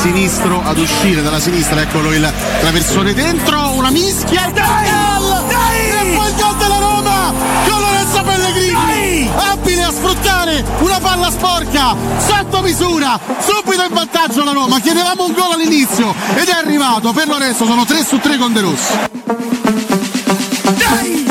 sinistro ad uscire dalla sinistra, eccolo il traversone dentro, una mischia, dai! E poi il gol della Roma con Lorenzo Pellegrini, abile a sfruttare una palla sporca sotto misura, subito in vantaggio la Roma. Chiedevamo un gol all'inizio ed è arrivato per Lorenzo, sono 3-3 con De Rossi. Dai!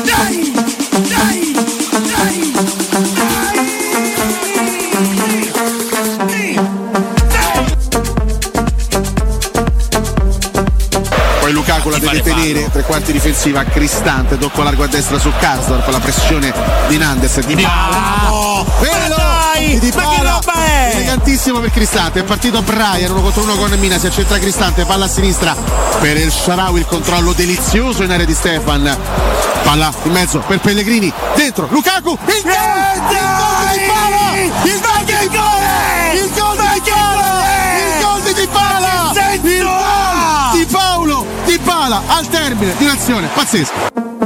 Lukaku la deve tenere, tre quarti difensiva, Cristante, tocco largo a destra su Karsdorp, la pressione di Nandes, Di Pala, Di Pala, elegantissimo per Cristante, è partito Brian, 1 contro 1 con Mina, si accentra Cristante, palla a sinistra per El Shaarawy, il controllo delizioso in area di Stefan, palla in mezzo per Pellegrini, dentro Lukaku, il gol di Pala, il gol di Di Pala, di Paolo Di Pala al termine di un'azione pazzesca.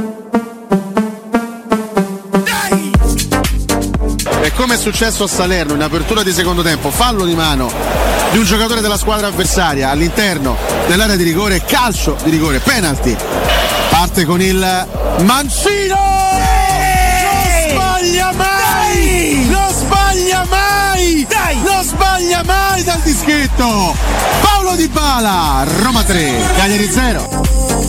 E come è successo a Salerno in apertura di secondo tempo, fallo di mano di un giocatore della squadra avversaria all'interno dell'area di rigore, calcio di rigore, penalty. Parte con il Mancino, non sbaglia mai dal dischetto. Paolo Di Pala, Roma 3, Cagliari 0.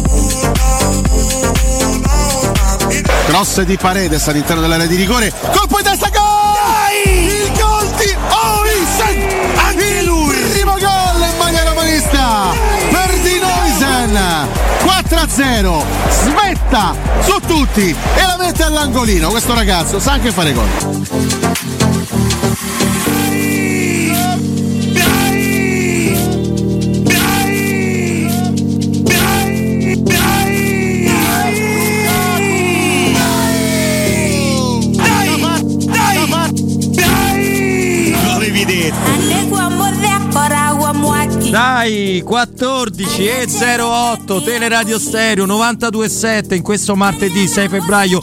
Cross di Paredes all'interno dell'area di rigore, colpo in testa, gol! Il gol di Oysen, anche lui, il primo gol in maglia romanista per Di Oysen, 4-0, smetta su tutti e la mette all'angolino. Questo ragazzo sa anche fare gol. Dai, 14:08 Teleradio Stereo 92.7 in questo martedì 6 febbraio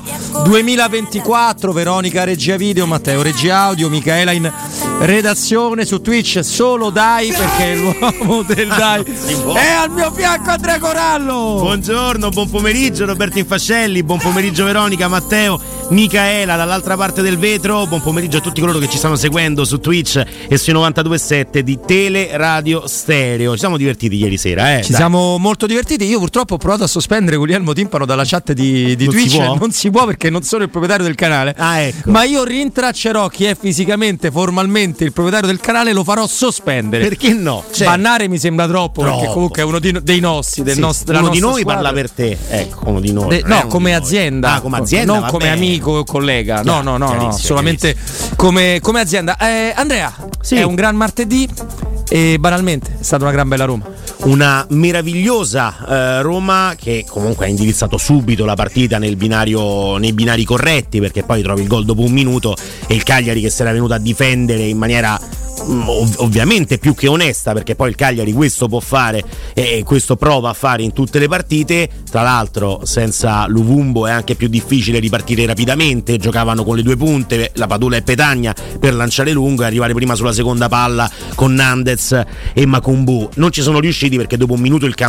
2024. Veronica regia video, Matteo regia audio, Michaela in redazione, su Twitch solo Dai, perché l'uomo del Dai è al mio fianco, Andrea Corallo. Buongiorno, buon pomeriggio Roberto Infascelli, buon pomeriggio Veronica, Matteo, Michaela dall'altra parte del vetro, buon pomeriggio a tutti coloro che ci stanno seguendo su Twitch e sui 92.7 di Teleradio Stereo. Ci siamo divertiti ieri sera, Ci siamo molto divertiti. Io purtroppo ho provato a sospendere Guglielmo Timpano dalla chat di Twitch. Non si può perché non sono il proprietario del canale. Ecco. Ma io rintraccerò chi è fisicamente, formalmente il proprietario del canale, lo farò sospendere. Perché no? Bannare mi sembra troppo. Perché comunque è uno dei nostri, uno di noi squadra. Parla per te. Ecco, uno di noi. Come azienda. Come azienda, non come amico o collega. No, solamente come azienda. Andrea, è un gran martedì. E banalmente è stata una gran bella Roma, una meravigliosa Roma che comunque ha indirizzato subito la partita nei binari corretti, perché poi trovi il gol dopo un minuto e il Cagliari che si era venuto a difendere in maniera ovviamente più che onesta, perché poi il Cagliari questo può fare e questo prova a fare in tutte le partite. Tra l'altro senza Luvumbo è anche più difficile ripartire rapidamente, giocavano con le due punte, la Padula e Petagna, per lanciare lungo e arrivare prima sulla seconda palla con Nandez e Makumbu. Non ci sono riusciti perché dopo un minuto il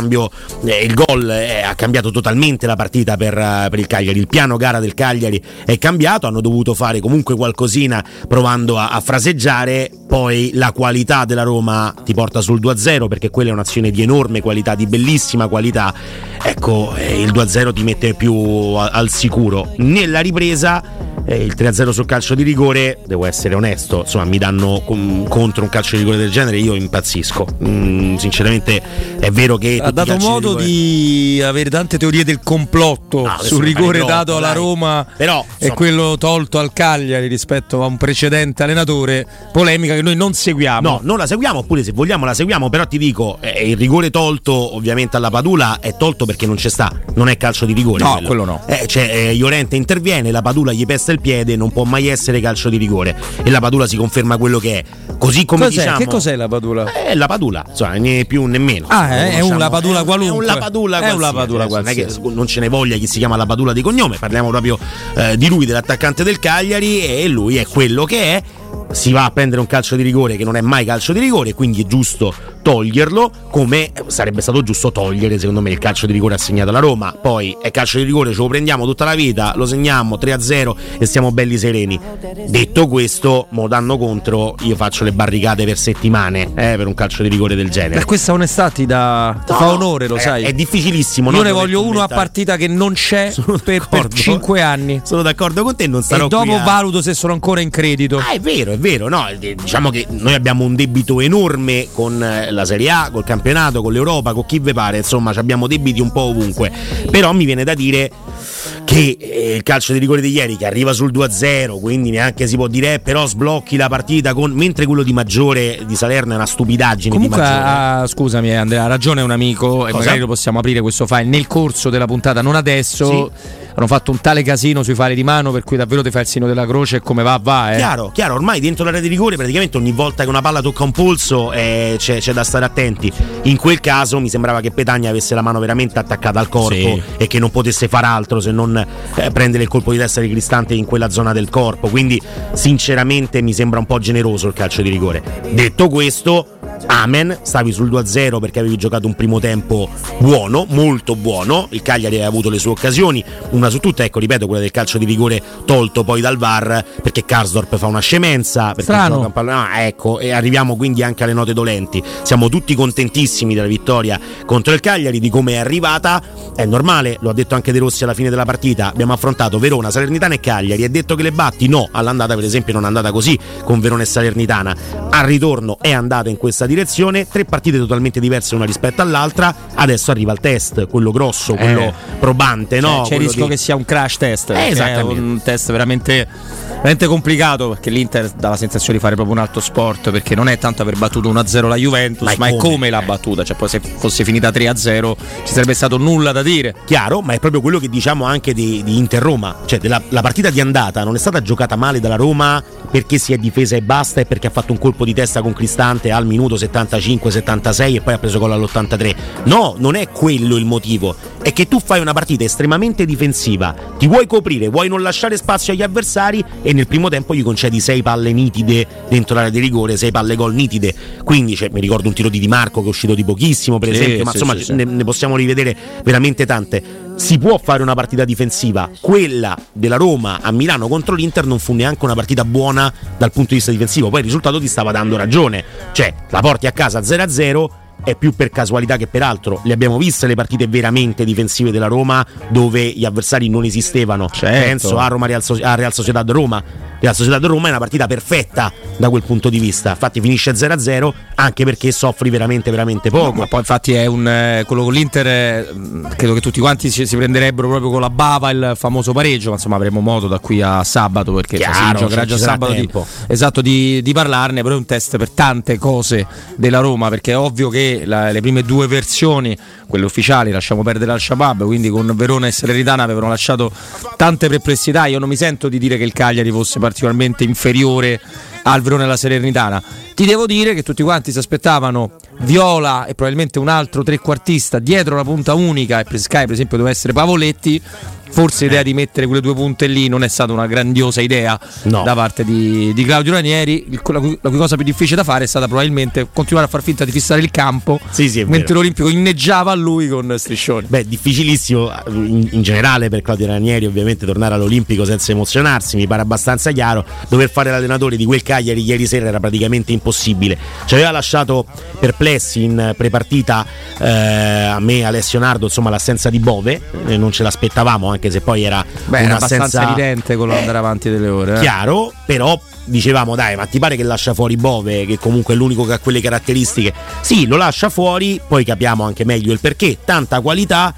gol ha cambiato totalmente la partita per il Cagliari. Il piano gara del Cagliari è cambiato, hanno dovuto fare comunque qualcosina provando a fraseggiare. Poi la qualità della Roma ti porta sul 2-0, perché quella è un'azione di enorme qualità, di bellissima qualità. Ecco, il 2-0 ti mette più al sicuro. Nella ripresa il 3-0 sul calcio di rigore, devo essere onesto, insomma, mi danno contro un calcio di rigore del genere, io impazzisco. Sinceramente è vero che ha dato modo di avere tante teorie del complotto sul rigore dato alla Roma, però e quello tolto al Cagliari rispetto a un precedente allenatore, polemica che noi non seguiamo. No, non la seguiamo, oppure se vogliamo la seguiamo, però ti dico, il rigore tolto ovviamente alla Padula è tolto perché non c'è sta, non è calcio di rigore. No, quello no. Llorente interviene, la Padula gli pesta il piede, non può mai essere calcio di rigore e la Padula si conferma quello che è. Così come diciamo. Che cos'è la Padula? È la Padula, insomma, né più né meno. È un La Padula qualunque. È un La Padula qualsiasi. Non è che non ce ne voglia chi si chiama La Padula di cognome, parliamo proprio di lui, dell'attaccante del Cagliari, e lui è quello che è. Si va a prendere un calcio di rigore che non è mai calcio di rigore, quindi è giusto toglierlo, come sarebbe stato giusto togliere secondo me il calcio di rigore assegnato alla Roma. Poi è calcio di rigore, ce lo prendiamo tutta la vita, lo segniamo 3-0 e stiamo belli sereni. Detto questo, mo danno contro, io faccio le barricate per settimane per un calcio di rigore del genere. Per questa onestà ti fa onore, lo sai. È difficilissimo. Io ne voglio uno a partita che non c'è per 5 anni. Sono d'accordo con te, non starò e dopo valuto se sono ancora in credito. È vero, no, diciamo che noi abbiamo un debito enorme con la Serie A, col campionato, con l'Europa, con chi ve pare, insomma abbiamo debiti un po' ovunque. Però mi viene da dire che il calcio di rigore di ieri, che arriva sul 2-0, quindi neanche si può dire però sblocchi la partita mentre quello di Maggiore di Salerno è una stupidaggine. Comunque scusami Andrea, ha ragione un amico. E magari lo possiamo aprire questo file nel corso della puntata, non adesso. Sì. Hanno fatto un tale casino sui fari di mano per cui davvero ti fai il segno della croce e come va. Chiaro, ormai dentro l'area di rigore praticamente ogni volta che una palla tocca un polso c'è da stare attenti. In quel caso mi sembrava che Petagna avesse la mano veramente attaccata al corpo, sì, e che non potesse far altro se non prendere il colpo di testa di Cristante in quella zona del corpo, quindi sinceramente mi sembra un po' generoso il calcio di rigore. Detto questo, amen, stavi sul 2-0 perché avevi giocato un primo tempo buono, molto buono, il Cagliari aveva avuto le sue occasioni, una su tutte, ecco, ripeto, quella del calcio di rigore tolto poi dal VAR perché Karsdorp fa una scemenza, strano. Ecco, e arriviamo quindi anche alle note dolenti. Siamo tutti contentissimi della vittoria contro il Cagliari, di come è arrivata. È normale, lo ha detto anche De Rossi alla fine della partita, abbiamo affrontato Verona, Salernitana e Cagliari, è detto che le batti? No, all'andata per esempio non è andata così con Verona e Salernitana, al ritorno è andata in questa direzione, 3 partite totalmente diverse una rispetto all'altra, adesso arriva il test, quello grosso, quello probante, no? C'è il rischio che sia un crash test, è un test veramente complicato, perché l'Inter dà la sensazione di fare proprio un altro sport, perché non è tanto aver battuto 1-0 la Juventus, ma è come l'ha battuta, cioè poi se fosse finita 3-0 ci sarebbe stato nulla da dire. Chiaro, ma è proprio quello che diciamo anche di Inter-Roma, cioè la partita di andata non è stata giocata male dalla Roma perché si è difesa e basta, e perché ha fatto un colpo di testa con Cristante al minuto 75-76 e poi ha preso gol all'83. No, non è quello il motivo, è che tu fai una partita estremamente difensiva, ti vuoi coprire, vuoi non lasciare spazio agli avversari e nel primo tempo gli concedi 6 palle nitide dentro l'area di rigore, 6 palle gol nitide. Quindi mi ricordo un tiro di Di Marco che è uscito di pochissimo per esempio, ma insomma ne possiamo rivedere veramente tante. Si può fare una partita difensiva, quella della Roma a Milano contro l'Inter non fu neanche una partita buona dal punto di vista difensivo, poi il risultato ti stava dando ragione, cioè la porti a casa 0-0 è più per casualità che per altro. Le abbiamo viste le partite veramente difensive della Roma dove gli avversari non esistevano, penso a Real Sociedad Roma. La Società di Roma è una partita perfetta da quel punto di vista, infatti finisce 0-0 anche perché soffri veramente poco. Ma poi infatti è quello con l'Inter, credo che tutti quanti si prenderebbero proprio con la bava il famoso pareggio, ma insomma avremo modo da qui a sabato, perché chiaro, si giocherà già sabato di parlarne, però è un test per tante cose della Roma, perché è ovvio che le prime 2 versioni, quelle ufficiali, lasciamo perdere Al-Shabaab, quindi con Verona e Salernitana avevano lasciato tante perplessità. Io non mi sento di dire che il Cagliari fosse particolarmente inferiore al Verona e alla Salernitana. Ti devo dire che tutti quanti si aspettavano Viola e probabilmente un altro trequartista dietro la punta unica, e per Sky per esempio doveva essere Pavoletti. Forse l'idea di mettere quelle 2 punte lì non è stata una grandiosa idea da parte di Claudio Ranieri. La cui cosa più difficile da fare è stata probabilmente continuare a far finta di fissare il campo, mentre l'Olimpico inneggiava a lui con striscioni. Difficilissimo in generale per Claudio Ranieri ovviamente tornare all'Olimpico senza emozionarsi, mi pare abbastanza chiaro. Dover fare l'allenatore di quel Cagliari ieri sera era praticamente impossibile, ci aveva lasciato perplessi in prepartita a me, Alessio Nardo, insomma l'assenza di Bove, non ce l'aspettavamo, anche se poi era abbastanza evidente con l'andare avanti delle ore. Chiaro, però dicevamo dai, ma ti pare che lascia fuori Bove, che comunque è l'unico che ha quelle caratteristiche? Sì, lo lascia fuori, poi capiamo anche meglio il perché, tanta qualità,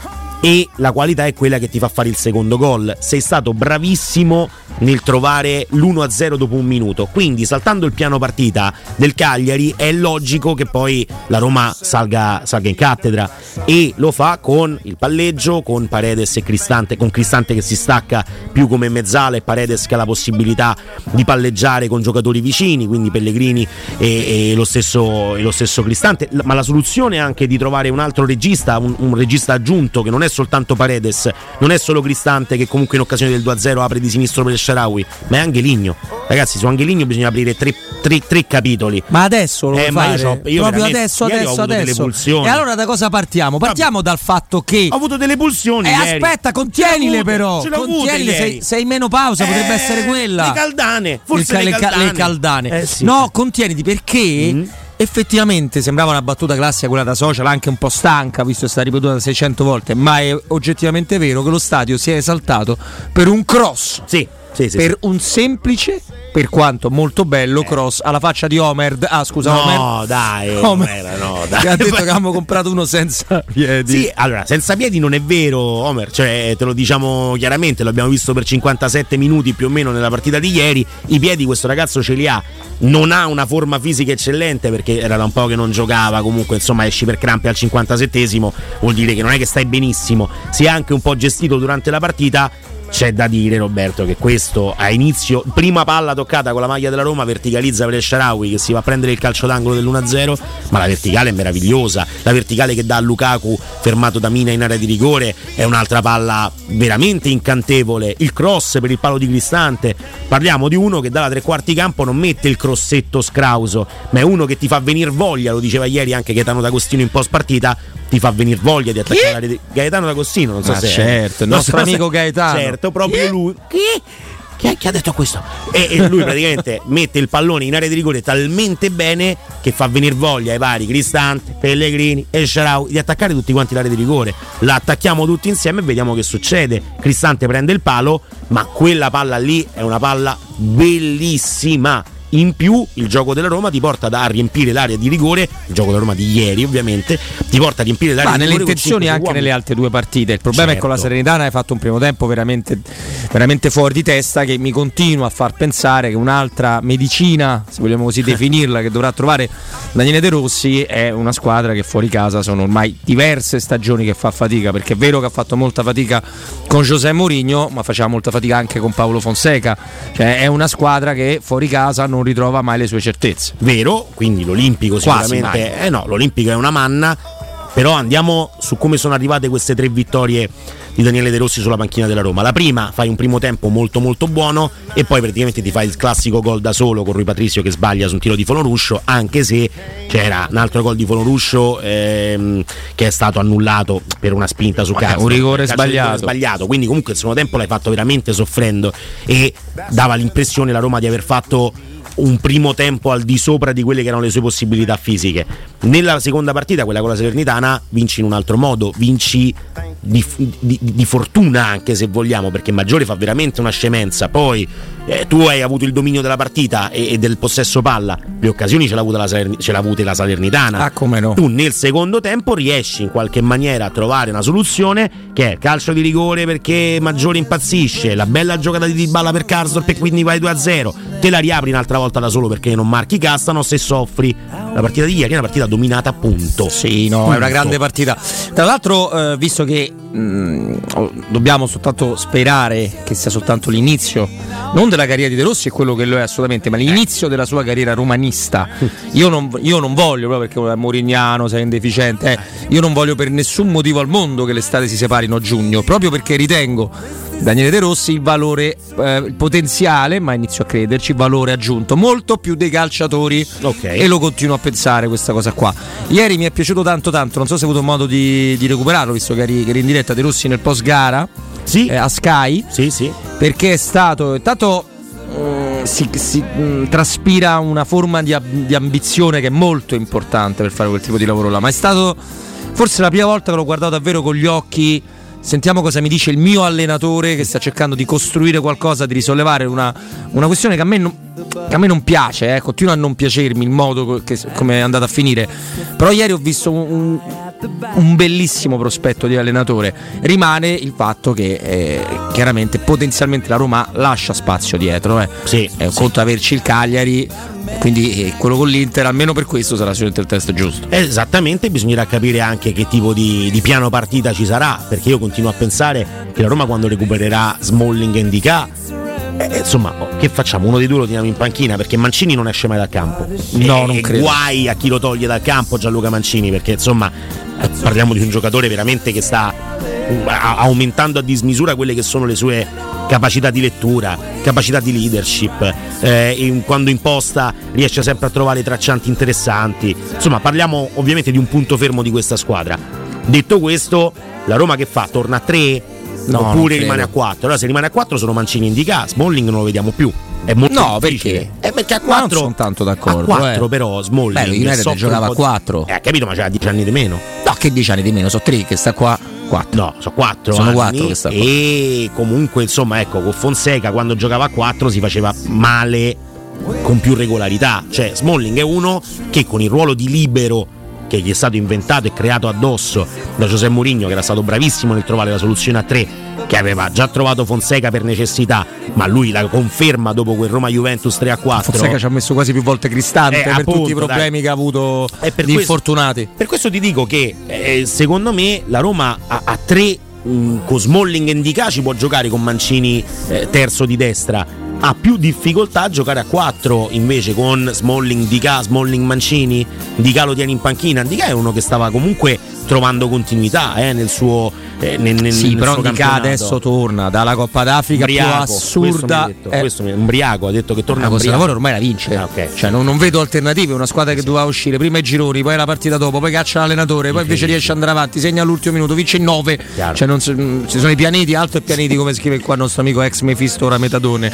e la qualità è quella che ti fa fare il secondo gol. Sei stato bravissimo nel trovare l'1-0 dopo un minuto, quindi saltando il piano partita del Cagliari è logico che poi la Roma salga in cattedra, e lo fa con il palleggio, con Paredes e Cristante, con Cristante che si stacca più come mezzala e Paredes che ha la possibilità di palleggiare con giocatori vicini, quindi Pellegrini e lo stesso Cristante. Ma la soluzione è anche di trovare un altro regista, un regista aggiunto che non è soltanto Paredes, non è solo Cristante che comunque in occasione del 2-0 apre di sinistro per il Shaarawy, ma è Angeligno. Ragazzi, su Angeligno bisogna aprire tre capitoli. Ma adesso lo fare? Io proprio adesso. delle pulsioni. E allora da cosa partiamo? Partiamo dal fatto che ho avuto delle pulsioni ieri. Aspetta, contienile però. Contienile, sei in menopausa, potrebbe essere quella. Le caldane, forse le caldane. Sì. No, contieniti perché effettivamente sembrava una battuta classica quella da social, anche un po' stanca, visto che è stata ripetuta 600 volte, ma è oggettivamente vero che lo stadio si è esaltato per un cross. Sì. Un semplice, per quanto molto bello, cross alla faccia di Homer. No, dai. Che ha detto che avevamo comprato uno senza piedi. Sì, allora, senza piedi non è vero, Homer, cioè te lo diciamo chiaramente, lo abbiamo visto per 57 minuti più o meno nella partita di ieri. I piedi questo ragazzo ce li ha. Non ha una forma fisica eccellente perché era da un po' che non giocava, comunque insomma esci per crampi al 57esimo, vuol dire che non è che stai benissimo. Si è anche un po' gestito durante la partita. C'è da dire, Roberto, che questo a inizio, prima palla toccata con la maglia della Roma, verticalizza per il Shaarawy che si va a prendere il calcio d'angolo dell'1-0, ma la verticale è meravigliosa, la verticale che dà a Lukaku fermato da Mina in area di rigore è un'altra palla veramente incantevole, il cross per il palo di Cristante, parliamo di uno che dalla tre quarti campo non mette il crossetto scrauso, ma è uno che ti fa venire voglia, lo diceva ieri anche Gaetano D'Agostino in post partita, ti fa venire voglia di attaccare Gaetano D'Agostino, non so se certo, il nostro amico Gaetano. Certo, proprio lui. Chi ha detto questo? E lui praticamente mette il pallone in area di rigore talmente bene che fa venire voglia ai vari Cristante, Pellegrini e Shaarawy di attaccare tutti quanti l'area di rigore. La attacchiamo tutti insieme e vediamo che succede. Cristante prende il palo, ma quella palla lì è una palla bellissima. In più il gioco della Roma ti porta a riempire l'area di rigore, il gioco della Roma di ieri ovviamente, ti porta a riempire l'area di rigore. Ma nelle intenzioni anche nelle altre due partite, il problema è con la Salernitana hai fatto un primo tempo veramente, veramente fuori di testa, che mi continua a far pensare che un'altra medicina, se vogliamo così definirla, che dovrà trovare Daniele De Rossi è una squadra che fuori casa sono ormai diverse stagioni che fa fatica, perché è vero che ha fatto molta fatica con José Mourinho, ma faceva molta fatica anche con Paolo Fonseca, cioè è una squadra che fuori casa non ritrova mai le sue certezze. Vero, quindi l'Olimpico sicuramente l'Olimpico è una manna, però andiamo su come sono arrivate queste tre vittorie di Daniele De Rossi sulla panchina della Roma. La prima, fai un primo tempo molto molto buono e poi praticamente ti fai il classico gol da solo con Rui Patricio che sbaglia su un tiro di Fonoruscio, anche se c'era un altro gol di Fonoruscio che è stato annullato per una spinta su Castro, un rigore sbagliato, quindi comunque il secondo tempo l'hai fatto veramente soffrendo e dava l'impressione la Roma di aver fatto un primo tempo al di sopra di quelle che erano le sue possibilità fisiche. Nella seconda partita, quella con la Salernitana, vinci in un altro modo, vinci di fortuna anche se vogliamo, perché Maggiore fa veramente una scemenza, poi tu hai avuto il dominio della partita e del possesso palla, le occasioni ce l'ha avute la Salernitana, come no. Tu nel secondo tempo riesci in qualche maniera a trovare una soluzione che è calcio di rigore perché Maggiore impazzisce, la bella giocata di Dybala per Karsdorp e quindi vai 2-0, te la riapri un'altra volta da solo perché non marchi Castanos e soffri. La partita di ieri è una partita dominata, punto. Sì, no, è una grande partita. Tra l'altro, visto che dobbiamo soltanto sperare che sia soltanto l'inizio, non della carriera di De Rossi, è quello che lo è assolutamente, ma l'inizio della sua carriera romanista. Io non voglio, proprio perché è morignano, sei indeficiente, io non voglio per nessun motivo al mondo che l'estate si separino a giugno, proprio perché ritengo Daniele De Rossi il valore, il potenziale, ma inizio a crederci, valore aggiunto, molto più dei calciatori, e lo continuo a pensare questa cosa qua. Ieri mi è piaciuto tanto, non so se hai avuto modo di recuperarlo, visto che eri in diretta De Rossi nel post gara a Sky, sì. Perché è stato tanto si traspira una forma di ambizione che è molto importante per fare quel tipo di lavoro là, ma è stato forse la prima volta che l'ho guardato davvero con gli occhi. Sentiamo cosa mi dice il mio allenatore che sta cercando di costruire qualcosa, di risollevare una questione che a me non piace, continua a non piacermi il modo come è andata a finire. Però ieri ho visto un bellissimo prospetto di allenatore. Rimane il fatto che chiaramente potenzialmente la Roma lascia spazio dietro. È un conto averci il Cagliari, quindi quello con l'Inter almeno per questo sarà sicuramente il test giusto. Esattamente, bisognerà capire anche che tipo di piano partita ci sarà, perché io continuo a pensare che la Roma quando recupererà Smalling e Ndicà, insomma, che facciamo? Uno dei due lo teniamo in panchina, perché Mancini non esce mai dal campo. No, non credo. Guai a chi lo toglie dal campo Gianluca Mancini, perché insomma parliamo di un giocatore veramente che sta aumentando a dismisura quelle che sono le sue capacità di lettura, capacità di leadership, quando imposta riesce sempre a trovare traccianti interessanti. Insomma, parliamo ovviamente di un punto fermo di questa squadra. Detto questo, la Roma che fa? Torna a 3? No, oppure rimane a 4? Allora, se rimane a 4 sono Mancini indica, Smalling non lo vediamo più. È molto difficile. Perché a 4 non sono tanto d'accordo. A 4 però Smalling United giocava a 4. Capito, ma c'era 10 anni di meno. No, che 10 anni di meno, sono 3 che sta qua. 4. No, sono 4 sono anni 4 che sta qua. E comunque insomma, ecco, con Fonseca quando giocava a 4 si faceva male con più regolarità. Cioè Smalling è uno che con il ruolo di libero che gli è stato inventato e creato addosso da José Mourinho, che era stato bravissimo nel trovare la soluzione a 3, che aveva già trovato Fonseca per necessità, ma lui la conferma dopo quel Roma-Juventus 3-4. Fonseca ci ha messo quasi più volte Cristante per appunto, tutti i problemi che ha avuto per di infortunati. Per questo ti dico che secondo me la Roma a 3 con Smalling e Ndicà ci può giocare con Mancini terzo di destra. Ha più difficoltà a giocare a 4 invece con Smalling, Ndicà, Smalling, Mancini. Ndicà lo tiene in panchina. Ndicà è uno che stava comunque trovando continuità nel suo sì, però Ndicà adesso torna dalla Coppa d'Africa Umbriaco, più assurda. Questo mi umbriaco, ha detto che torna cosa lavoro ormai la vince. Okay. Cioè non vedo alternative. Una squadra che doveva uscire prima i gironi, poi la partita dopo, poi caccia l'allenatore, poi invece riesce ad andare avanti, segna all'ultimo minuto, vince in 9. Chiaro. Cioè ci sono i pianeti, alto e pianeti, come scrive qua il nostro amico ex Mefisto, ora Metadone.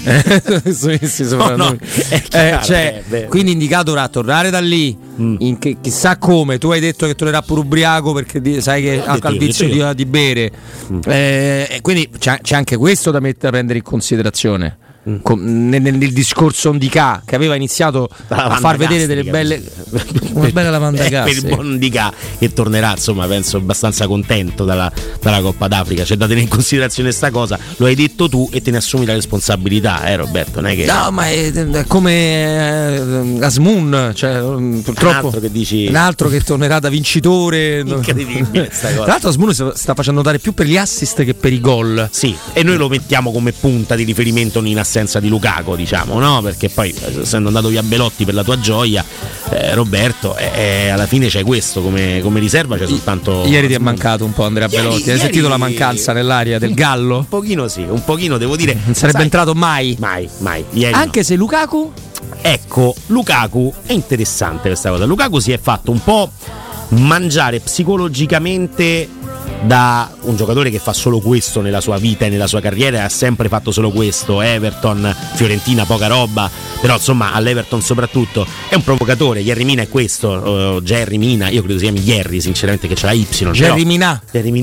Quindi Ndicà dovrà tornare da lì. Chissà come. Tu hai detto che tornerà pure ubriaco perché sai che ha il vizio di bere. Quindi c'è anche questo da prendere in considerazione. Nel discorso Ndicà, che aveva iniziato a far vedere delle belle una bella lavanda gas, per il buon Ndicà, che tornerà insomma penso abbastanza contento dalla Coppa d'Africa. C'è da tenere in considerazione sta cosa, lo hai detto tu e te ne assumi la responsabilità, Roberto, non è che... No, ma è come Asmun, cioè, purtroppo un altro che tornerà da vincitore. Incredibile sta cosa. Tra l'altro Asmun sta facendo notare più per gli assist che per i gol. Sì, e noi lo mettiamo come punta di riferimento in assenza di Lukaku, diciamo, no? Perché poi essendo andato via Belotti per la tua gioia, Roberto, alla fine c'è questo come riserva, c'è soltanto... Ieri ti è mancato un po' Andrea Belotti, hai sentito la mancanza nell'aria del Gallo? Un pochino sì, un pochino devo dire. Non sarebbe entrato mai. Ieri anche no. Se Lukaku? Ecco, Lukaku è interessante questa cosa. Lukaku si è fatto un po' mangiare psicologicamente da un giocatore che fa solo questo nella sua vita e nella sua carriera, ha sempre fatto solo questo. Everton, Fiorentina, poca roba, però insomma all'Everton soprattutto è un provocatore. Jerry Mina è questo, Jerry Mina, io credo si chiami Jerry sinceramente, che c'è la Y. Jerry Mina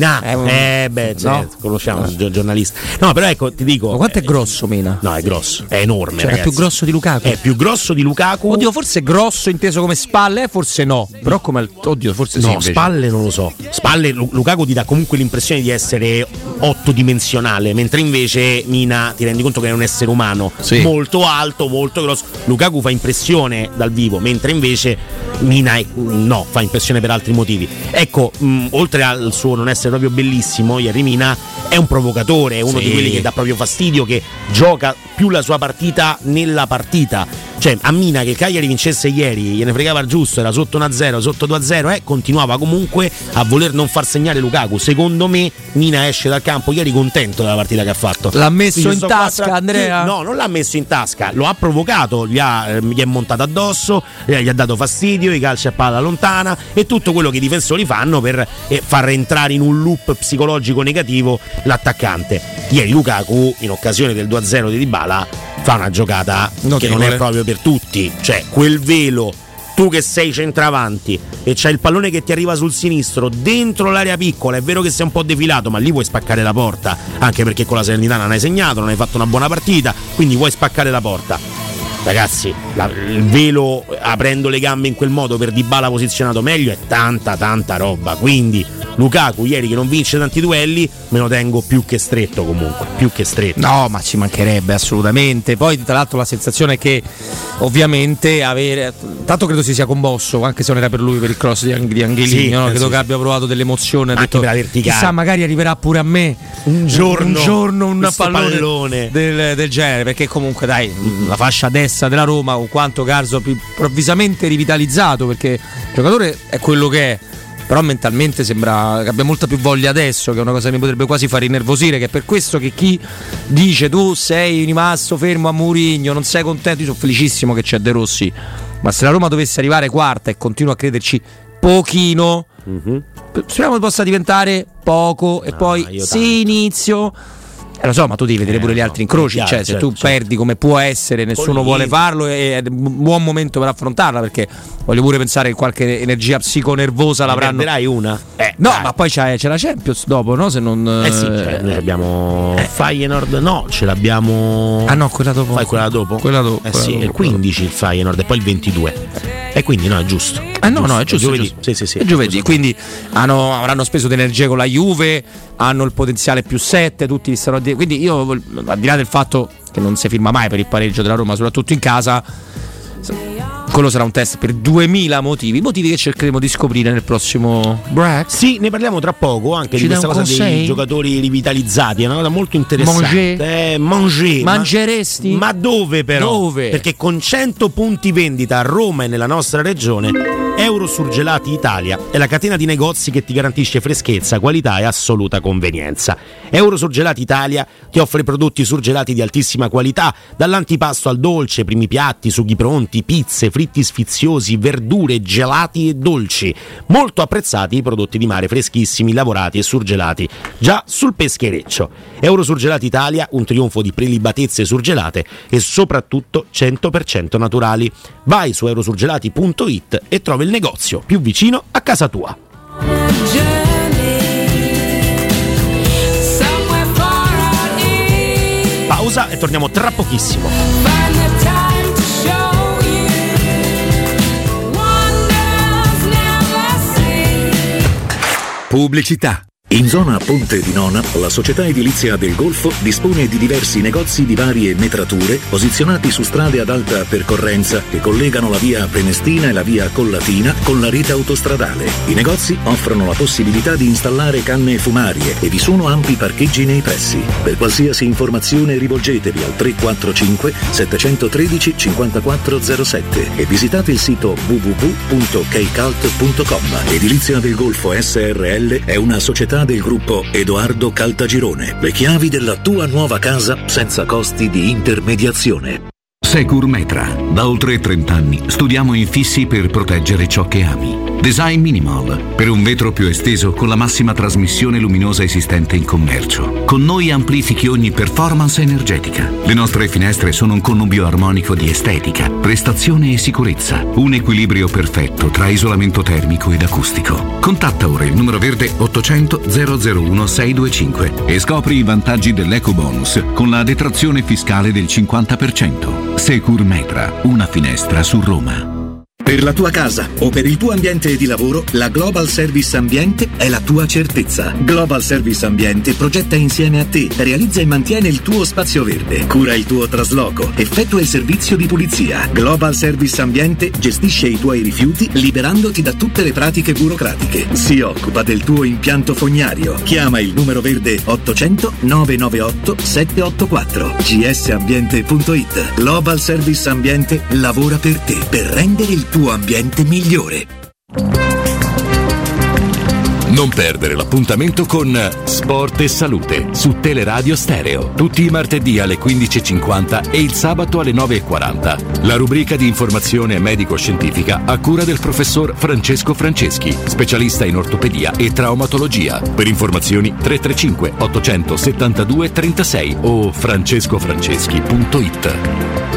no? Conosciamo il giornalista. No, però ecco, ti dico, ma quanto è grosso Mina? No, è grosso, è enorme, cioè, ragazzi. È più grosso di Lukaku? È più grosso di Lukaku. Oddio, forse grosso inteso come spalle, forse no, però come oddio, forse no, sì invece. Spalle non lo so. Spalle Lukaku ti dà comunque l'impressione di essere 8-dimensionale, mentre invece Mina ti rendi conto che è un essere umano, sì, molto alto, molto grosso. Lukaku fa impressione dal vivo, mentre invece Mina no, fa impressione per altri motivi. Ecco, oltre al suo non essere proprio bellissimo, Jerry Mina è un provocatore, è uno di quelli che dà proprio fastidio, che gioca più la sua partita nella partita. Cioè a Mina che il Cagliari vincesse ieri gliene fregava il giusto, era sotto 1-0, sotto 2-0, continuava comunque a voler non far segnare Lukaku. Secondo me Mina esce dal campo ieri contento della partita che ha fatto. L'ha messo in tasca Andrea? No, non l'ha messo in tasca, lo ha provocato, gli è montato addosso, gli ha dato fastidio, i calci a palla lontana e tutto quello che i difensori fanno per far entrare in un loop psicologico negativo l'attaccante. Ieri Lukaku, in occasione del 2-0 di Dybala, fa una giocata che non è proprio per tutti. Cioè quel velo, tu che sei centravanti e c'hai il pallone che ti arriva sul sinistro dentro l'area piccola, è vero che sei un po' defilato, ma lì vuoi spaccare la porta, anche perché con la Salernitana non hai segnato, non hai fatto una buona partita, quindi vuoi spaccare la porta. Ragazzi, il velo aprendo le gambe in quel modo per Dybala posizionato meglio è tanta roba. Quindi Lukaku ieri che non vince tanti duelli me lo tengo più che stretto, comunque più che stretto. No, ma ci mancherebbe assolutamente. Poi tra l'altro la sensazione è che ovviamente tanto credo si sia commosso, anche se non era per lui, per il cross di Angelino, sì, no? Credo che abbia provato dell'emozione, ha detto, chissà magari arriverà pure a me un giorno un pallone del genere, perché comunque dai, la fascia destra della Roma, con quanto Garzo improvvisamente rivitalizzato, perché il giocatore è quello che è, però mentalmente sembra che abbia molta più voglia adesso, che è una cosa che mi potrebbe quasi far innervosire, che è per questo che chi dice tu sei rimasto fermo a Mourinho, non sei contento, io sono felicissimo che c'è De Rossi, ma se la Roma dovesse arrivare quarta e continua a crederci pochino, speriamo che possa diventare poco e poi se inizio lo so, ma tu devi vedere pure gli altri incroci, cioè se tu perdi come può essere, nessuno vuole farlo, è un buon momento per affrontarla, perché voglio pure pensare che qualche energia psiconervosa l'avranno. Ne perderai una? No, ma poi c'è la Champions dopo, no? Se non sì, cioè, noi abbiamo Feyenoord, no, ce l'abbiamo. Ah no, quella dopo. Fai quella dopo? Quella dopo. Sì, dopo, il 15 il Feyenoord e poi il 22. E quindi no, è giusto. No, è giusto. Giovedì. Sì, è giovedì, quindi avranno speso d'energia con la Juve, hanno il potenziale più 7, tutti li stanno a dire. Quindi io, al di là del fatto che non si firma mai per il pareggio della Roma, soprattutto in casa, quello sarà un test per 2000 motivi che cercheremo di scoprire nel prossimo break. Sì, ne parliamo tra poco anche di questa cosa dei giocatori rivitalizzati, è una cosa molto interessante. Mangeresti? Ma dove però? Dove? Perché con 100 punti vendita a Roma e nella nostra regione, Eurosurgelati Italia è la catena di negozi che ti garantisce freschezza, qualità e assoluta convenienza. Eurosurgelati Italia ti offre prodotti surgelati di altissima qualità, dall'antipasto al dolce, primi piatti, sughi pronti, pizze, fritti sfiziosi, verdure, gelati e dolci. Molto apprezzati i prodotti di mare freschissimi, lavorati e surgelati già sul peschereccio. Eurosurgelati Italia, un trionfo di prelibatezze surgelate e soprattutto 100% naturali. Vai su eurosurgelati.it e trovi il negozio più vicino a casa tua. Pausa e torniamo tra pochissimo. Pubblicità. In zona Ponte di Nona, la società edilizia del Golfo dispone di diversi negozi di varie metrature posizionati su strade ad alta percorrenza che collegano la via Prenestina e la via Collatina con la rete autostradale. I negozi offrono la possibilità di installare canne fumarie e vi sono ampi parcheggi nei pressi. Per qualsiasi informazione rivolgetevi al 345 713 5407 e visitate il sito www.keicalt.com. Edilizia del Golfo SRL è una società del gruppo Edoardo Caltagirone. Le chiavi della tua nuova casa senza costi di intermediazione. Securmetra. Da oltre 30 anni studiamo infissi per proteggere ciò che ami. Design minimal, per un vetro più esteso con la massima trasmissione luminosa esistente in commercio. Con noi amplifichi ogni performance energetica. Le nostre finestre sono un connubio armonico di estetica, prestazione e sicurezza. Un equilibrio perfetto tra isolamento termico ed acustico. Contatta ora il numero verde 800 001 625 e scopri i vantaggi dell'EcoBonus con la detrazione fiscale del 50%. Securmetra, una finestra su Roma. Per la tua casa o per il tuo ambiente di lavoro, la Global Service Ambiente è la tua certezza. Global Service Ambiente progetta insieme a te, realizza e mantiene il tuo spazio verde, cura il tuo trasloco, effettua il servizio di pulizia. Global Service Ambiente gestisce i tuoi rifiuti liberandoti da tutte le pratiche burocratiche. Si occupa del tuo impianto fognario. Chiama il numero verde 800 998 784. gsambiente.it. Global Service Ambiente lavora per te, per rendere il tuo ambiente migliore. Non perdere l'appuntamento con Sport e Salute su Teleradio Stereo, tutti i martedì alle 15.50 e il sabato alle 9.40. La rubrica di informazione medico-scientifica a cura del professor Francesco Franceschi, specialista in ortopedia e traumatologia. Per informazioni 335 872 36 o francescofranceschi.it.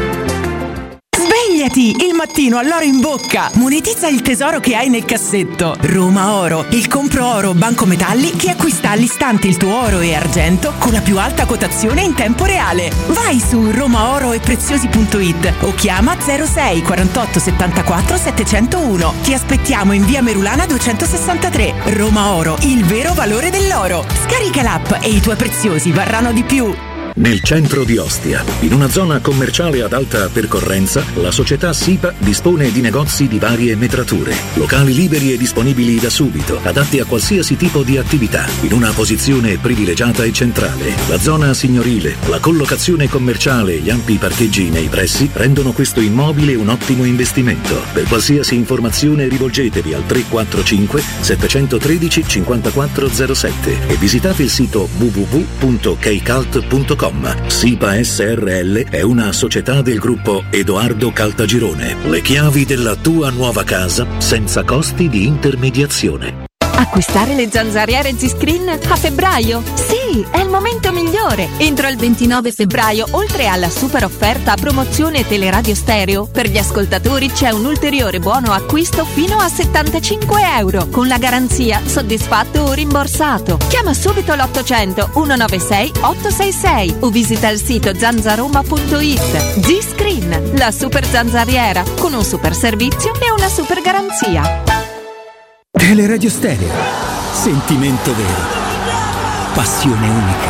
Il mattino all'oro in bocca, monetizza il tesoro che hai nel cassetto. Roma Oro, il compro oro Banco Metalli che acquista all'istante il tuo oro e argento con la più alta quotazione in tempo reale. Vai su romaoroepreziosi.it o chiama 06 48 74 701. Ti aspettiamo in via Merulana 263. Roma Oro, il vero valore dell'oro. Scarica l'app e i tuoi preziosi varranno di più. Nel centro di Ostia, in una zona commerciale ad alta percorrenza, la società SIPA dispone di negozi di varie metrature, locali liberi e disponibili da subito, adatti a qualsiasi tipo di attività, in una posizione privilegiata e centrale. La zona signorile, la collocazione commerciale e gli ampi parcheggi nei pressi rendono questo immobile un ottimo investimento. Per qualsiasi informazione rivolgetevi al 345 713 5407 e visitate il sito www.keicalt.com. SIPA SRL è una società del gruppo Edoardo Caltagirone. Le chiavi della tua nuova casa senza costi di intermediazione. Acquistare le zanzariere Z-Screen a febbraio? Sì, è il momento migliore! Entro il 29 febbraio, oltre alla super offerta a promozione Teleradio Stereo, per gli ascoltatori c'è un ulteriore buono acquisto fino a €75, con la garanzia soddisfatto o rimborsato. Chiama subito l'800 196 866 o visita il sito zanzaroma.it. Z-Screen, la super zanzariera, con un super servizio e una super garanzia. Teleradio Stereo, sentimento vero, passione unica.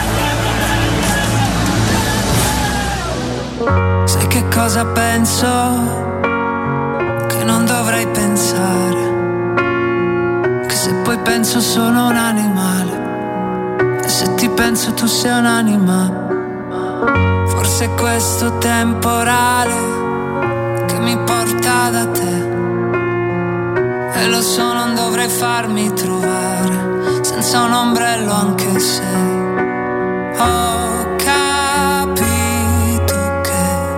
Sai che cosa penso? Che non dovrei pensare, che se poi penso sono un animale, e se ti penso tu sei un'anima. Forse è questo temporale che mi porta da te. E lo so, non dovrei farmi trovare senza un ombrello, anche se ho capito che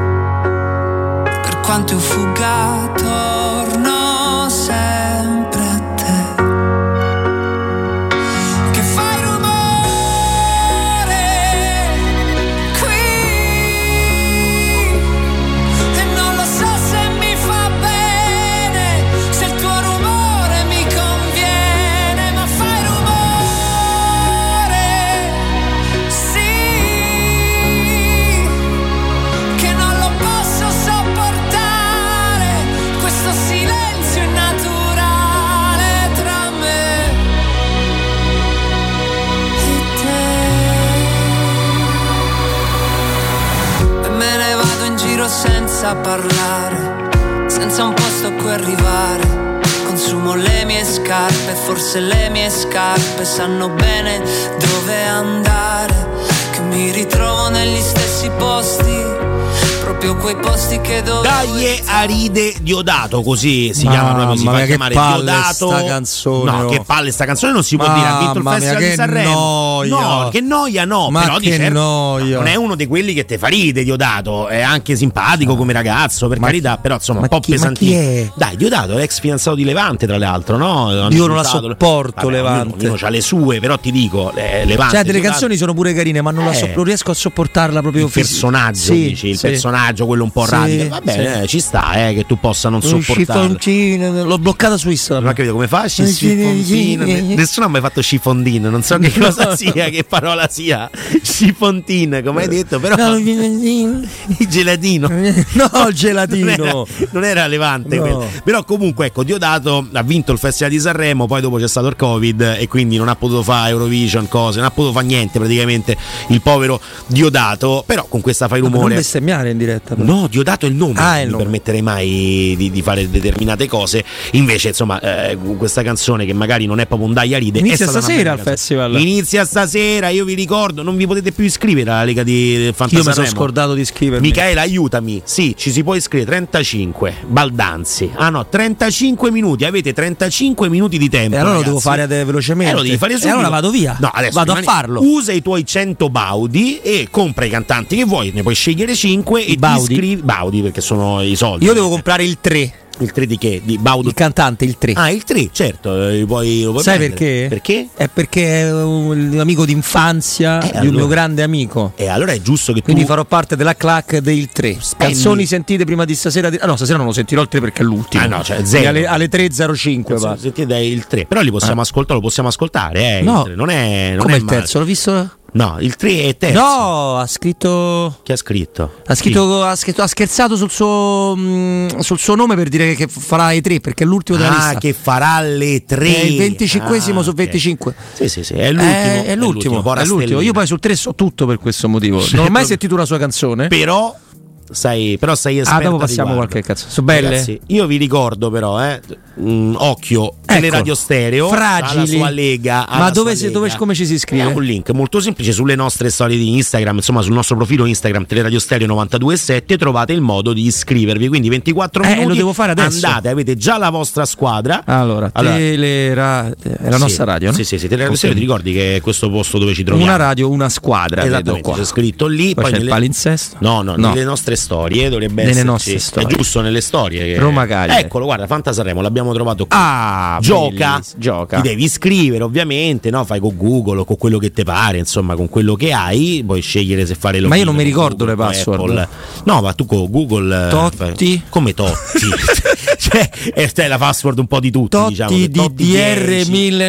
per quanto io fugga torno sempre a te. Che fai rumore qui e non lo so se mi fa bene, se il tuo rumore mi conviene, ma fai rumore, sì, che non lo posso sopportare, questo silenzio innaturale tra me e te. E me ne vado in giro senza parlare, senza un posto a cui arrivare. Consumo le mie scarpe, forse le mie scarpe sanno bene dove andare, che mi ritrovo negli stessi posti, proprio quei posti che dovevo. Dai Aride Diodato, così si chiama proprio, si fa chiamare Diodato. Sta canzone, no, che palle sta canzone, non si può dire. Ha vinto il Festival di Sanremo. Noia. No, che noia no, Ma però che di certo noia. non è uno di quelli che te fa ride Diodato, è anche simpatico come ragazzo, per carità, però insomma un po' pesantino. Dai, Diodato, l'ex fidanzato di Levante tra l'altro, no? Io non la sopporto. Vabbè, Levante. Ognuno c'ha le sue, però ti dico, Levante. Cioè, delle Diodato, canzoni sono pure carine, ma non riesco a sopportarla proprio. il personaggio, dici, il personaggio, quello un po' radical. Va bene, ci sta, che tu possa non sopportarlo. L'ho bloccata su Instagram. Non ho capito come fa? Nessuno ha mai fatto sciffondin, non so che cosa sia, che parola sia. Sciffondin, come hai detto, però. No, il gelatino. No, il gelatino. Non era Levante, no. Però comunque ecco, Diodato ha vinto il Festival di Sanremo, poi dopo c'è stato il Covid e quindi non ha potuto fare Eurovision, cose, non ha potuto fare niente praticamente il povero Diodato, però con questa fai rumore. Non bestemmiare in diretta. Però. No, Diodato è il nome, non mi permetterei mai di fare determinate cose. Invece insomma questa canzone, che magari non è proprio un Dai Aride, inizia stasera al festival. Inizia stasera, io vi ricordo, non vi potete più iscrivere alla Lega di Fantasarremo. Io mi sono scordato di iscrivermi. Michaela, aiutami. Sì, ci si può iscrivere. 35 Baldanzi. Ah no, 35 minuti, avete 35 minuti di tempo. E allora ragazzi. lo devo fare velocemente. Lo devi fare subito. E allora vado via. No, adesso vado a farlo. Usa i tuoi 100 baudi e compra i cantanti che vuoi, ne puoi scegliere 5 e baudi? ti iscrivi. Baudi, perché sono i soldi. Io devo comprare il 3. Il 3 di che? Di Baudo? Il cantante, il 3. Ah, il 3, certo, lo puoi sai prendere. perché? Perché? È perché è un amico d'infanzia di un mio grande amico. E allora è giusto che quindi tu farò parte della clac del 3. Canzoni sentite prima di stasera. No, stasera non lo sentirò il 3 perché è l'ultimo. Ah no, cioè 0. Alle 3.05 sentite il 3. Però li possiamo ascoltare, lo possiamo ascoltare, no. il 3. Non è come è il terzo, l'ho visto? No, il 3 è terzo. No, ha scritto. Che ha scritto? Ha scherzato sul suo nome per dire che farà le 3 perché è l'ultimo della lista. Che farà le 3. È il 25esimo su 25. Sì, è l'ultimo. È l'ultimo. Io poi sul 3 so tutto per questo motivo. Non ho mai sentito una sua canzone. Però sei esperta. Dopo passiamo qualche cazzo. Sono belle. Ragazzi, io vi ricordo però, occhio, Teleradio Stereo, fragili, alla sua lega. Ma dove come ci si iscrive? Un link molto semplice sulle nostre storie di Instagram, insomma sul nostro profilo Instagram Teleradio Stereo 92.7 trovate il modo di iscrivervi, quindi 24 minuti. Lo devo fare adesso. Andate, avete già la vostra squadra. Allora è la nostra radio, no? Sì, Teleradio Stereo, ti ricordi che è questo posto dove ci troviamo? Una radio, una squadra. Esattamente, c'è scritto lì. Poi c'è il palinsesto. No, nelle nostre storie dovrebbe nelle esserci. Nostre storie. È giusto, nelle storie. Roma Cagliari. Eccolo, guarda, Fanta Sanremo, l'abbiamo trovato qui. Gioca. Ti devi iscrivere, ovviamente, no? Fai con Google o con quello che ti pare, insomma, con quello che hai, puoi scegliere se fare Ma io non mi ricordo le password. Apple. No, ma tu con Google Totti. Come Totti? Cioè, è la password un po' di tutti, Totti, diciamo. DDR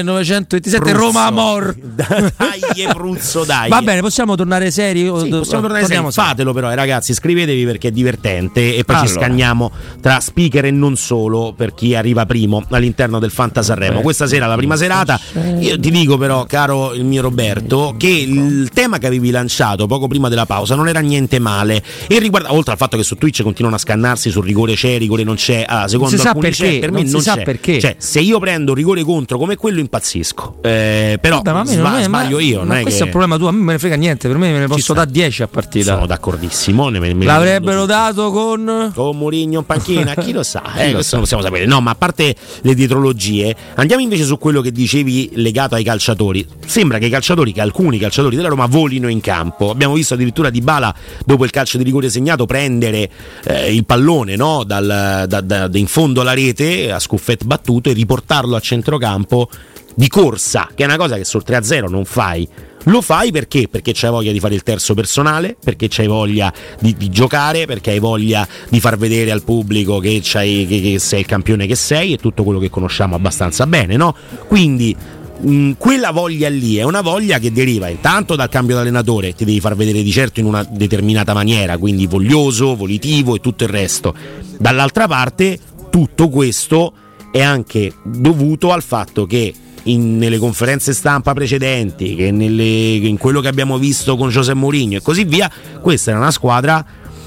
1927 Roma Amor. Dai, Pruzzo, dai. Va bene, possiamo tornare seri? Sì, possiamo tornare seri. Fatelo però, ragazzi, iscrivetevi perché è divertente e poi ci scagniamo tra speaker e non solo per chi arriva primo all'interno del Fanta Sanremo. Questa sera la prima serata. Io ti dico però, caro il mio Roberto, che il tema che avevi lanciato poco prima della pausa non era niente male e riguarda, oltre al fatto che su Twitch continuano a scannarsi sul rigore c'è, rigore non c'è, secondo alcuni c'è, per me non c'è. Perché. Cioè, se io prendo rigore contro come quello impazzisco, però sbaglio io. Ma questo è un problema tuo, a me me ne frega niente, per me ne posso dare 10 a partita. Sono d'accordissimo. L'avrebbero dato con Mourinho in panchina, chi lo sa, questo non possiamo sapere. No, ma a parte le dietrologie, andiamo invece su quello che dicevi legato ai calciatori. Sembra che alcuni calciatori della Roma volino in campo. Abbiamo visto addirittura Dybala dopo il calcio di rigore segnato prendere il pallone, no? da in fondo alla rete a scuffetto battuto e riportarlo a centrocampo di corsa, che è una cosa che sul 3-0 non fai. Lo fai perché? Perché c'hai voglia di fare il terzo personale, perché c'hai voglia di giocare, perché hai voglia di far vedere al pubblico che sei il campione che sei e tutto quello che conosciamo abbastanza bene, no? Quindi quella voglia lì è una voglia che deriva intanto dal cambio d'allenatore, ti devi far vedere di certo in una determinata maniera, quindi voglioso, volitivo e tutto il resto. Dall'altra parte tutto questo è anche dovuto al fatto che nelle conferenze stampa precedenti, che in quello che abbiamo visto con José Mourinho e così via, questa era una squadra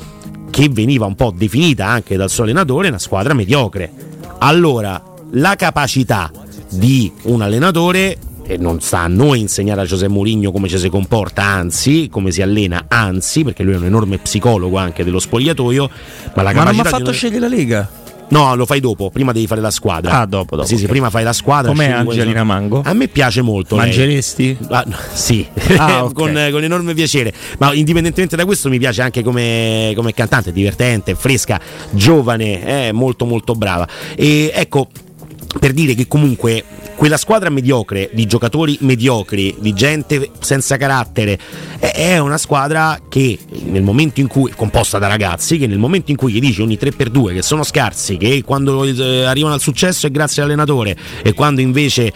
che veniva un po' definita anche dal suo allenatore una squadra mediocre. Allora la capacità di un allenatore, e non sta a noi insegnare a José Mourinho come ci si comporta, anzi come si allena, anzi, perché lui è un enorme psicologo anche dello spogliatoio, ma la capacità non mi ha fatto scegliere la Lega. No, lo fai dopo, prima devi fare la squadra. Dopo. Sì, prima fai la squadra. Com'è Angelina Mango? A me piace molto. Mangeresti? Sì, okay. con enorme piacere. Ma indipendentemente da questo mi piace anche come cantante, divertente, fresca, giovane, molto molto brava. E ecco, per dire che comunque quella squadra mediocre, di giocatori mediocri, di gente senza carattere, è una squadra che nel momento in cui, composta da ragazzi, che nel momento in cui gli dici ogni 3x2 che sono scarsi, che quando arrivano al successo è grazie all'allenatore e quando invece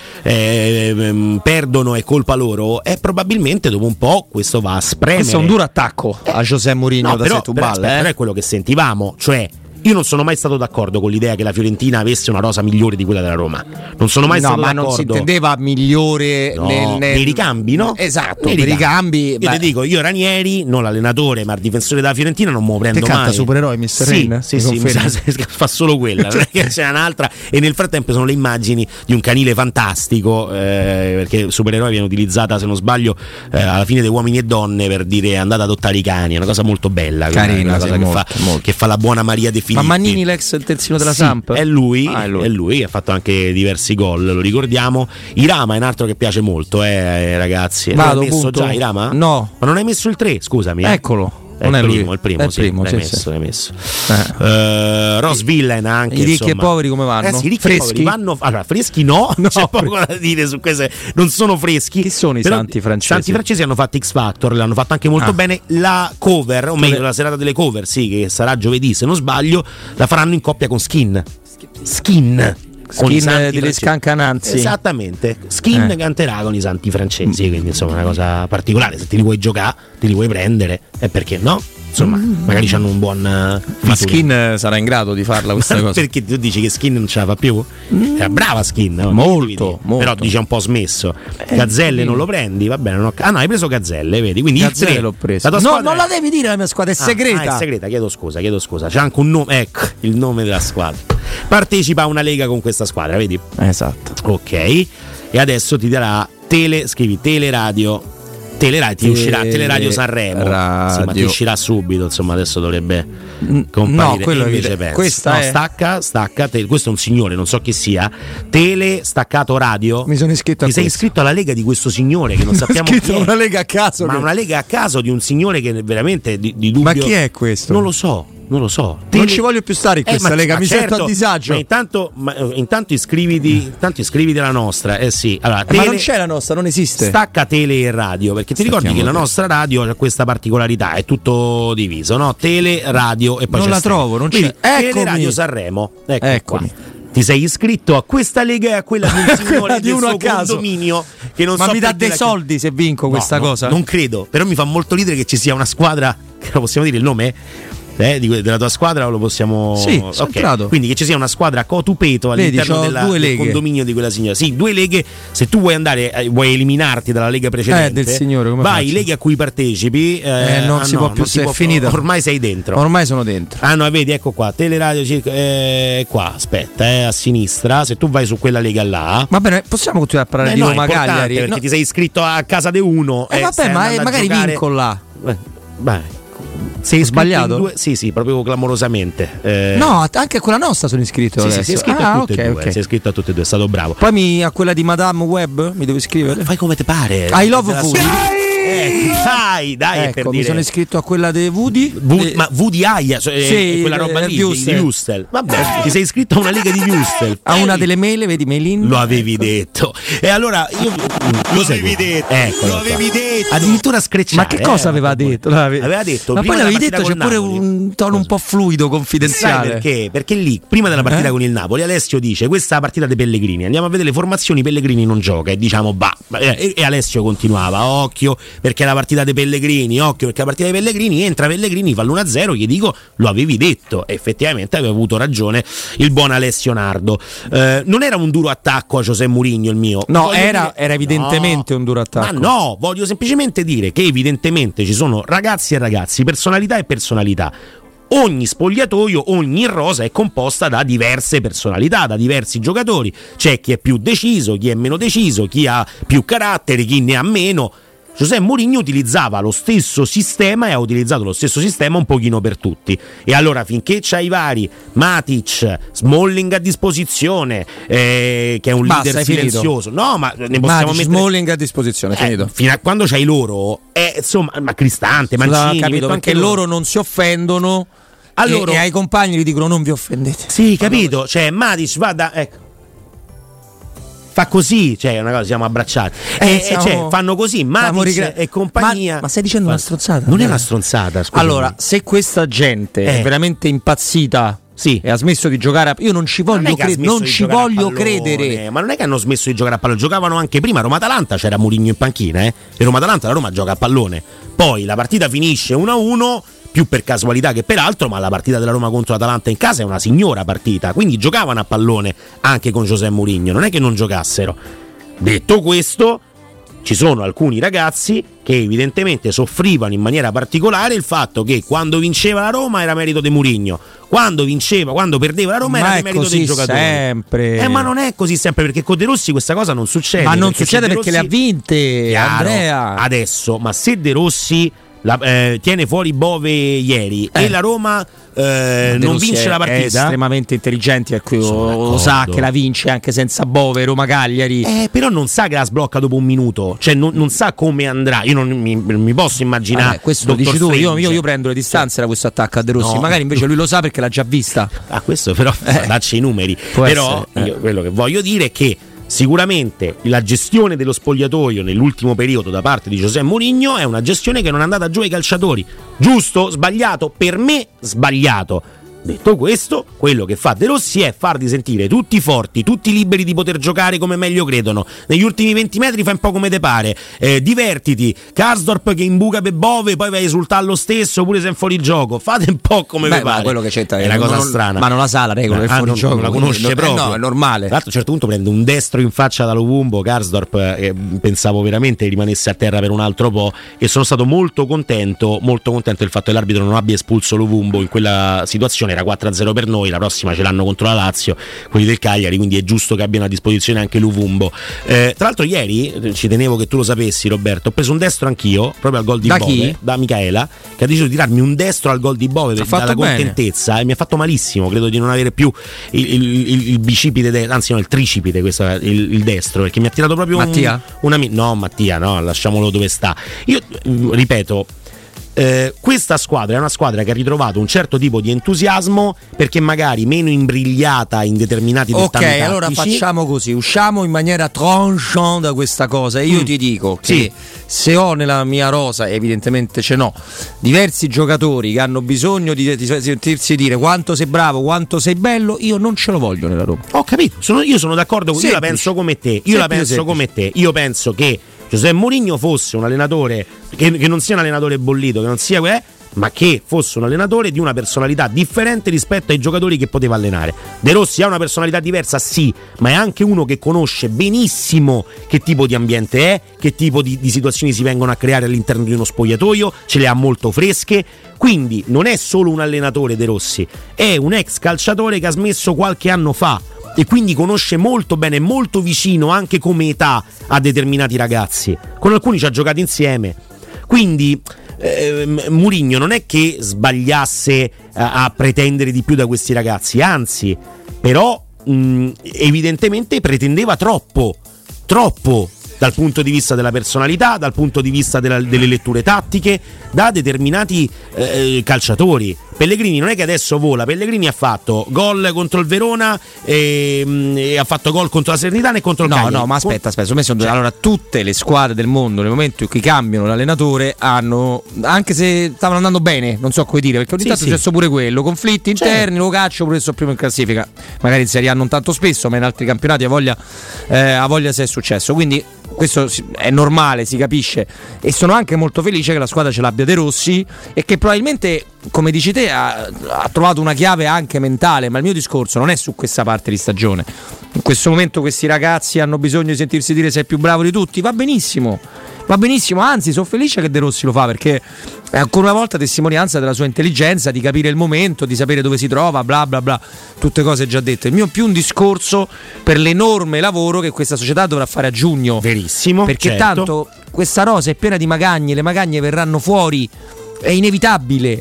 perdono è colpa loro, probabilmente dopo un po' questo va a spremere. Questo è un duro attacco a José Mourinho da Setúbal, però è quello che sentivamo, cioè io non sono mai stato d'accordo con l'idea che la Fiorentina avesse una rosa migliore di quella della Roma. Non sono mai stato d'accordo. Non si intendeva migliore nei ricambi, no? Esatto, nei ricambi. Io ti dico, io Ranieri, non l'allenatore, ma il difensore della Fiorentina non me lo prendo mai. Canta supereroi, Mr. Rain? Sì, fa solo quella, non è che c'è un'altra. E nel frattempo sono le immagini di un canile fantastico, perché supereroi viene utilizzata, se non sbaglio, alla fine dei Uomini e Donne per dire andate ad adottare i cani. È una cosa molto bella, carina, una cosa che fa la buona Maria De Filippi. Ma Mannini, l'ex terzino della Samp? È lui, ha fatto anche diversi gol, lo ricordiamo. Irama è un altro che piace molto, ragazzi. Vado, hai messo punto. già Irama? No. Ma non hai messo il 3, scusami. Eccolo. È il primo, sì. L'hai messo. Ross Villain anche. I ricchi e poveri come vanno? Sì, freschi? Allora, freschi no, c'è poco da dire su queste. Non sono freschi. Chi sono i santi francesi? Santi francesi hanno fatto X Factor, l'hanno fatto anche molto bene. La cover, o meglio la serata delle cover, sì, che sarà giovedì se non sbaglio, la faranno in coppia con Skin. Skin delle Scancananzi. Esattamente. Skin canterà con i santi francesi, quindi insomma una cosa particolare. Se te li vuoi giocare, te li vuoi prendere, e perché no? Insomma, magari hanno un buon ma Skin sarà in grado di farla questa cosa? Perché tu dici che Skin non ce la fa più? Era brava Skin, no? molto. Però dice un po' smesso. Gazzelle non lo prendi, va bene. No, hai preso Gazzelle, vedi? Quindi Gazzelle il 3 l'ho preso. No, non la devi dire la mia squadra, è segreta. È segreta, chiedo scusa. C'è anche un nome, ecco, il nome della squadra. Partecipa a una lega con questa squadra, vedi? Esatto. Ok. E adesso ti darà scrivi Teleradio. Ti uscirà Teleradio Sanremo. Sì, ma ti uscirà subito, insomma, adesso dovrebbe comparire. No, quello invece questa è... stacca, questo è un signore, non so chi sia. Tele staccato radio. Mi sono iscritto Ti sei iscritto alla lega di questo signore che non sappiamo chi è. Una lega a caso. Ma una lega a caso di un signore che veramente di dubbio. Ma chi è questo? Non lo so. Non ci voglio più stare in questa lega, mi sento a disagio. Ma intanto iscriviti alla nostra. Sì. Allora, ma non c'è la nostra, non esiste. Stacca tele e radio, perché ti ricordi che la nostra radio ha questa particolarità, è tutto diviso, no? Tele, radio e poi non c'è la trovo, non c'è. Tele Radio Sanremo. Eccomi. Ti sei iscritto a questa lega e a quella di un signore del suo condominio che non ma mi dà dei soldi se vinco questa cosa? Non credo, però mi fa molto ridere che ci sia una squadra, che lo possiamo dire il nome? Della tua squadra lo possiamo. Sì, quindi che ci sia una squadra cotupeto all'interno del condominio di quella signora. Sì, 2 leghe. Se tu vuoi andare, vuoi eliminarti dalla lega precedente, del signore, come vai, leghe a cui partecipi. Non si può più, è finita. Ormai sei dentro. Ormai sono dentro. No, vedi, ecco qua, Teleradio qua, aspetta, a sinistra. Se tu vai su quella lega là. Va bene, possiamo continuare a parlare di Roma Cagliari? Perché ti sei iscritto a casa di uno. Vabbè, ma magari vinco là. Vai. Sei sbagliato? Sì, proprio clamorosamente. No, anche a quella nostra sono iscritto. Sì, sei iscritto a tutte e due. Sei iscritto a tutte e due, è stato bravo. Poi a quella di Madame Web mi devo iscrivere? Fai come ti pare. I love Woody. Dai, ecco, per mi dire. sono iscritto a quella di Woody. Ma Woody Aia, sì, quella roba lì di Wustel. Vabbè, ti sei iscritto a una lega di Wustel. A una delle mele, vedi, Melin. Lo avevi detto. E allora io lo avevi detto. Lo avevi detto. Addirittura screcciare. Ma che cosa aveva detto? Aveva detto. Ma poi l'avevi detto c'è pure un tono un po' fluido, confidenziale. Sai perché? Perché lì, prima della partita con il Napoli, Alessio dice: questa è la partita dei Pellegrini. Andiamo a vedere le formazioni, Pellegrini non gioca. E diciamo, e Alessio continuava, occhio, perché la partita dei Pellegrini, occhio perché la partita dei Pellegrini, entra Pellegrini, fa l'1-0, gli dico lo avevi detto, effettivamente aveva avuto ragione il buon Alessio Nardo. Non era un duro attacco a José Mourinho il mio, no, era evidentemente un duro attacco, ma no, voglio semplicemente dire che evidentemente ci sono ragazzi e ragazzi, personalità e personalità. Ogni spogliatoio, ogni rosa è composta da diverse personalità, da diversi giocatori, c'è chi è più deciso, chi è meno deciso, chi ha più carattere, chi ne ha meno. José Mourinho utilizzava lo stesso sistema e ha utilizzato lo stesso sistema un pochino per tutti. E allora finché c'hai i vari Matic, Smalling a disposizione, che è un leader silenzioso. No, ma ne possiamo mettere Smalling a disposizione, finito. Fino a quando c'hai loro, insomma, ma Cristante, Mancini, capito, perché loro non si offendono. E ai compagni gli dicono non vi offendete. Sì, capito, cioè Matic vada, ecco. Fa così, cioè una cosa, siamo abbracciati. Cioè, fanno così, Matic e compagnia. Ma stai dicendo una stronzata? Non è una stronzata, scusa. Allora, se questa gente è veramente impazzita, sì, e ha smesso di giocare io non ci voglio credere. Ma non è che hanno smesso di giocare a pallone, giocavano anche prima. Roma-Atalanta c'era Mourinho in panchina, e Roma-Atalanta la Roma gioca a pallone. Poi la partita finisce 1-1, più per casualità che per altro, ma la partita della Roma contro l'Atalanta in casa è una signora partita, quindi giocavano a pallone anche con José Mourinho, non è che non giocassero. Detto questo, ci sono alcuni ragazzi che evidentemente soffrivano in maniera particolare il fatto che quando vinceva la Roma era merito di Mourinho, quando perdeva la Roma era merito dei giocatori. Sempre. Ma non è così sempre, perché con De Rossi questa cosa non succede. Ma non succede perché le ha vinte, chiaro, Andrea. Adesso, ma se De Rossi tiene fuori Bove ieri e la Roma non vince la partita, è estremamente intelligente, ecco, lo sa che la vince anche senza Bove. Roma Cagliari però non sa che la sblocca dopo un minuto, cioè non sa come andrà. Io non mi posso immaginare. Questo lo dici tu, io prendo le distanze da questo attacco a De Rossi, magari invece lui lo sa perché l'ha già vista. Questo però dacci i numeri. Però quello che voglio dire è che sicuramente la gestione dello spogliatoio nell'ultimo periodo da parte di José Mourinho è una gestione che non è andata giù ai calciatori. Giusto? Sbagliato? Per me sbagliato. Detto questo, quello che fa De Rossi è farli sentire tutti forti, tutti liberi di poter giocare come meglio credono. Negli ultimi 20 metri fai un po' come te pare, divertiti. Karsdorp che imbuca per Bove, poi vai a esultare lo stesso pure se è fuori gioco. Fate un po' come vi pare. Quello che c'entra è una cosa strana. Ma non la sa la regola del fuori gioco. Non la conosce proprio. No, è normale. Tra l'altro a un certo punto prende un destro in faccia da Lovumbo, Karsdorp, pensavo veramente rimanesse a terra per un altro po', e sono stato molto contento del fatto che l'arbitro non abbia espulso Lovumbo in quella situazione. Era 4-0 per noi, la prossima ce l'hanno contro la Lazio, quelli del Cagliari, quindi è giusto che abbiano a disposizione anche Lovumbo. Tra l'altro ieri, ci tenevo che tu lo sapessi Roberto, ho preso un destro anch'io, proprio al gol di Bove, da Michaela, che ha deciso di tirarmi un destro al gol di Bove per dalla contentezza, e mi ha fatto malissimo, credo di non avere più il bicipite, anzi no, il tricipite, questo è il destro, perché mi ha tirato proprio Mattia? Mattia no, lasciamolo dove sta. Io ripeto, questa squadra è una squadra che ha ritrovato un certo tipo di entusiasmo, perché magari meno imbrigliata in determinati dettami tattici. Allora facciamo così, usciamo in maniera tranchant da questa cosa. Io ti dico che se ho nella mia rosa, evidentemente ce n'ho, diversi giocatori che hanno bisogno di sentirsi dire quanto sei bravo, quanto sei bello, io non ce lo voglio nella Roma. Ho capito, io sono d'accordo con te, io la penso come te. Io penso che José Mourinho fosse un allenatore che non sia un allenatore bollito, che non sia ma che fosse un allenatore di una personalità differente rispetto ai giocatori che poteva allenare. De Rossi ha una personalità diversa, sì, ma è anche uno che conosce benissimo che tipo di ambiente è, che tipo di situazioni si vengono a creare all'interno di uno spogliatoio, ce le ha molto fresche. Quindi non è solo un allenatore De Rossi, è un ex calciatore che ha smesso qualche anno fa, e quindi conosce molto bene, molto vicino anche come età a determinati ragazzi, con alcuni ci ha giocato insieme. Quindi Mourinho non è che sbagliasse a pretendere di più da questi ragazzi, anzi, però evidentemente pretendeva troppo dal punto di vista della personalità, dal punto di vista delle letture tattiche, da determinati calciatori. Pellegrini non è che adesso vola, Pellegrini ha fatto gol contro il Verona e ha fatto gol contro la Salernitana e contro il Cagliari. No, ma aspetta, secondo me sono allora tutte le squadre del mondo nel momento in cui cambiano l'allenatore hanno, anche se stavano andando bene, non so come dire, perché ogni tanto è successo pure quello, conflitti interni, lo caccio pure se primo in classifica, magari in Serie A non tanto spesso, ma in altri campionati a voglia se è successo, quindi questo è normale, si capisce, e sono anche molto felice che la squadra ce l'abbia De Rossi e che probabilmente, come dici te, ha trovato una chiave anche mentale, ma il mio discorso non è su questa parte di stagione. In questo momento questi ragazzi hanno bisogno di sentirsi dire sei più bravo di tutti, va benissimo, anzi sono felice che De Rossi lo fa, perché è ancora una volta testimonianza della sua intelligenza, di capire il momento, di sapere dove si trova, bla bla bla, tutte cose già dette. Il mio più un discorso per l'enorme lavoro che questa società dovrà fare a giugno. Verissimo, perché tanto questa rosa è piena di magagne, le magagne verranno fuori, è inevitabile.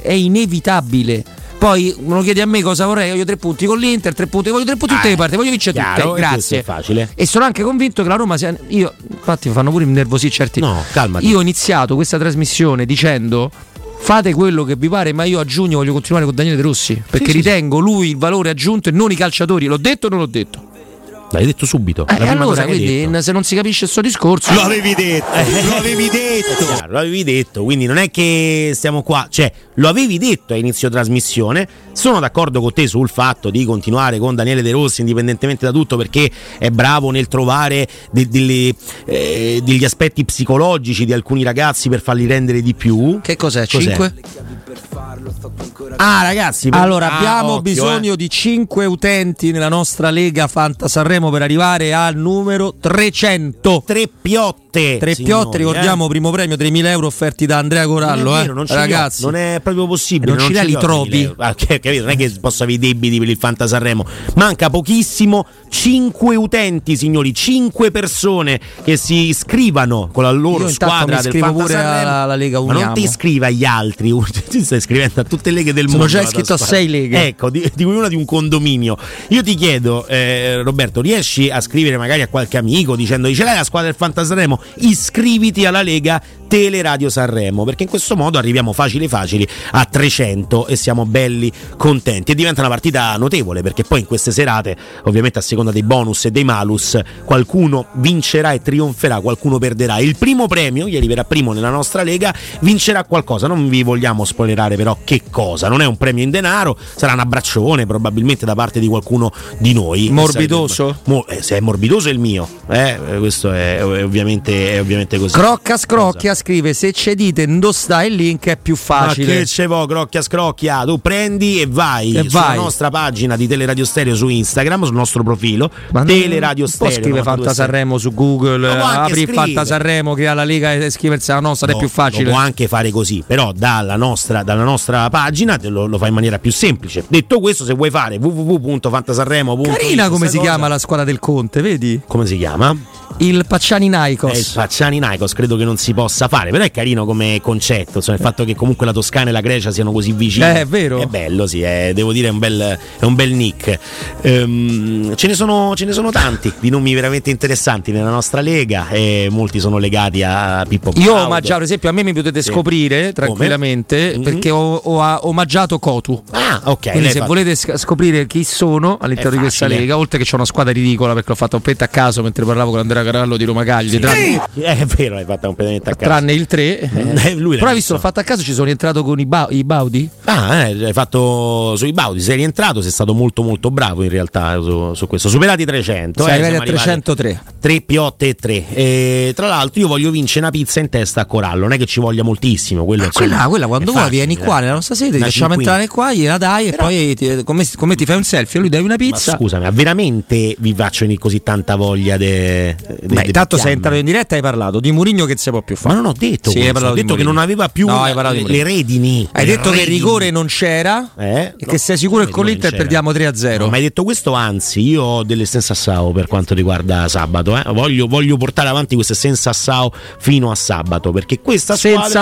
Poi me lo chiedi a me cosa vorrei, voglio 3 punti con l'Inter, 3 punti, voglio 3 punti tutte le parti, voglio vincere tutte, grazie. È facile. E sono anche convinto che la Roma sia, io infatti mi fanno pure innervosire certi. No, calmati. Io ho iniziato questa trasmissione dicendo fate quello che vi pare, ma io a giugno voglio continuare con Daniele De Rossi, perché ritengo lui il valore aggiunto e non i calciatori. L'ho detto o non l'ho detto? L'hai detto subito. Allora, quindi se non si capisce il suo discorso, lo avevi detto. Lo avevi detto, quindi non è che stiamo qua, cioè lo avevi detto a inizio trasmissione. Sono d'accordo con te sul fatto di continuare con Daniele De Rossi indipendentemente da tutto, perché è bravo nel trovare degli aspetti psicologici di alcuni ragazzi per farli rendere di più. Che cos'è? 5? Ragazzi, allora abbiamo bisogno di 5 utenti nella nostra Lega Fanta Sanremo per arrivare al numero 300. 3 piotte, ricordiamo, primo premio 3.000 euro offerti da Andrea Corallo. Non è vero, ragazzi, non è proprio possibile. Non ci dai i troppi. Capito? Non è che posso avere i debiti per il Fanta Sanremo. Manca pochissimo. 5 utenti, signori, 5 persone che si iscrivano con la loro squadra del Fanta pure Sanremo. alla Lega Uniamo. Ma non ti iscrivi agli altri, ti stai iscrivendo a tutte le leghe del mondo. Sono già iscritto a 6 leghe. Ecco, di cui una di un condominio. Io ti chiedo, Roberto, riesci a scrivere magari a qualche amico dicendo ce l'hai la squadra del Fanta Sanremo? Iscriviti alla Lega, Teleradio Sanremo, perché in questo modo arriviamo facili a 300 e siamo belli contenti, e diventa una partita notevole, perché poi in queste serate, ovviamente a seconda dei bonus e dei malus, qualcuno vincerà e trionferà, qualcuno perderà. Il primo premio, chi arriverà primo nella nostra lega, vincerà qualcosa, non vi vogliamo spoilerare però che cosa, non è un premio in denaro, sarà un abbraccione probabilmente da parte di qualcuno di noi. Morbidoso? Se è morbidoso è il mio, questo è ovviamente così. Crocca Scrocchia scrive: se ci dite dove sta il link è più facile. Ma che ce vo, Crocchia Scrocchia, tu prendi e vai sulla nostra pagina di Teleradio Stereo su Instagram, sul nostro profilo Teleradio Stereo. Scrive Fanta Sanremo su Google, apri Fanta Sanremo, crea la lega e scriversi alla nostra, è più facile. Può anche fare così, però dalla nostra pagina lo fa in maniera più semplice. Detto questo, se vuoi fare www.fantasanremo.it. Carina come si chiama la squadra del Conte, vedi? Come si chiama? Il Pacciani Naikos. Il Pacciani Naikos credo che non si possa fare, però è carino come concetto, insomma, il fatto che comunque la Toscana e la Grecia siano così vicini. È vero. È bello, sì, devo dire è un bel nick. Ce ne sono tanti di nomi veramente interessanti nella nostra lega, e molti sono legati a Pippo Baudo. Io ho omaggiato, per esempio, a me mi potete scoprire tranquillamente perché ho omaggiato Cotu. Ah, ok. Quindi se volete scoprire chi sono all'interno di questa lega, oltre che c'è una squadra ridicola, perché l'ho fatta un pezzo a caso mentre parlavo con Andrea Carallo di Roma Cagliari, è vero, l'hai fatta completamente a caso. Tranne il 3. Però hai visto, l'ho fatta a caso, ci sono rientrato con i Baudi. Hai fatto sui Baudi, sei rientrato, sei stato molto molto bravo in realtà su questo. Superati 300. Sei arrivati a 303. 3 piotte e 3. E tra l'altro io voglio vincere una pizza in testa a Corallo, non è che ci voglia moltissimo. Quella quando vuoi vieni qua nella nostra sede, ti facciamo entrare qua, gliela dai, però, e poi come ti fai un selfie, lui dai una pizza. Ma scusami, ma veramente vi faccio venire così tanta voglia intanto sei entrato in diretta e hai parlato di Mourinho che si può più fare. Ma non ho detto ho detto che non aveva più le redini. Hai detto che il rigore non c'era e che sei sicuro che con l'Inter perdiamo 3-0. No, ma hai detto questo, anzi io ho delle sensazioni per quanto riguarda sabato, voglio portare avanti queste sensazioni fino a sabato, perché questa squadra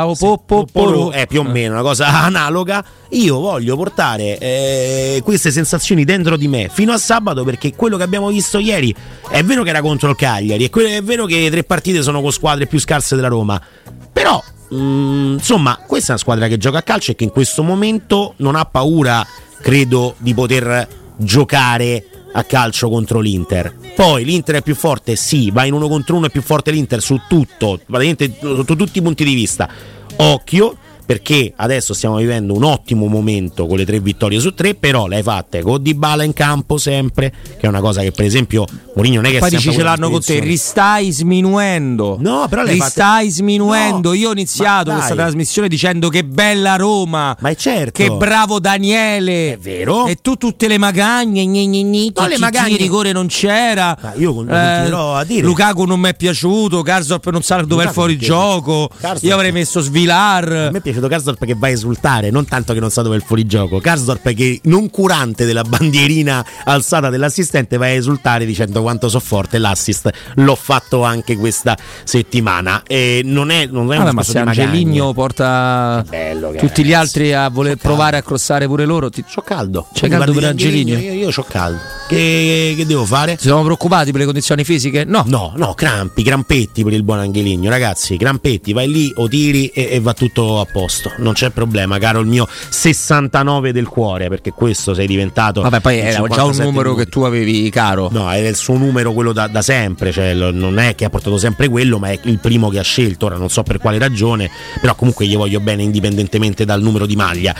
è più o meno una cosa analoga. Io voglio portare queste sensazioni dentro di me fino a sabato, perché quello che abbiamo visto ieri è vero che era contro il Cagliari, è vero che 3 partite sono con squadre più scarse della Roma, però insomma questa è una squadra che gioca a calcio e che in questo momento non ha paura, credo, di poter giocare a calcio contro l'Inter. Poi l'Inter è più forte, sì, va in 1 contro 1, è più forte l'Inter su tutto, praticamente sotto tutti i punti di vista. Occhio, perché adesso stiamo vivendo un ottimo momento con le 3 vittorie su 3, però le hai fatte con Dybala in campo sempre, che è una cosa che per esempio Mourinho non è che poi dici ce l'hanno con te, ristai sminuendo. No, però ristai sminuendo. No, io ho iniziato questa trasmissione dicendo che bella Roma, ma è certo, che bravo Daniele, è vero, e tu tutte le magagne, le magagne, rigore non c'era. Ma io continuerò a dire, Lukaku non mi è piaciuto, Karsdorp non sa dov'è il fuorigioco, io avrei messo Svilar. A me è piaciuto Karsdorp che va a esultare, non tanto che non sa dove è il fuorigioco. Karsdorp che, non curante della bandierina alzata dell'assistente, va a esultare dicendo quanto so forte, l'assist l'ho fatto anche questa settimana. E non è ma se Angeligno porta tutti gli altri a voler provare a crossare pure loro, c'ho caldo. C'è caldo per Angeligno? Io c'ho caldo. Che devo fare? Siamo preoccupati per le condizioni fisiche? No, crampetti per il buon Angeligno, ragazzi, crampetti, vai lì o tiri e va tutto a posto, non c'è problema, caro il mio 69 del cuore, perché questo sei diventato. Vabbè, poi era già un numero minuti che tu avevi, caro. No, era il suo numero, quello da sempre, cioè non è che ha portato sempre quello, ma è il primo che ha scelto. Ora non so per quale ragione, però comunque gli voglio bene indipendentemente dal numero di maglia.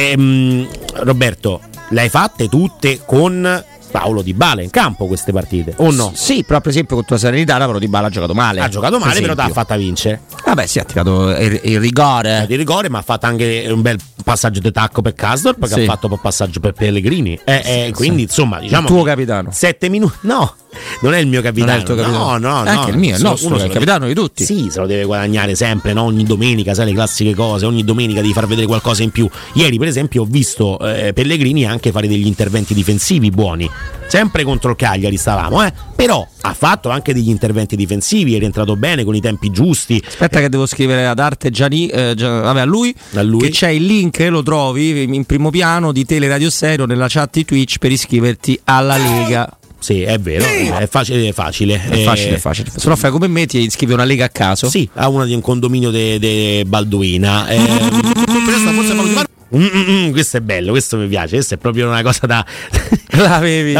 Roberto, le hai fatte tutte con Paolo Dybala in campo queste partite, o no? Sì, però per esempio con tua serenità però Dybala ha giocato male. Ha giocato male, però t'ha fatta vincere. Vabbè, sì, ha tirato il rigore. Il rigore, ma ha fatto anche un bel passaggio di tacco per Karsdorp, che ha fatto un passaggio per Pellegrini. Quindi insomma, diciamo, il tuo capitano. 7 minuti. No, non è il mio capitano. Non è il tuo capitano. No. Anche il mio, è il nostro, è il capitano di tutti. Sì, se lo deve guadagnare sempre, no? Ogni domenica, sai le classiche cose, ogni domenica devi far vedere qualcosa in più. Ieri, per esempio, ho visto Pellegrini anche fare degli interventi difensivi buoni. Sempre contro il Cagliari stavamo, però ha fatto anche degli interventi difensivi, è rientrato bene con i tempi giusti. Aspetta che devo scrivere ad Arte Gianni, a lui che c'è il link, lo trovi in primo piano di Teleradio Stereo nella chat di Twitch per iscriverti alla Lega. sì, è vero, è facile. È facile. Se no fai come me, ti iscrivi a una lega a caso. Sì, a una di un condominio di Balduina. Questo è bello, questo mi piace, questo è proprio una cosa da l'avevi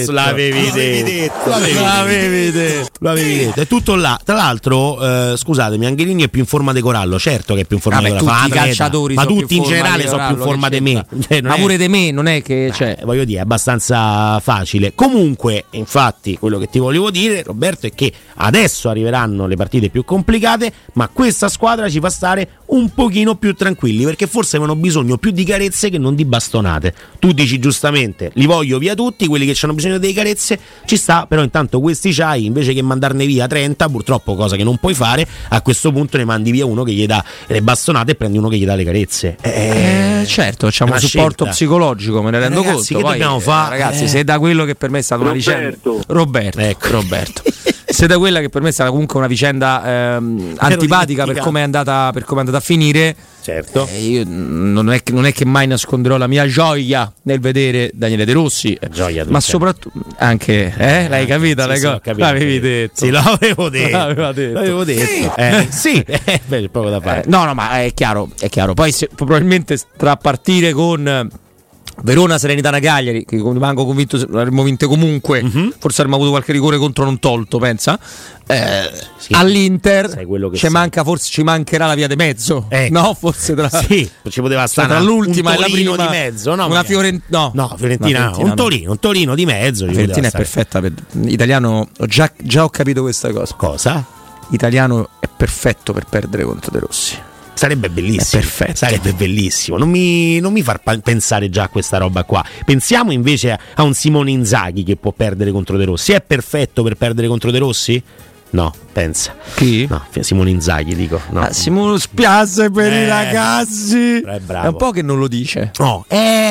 detto. È tutto là. Tra l'altro, scusatemi, Angelini è più in forma di Corallo, certo che è più in forma di Corallo. Tutti i calciatori, ma tutti in generale sono più in forma di me. Ma pure di me, non è che voglio dire, è abbastanza facile. Comunque, infatti, quello che ti volevo dire, Roberto, è che adesso arriveranno le partite più complicate, ma questa squadra ci fa stare un pochino più tranquilli, perché forse avevano bisogno più di carezze che non di bastonate. Tu dici giustamente, li voglio via tutti, quelli che hanno bisogno di carezze ci sta, però intanto questi c'hai, invece che mandarne via 30, purtroppo, cosa che non puoi fare, a questo punto ne mandi via uno che gli dà le bastonate e prendi uno che gli dà le carezze. Certo, facciamo un supporto psicologico, me ne rendo conto. Che poi, dobbiamo fare? Ragazzi, se da quello che per me è stata una vicenda Roberto. Se da quella che per me è stata comunque una vicenda antipatica per come è andata a finire, certo. Io non è che mai nasconderò la mia gioia nel vedere Daniele De Rossi, ma soprattutto anche l'hai capita l'avevi detto. Sì, l'avevo detto. Sì, proprio da fare. No, ma è chiaro. Poi probabilmente tra partire con Verona, Salernitana, Cagliari, che rimango convinto avremmo vinto comunque, forse avremmo avuto qualche rigore contro non tolto, pensa. Sì, all'Inter ci mancherà la via di mezzo, no? Forse ci poteva stare tra l'ultima un e la prima di mezzo, no? Una Fiorentina, Fiorentina, un Torino di mezzo. La Fiorentina è perfetta per italiano, già ho capito questa cosa. Cosa? Italiano è perfetto per perdere contro De Rossi. Sarebbe bellissimo, sarebbe bellissimo. Non mi far pensare già a questa roba qua. Pensiamo invece a un Simone Inzaghi che può perdere contro De Rossi. È perfetto per perdere contro De Rossi? No, pensa. Chi? No, Simone Inzaghi, dico. No. Simone spiace per i ragazzi. È bravo. È un po' che non lo dice. No,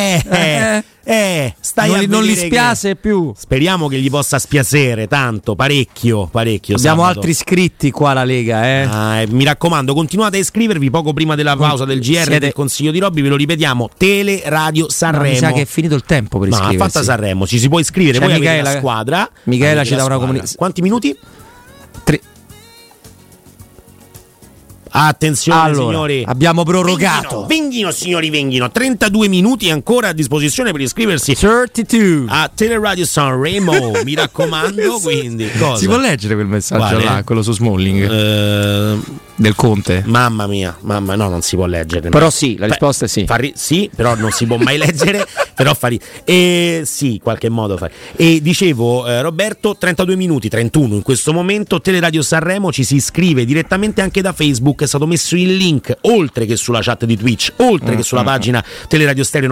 non li spiace più. Speriamo che gli possa spiacere tanto, parecchio. Abbiamo sabato. Altri iscritti qua alla Lega, mi raccomando, continuate a iscrivervi. Poco prima della pausa del GR del Consiglio di Robby, ve lo ripetiamo, Tele Radio Sanremo. Mi sa che è finito il tempo per iscriversi. Ma fatta Sanremo, ci si può iscrivere. Poi avete la squadra. Michela ci dà una comunicazione. Quanti minuti? 3. Attenzione, signori, abbiamo prorogato. Venghino, 32 minuti ancora a disposizione per iscriversi 32 a Teleradio Sanremo. Mi raccomando, quindi cosa? Si può leggere quel messaggio là, quello su Smalling del Conte? Mamma mia, no, non si può leggere. Però sì, la risposta è sì. Sì, però non si può mai leggere. Però sì, in qualche modo fa. E dicevo, Roberto, 32 minuti, 31 in questo momento. Teleradio Sanremo, ci si iscrive direttamente anche da Facebook. È stato messo il link, oltre che sulla chat di Twitch, oltre che sulla pagina Teleradio Stereo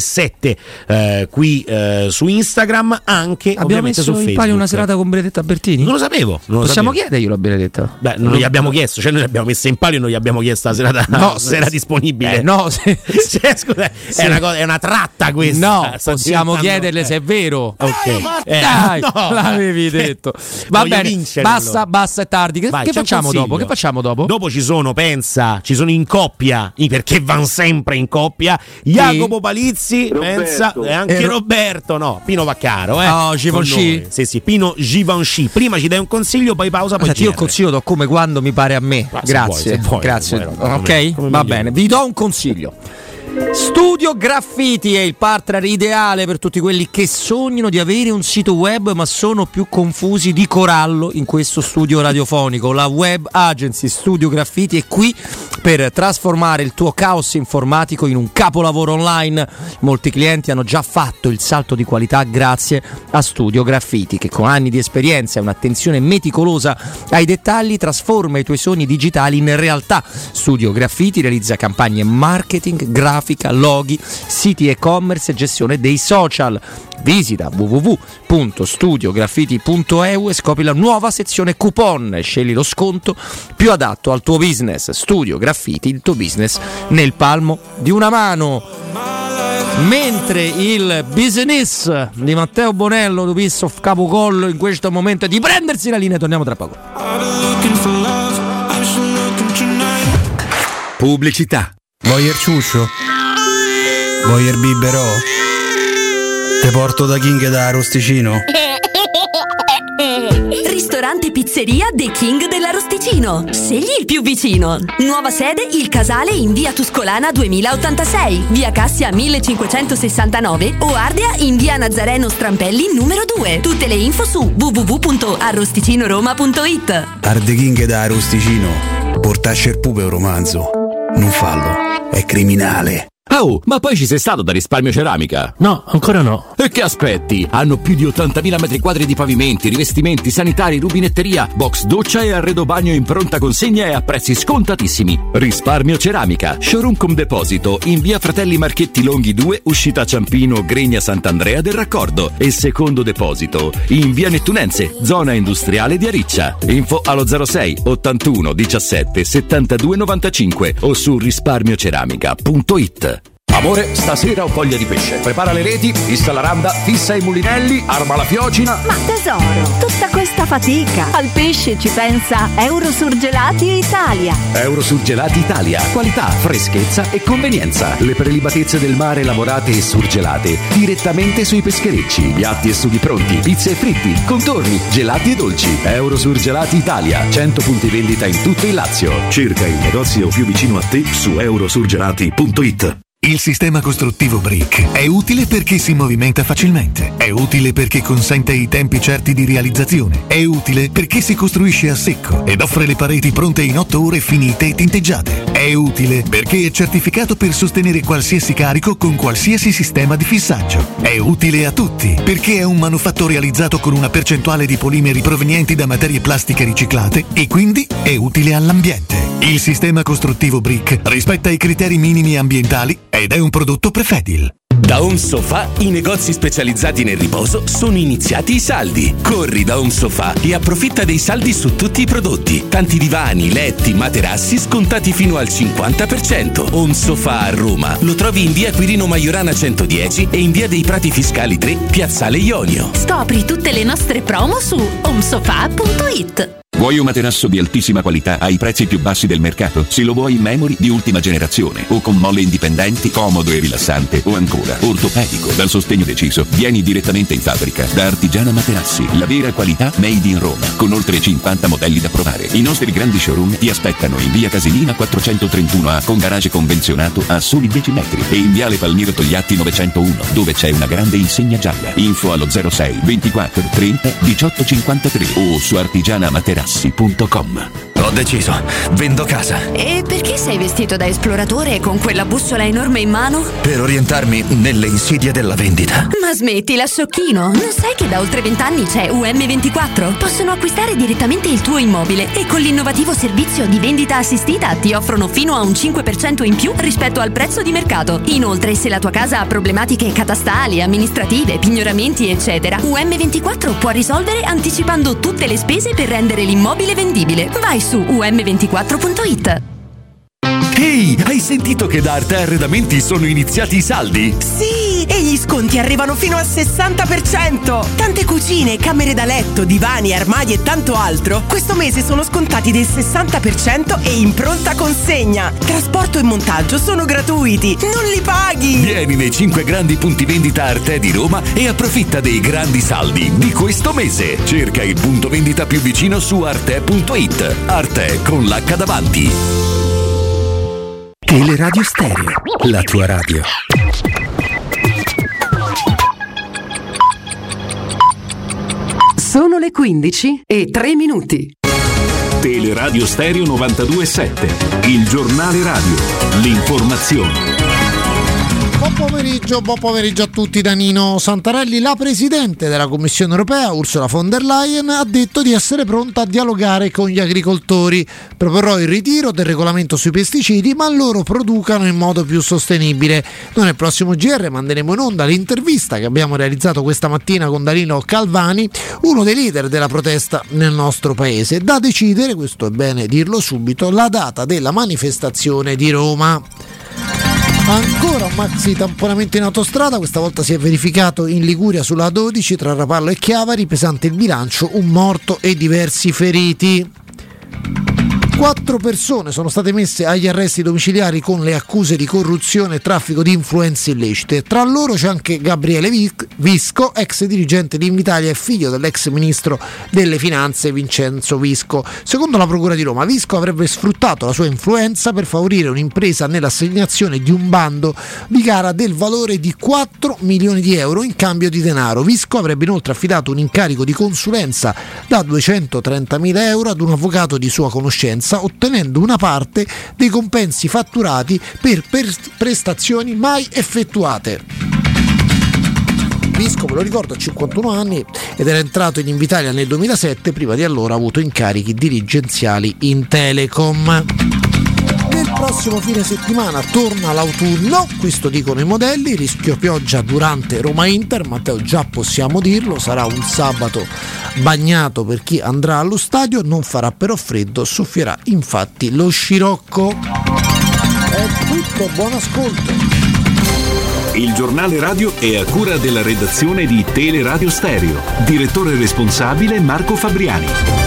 92.7 qui su Instagram, anche abbiamo messo su Facebook. In palio una serata con Benedetta Bertini? Non lo sapevo. Possiamo chiederglielo a Benedetta? Beh, non gli abbiamo chiesto, cioè noi l'abbiamo messa in palio e non gli abbiamo chiesto la serata se era disponibile. Scusa, è una tratta questa. No, possiamo chiederle se è vero. Ok. Dai, l'avevi detto. Va bene, basta, è tardi. Che facciamo dopo? Dopo ci sono in coppia, perché vanno sempre in coppia, Jacopo Palizzi, pensa, e anche Roberto, Pino Vaccaro. Givenchy? Sì, Pino Givenchy. Prima ci dai un consiglio, poi pausa, poi io il consiglio do come quando mi pare a me. Grazie. Ok, va bene. Vi do un consiglio. Studio Graffiti è il partner ideale per tutti quelli che sognano di avere un sito web ma sono più confusi di Corallo in questo studio radiofonico. La web agency Studio Graffiti è qui per trasformare il tuo caos informatico in un capolavoro online. Molti clienti hanno già fatto il salto di qualità grazie a Studio Graffiti, che con anni di esperienza e un'attenzione meticolosa ai dettagli trasforma i tuoi sogni digitali in realtà. Studio Graffiti realizza campagne marketing, grafica, loghi, siti e-commerce e gestione dei social. Visita www.studiograffiti.eu e scopri la nuova sezione coupon e scegli lo sconto più adatto al tuo business. Studio Graffiti, il tuo business nel palmo di una mano. Mentre il business di Matteo Bonello, Lupisso of Capocollo, in questo momento è di prendersi la linea. Torniamo tra poco. Pubblicità. Voyer ciuscio? Voyer biberò? Te porto da King da Rosticino? ristorante pizzeria The King dell'Arosticino. Scegli il più vicino. Nuova sede Il Casale in via Tuscolana 2086, via Cassia 1569 o Ardea in via Nazareno Strampelli numero 2. Tutte le info su www.arrosticinoroma.it. Arde King da Arosticino. Portasce il pupe un romanzo. Non fallo, è criminale. Oh, ma poi ci sei stato da Risparmio Ceramica? No, ancora no. E che aspetti? Hanno più di 80.000 metri quadri di pavimenti, rivestimenti, sanitari, rubinetteria, box doccia e arredo bagno in pronta consegna e a prezzi scontatissimi. Risparmio Ceramica, showroom con deposito in via Fratelli Marchetti Longhi 2, uscita Ciampino, Gregna Sant'Andrea del Raccordo, e secondo deposito in via Nettunense, zona industriale di Ariccia. Info allo 06 81 17 72 95 o su risparmioceramica.it. Amore, stasera ho voglia di pesce. Prepara le reti, fissa la randa, fissa i mulinelli, arma la fiocina. Ma tesoro, tutta questa fatica. Al pesce ci pensa Eurosurgelati Italia. Eurosurgelati Italia. Qualità, freschezza e convenienza. Le prelibatezze del mare lavorate e surgelate direttamente sui pescherecci. Piatti e sughi pronti, pizze e fritti, contorni, gelati e dolci. Eurosurgelati Italia. 100 punti vendita in tutto il Lazio. Cerca il negozio più vicino a te su eurosurgelati.it. Il sistema costruttivo Brick è utile perché si movimenta facilmente, è utile perché consente i tempi certi di realizzazione, è utile perché si costruisce a secco ed offre le pareti pronte in 8 ore finite e tinteggiate, è utile perché è certificato per sostenere qualsiasi carico con qualsiasi sistema di fissaggio, è utile a tutti perché è un manufatto realizzato con una percentuale di polimeri provenienti da materie plastiche riciclate e quindi è utile all'ambiente. Il sistema costruttivo Brick rispetta i criteri minimi ambientali ed è un prodotto Prefedil. Da Home Sofa i negozi specializzati nel riposo sono iniziati i saldi. Corri da Home Sofa e approfitta dei saldi su tutti i prodotti. Tanti divani, letti, materassi scontati fino al 50%. Home Sofa a Roma lo trovi in via Quirino Maiorana 110 e in via dei Prati Fiscali 3, Piazzale Ionio. Scopri tutte le nostre promo su homesofa.it. Vuoi un materasso di altissima qualità ai prezzi più bassi del mercato? Se lo vuoi in memory di ultima generazione o con molle indipendenti, comodo e rilassante, o ancora ortopedico dal sostegno deciso, vieni direttamente in fabbrica da Artigiana Materassi, la vera qualità made in Roma, con oltre 50 modelli da provare. I nostri grandi showroom ti aspettano in via Casilina 431A con garage convenzionato a soli 10 metri e in viale Palmiro Togliatti 901 dove c'è una grande insegna gialla. Info allo 06 24 30 18 53 o su artigianamaterassi.com. Ho deciso, vendo casa. E perché sei vestito da esploratore con quella bussola enorme in mano? Per orientarmi nelle insidie della vendita. Ma smettila, sciocchino. Non sai che da oltre 20 anni c'è UM24? Possono acquistare direttamente il tuo immobile e con l'innovativo servizio di vendita assistita ti offrono fino a un 5% in più rispetto al prezzo di mercato. Inoltre, se la tua casa ha problematiche catastali, amministrative, pignoramenti, eccetera, UM24 può risolvere anticipando tutte le spese per rendere l'immobile vendibile. Vai su um24.it. Ehi, hai sentito che da Arte Arredamenti sono iniziati i saldi? Sì, e gli sconti arrivano fino al 60%. Tante cucine, camere da letto, divani, armadi e tanto altro questo mese sono scontati del 60% e in pronta consegna. Trasporto e montaggio sono gratuiti, non li paghi. Vieni nei 5 grandi punti vendita Arte di Roma e approfitta dei grandi saldi di questo mese. Cerca il punto vendita più vicino su arte.it. Arte con l'H davanti. Teleradio Stereo, la tua radio. Sono le 15:03. Teleradio Stereo 92.7, il giornale radio, l'informazione. Buon pomeriggio a tutti da Nino Santarelli. La Presidente della Commissione Europea, Ursula von der Leyen, ha detto di essere pronta a dialogare con gli agricoltori. Proporrò il ritiro del regolamento sui pesticidi, ma loro producano in modo più sostenibile. Noi nel prossimo GR manderemo in onda l'intervista che abbiamo realizzato questa mattina con Danilo Calvani, uno dei leader della protesta nel nostro paese. Da decidere, questo è bene dirlo subito, la data della manifestazione di Roma. Ancora un maxi tamponamento in autostrada, questa volta si è verificato in Liguria sulla A12 tra Rapallo e Chiavari, pesante il bilancio, un morto e diversi feriti. 4 persone sono state messe agli arresti domiciliari con le accuse di corruzione e traffico di influenze illecite. Tra loro c'è anche Gabriele Visco, ex dirigente di Invitalia e figlio dell'ex ministro delle Finanze Vincenzo Visco. Secondo la Procura di Roma, Visco avrebbe sfruttato la sua influenza per favorire un'impresa nell'assegnazione di un bando di gara del valore di 4 milioni di euro in cambio di denaro. Visco avrebbe inoltre affidato un incarico di consulenza da 230.000 euro ad un avvocato di sua conoscenza, ottenendo una parte dei compensi fatturati per prestazioni mai effettuate. Visco, ve lo ricordo, ha 51 anni ed era entrato in Invitalia nel 2007, prima di allora ha avuto incarichi dirigenziali in Telecom. Nel prossimo fine settimana torna l'autunno, questo dicono i modelli, rischio pioggia durante Roma-Inter, Matteo già possiamo dirlo, sarà un sabato bagnato per chi andrà allo stadio, non farà però freddo, soffierà infatti lo scirocco. È tutto, buon ascolto. Il giornale radio è a cura della redazione di Teleradio Stereo. Direttore responsabile Marco Fabriani.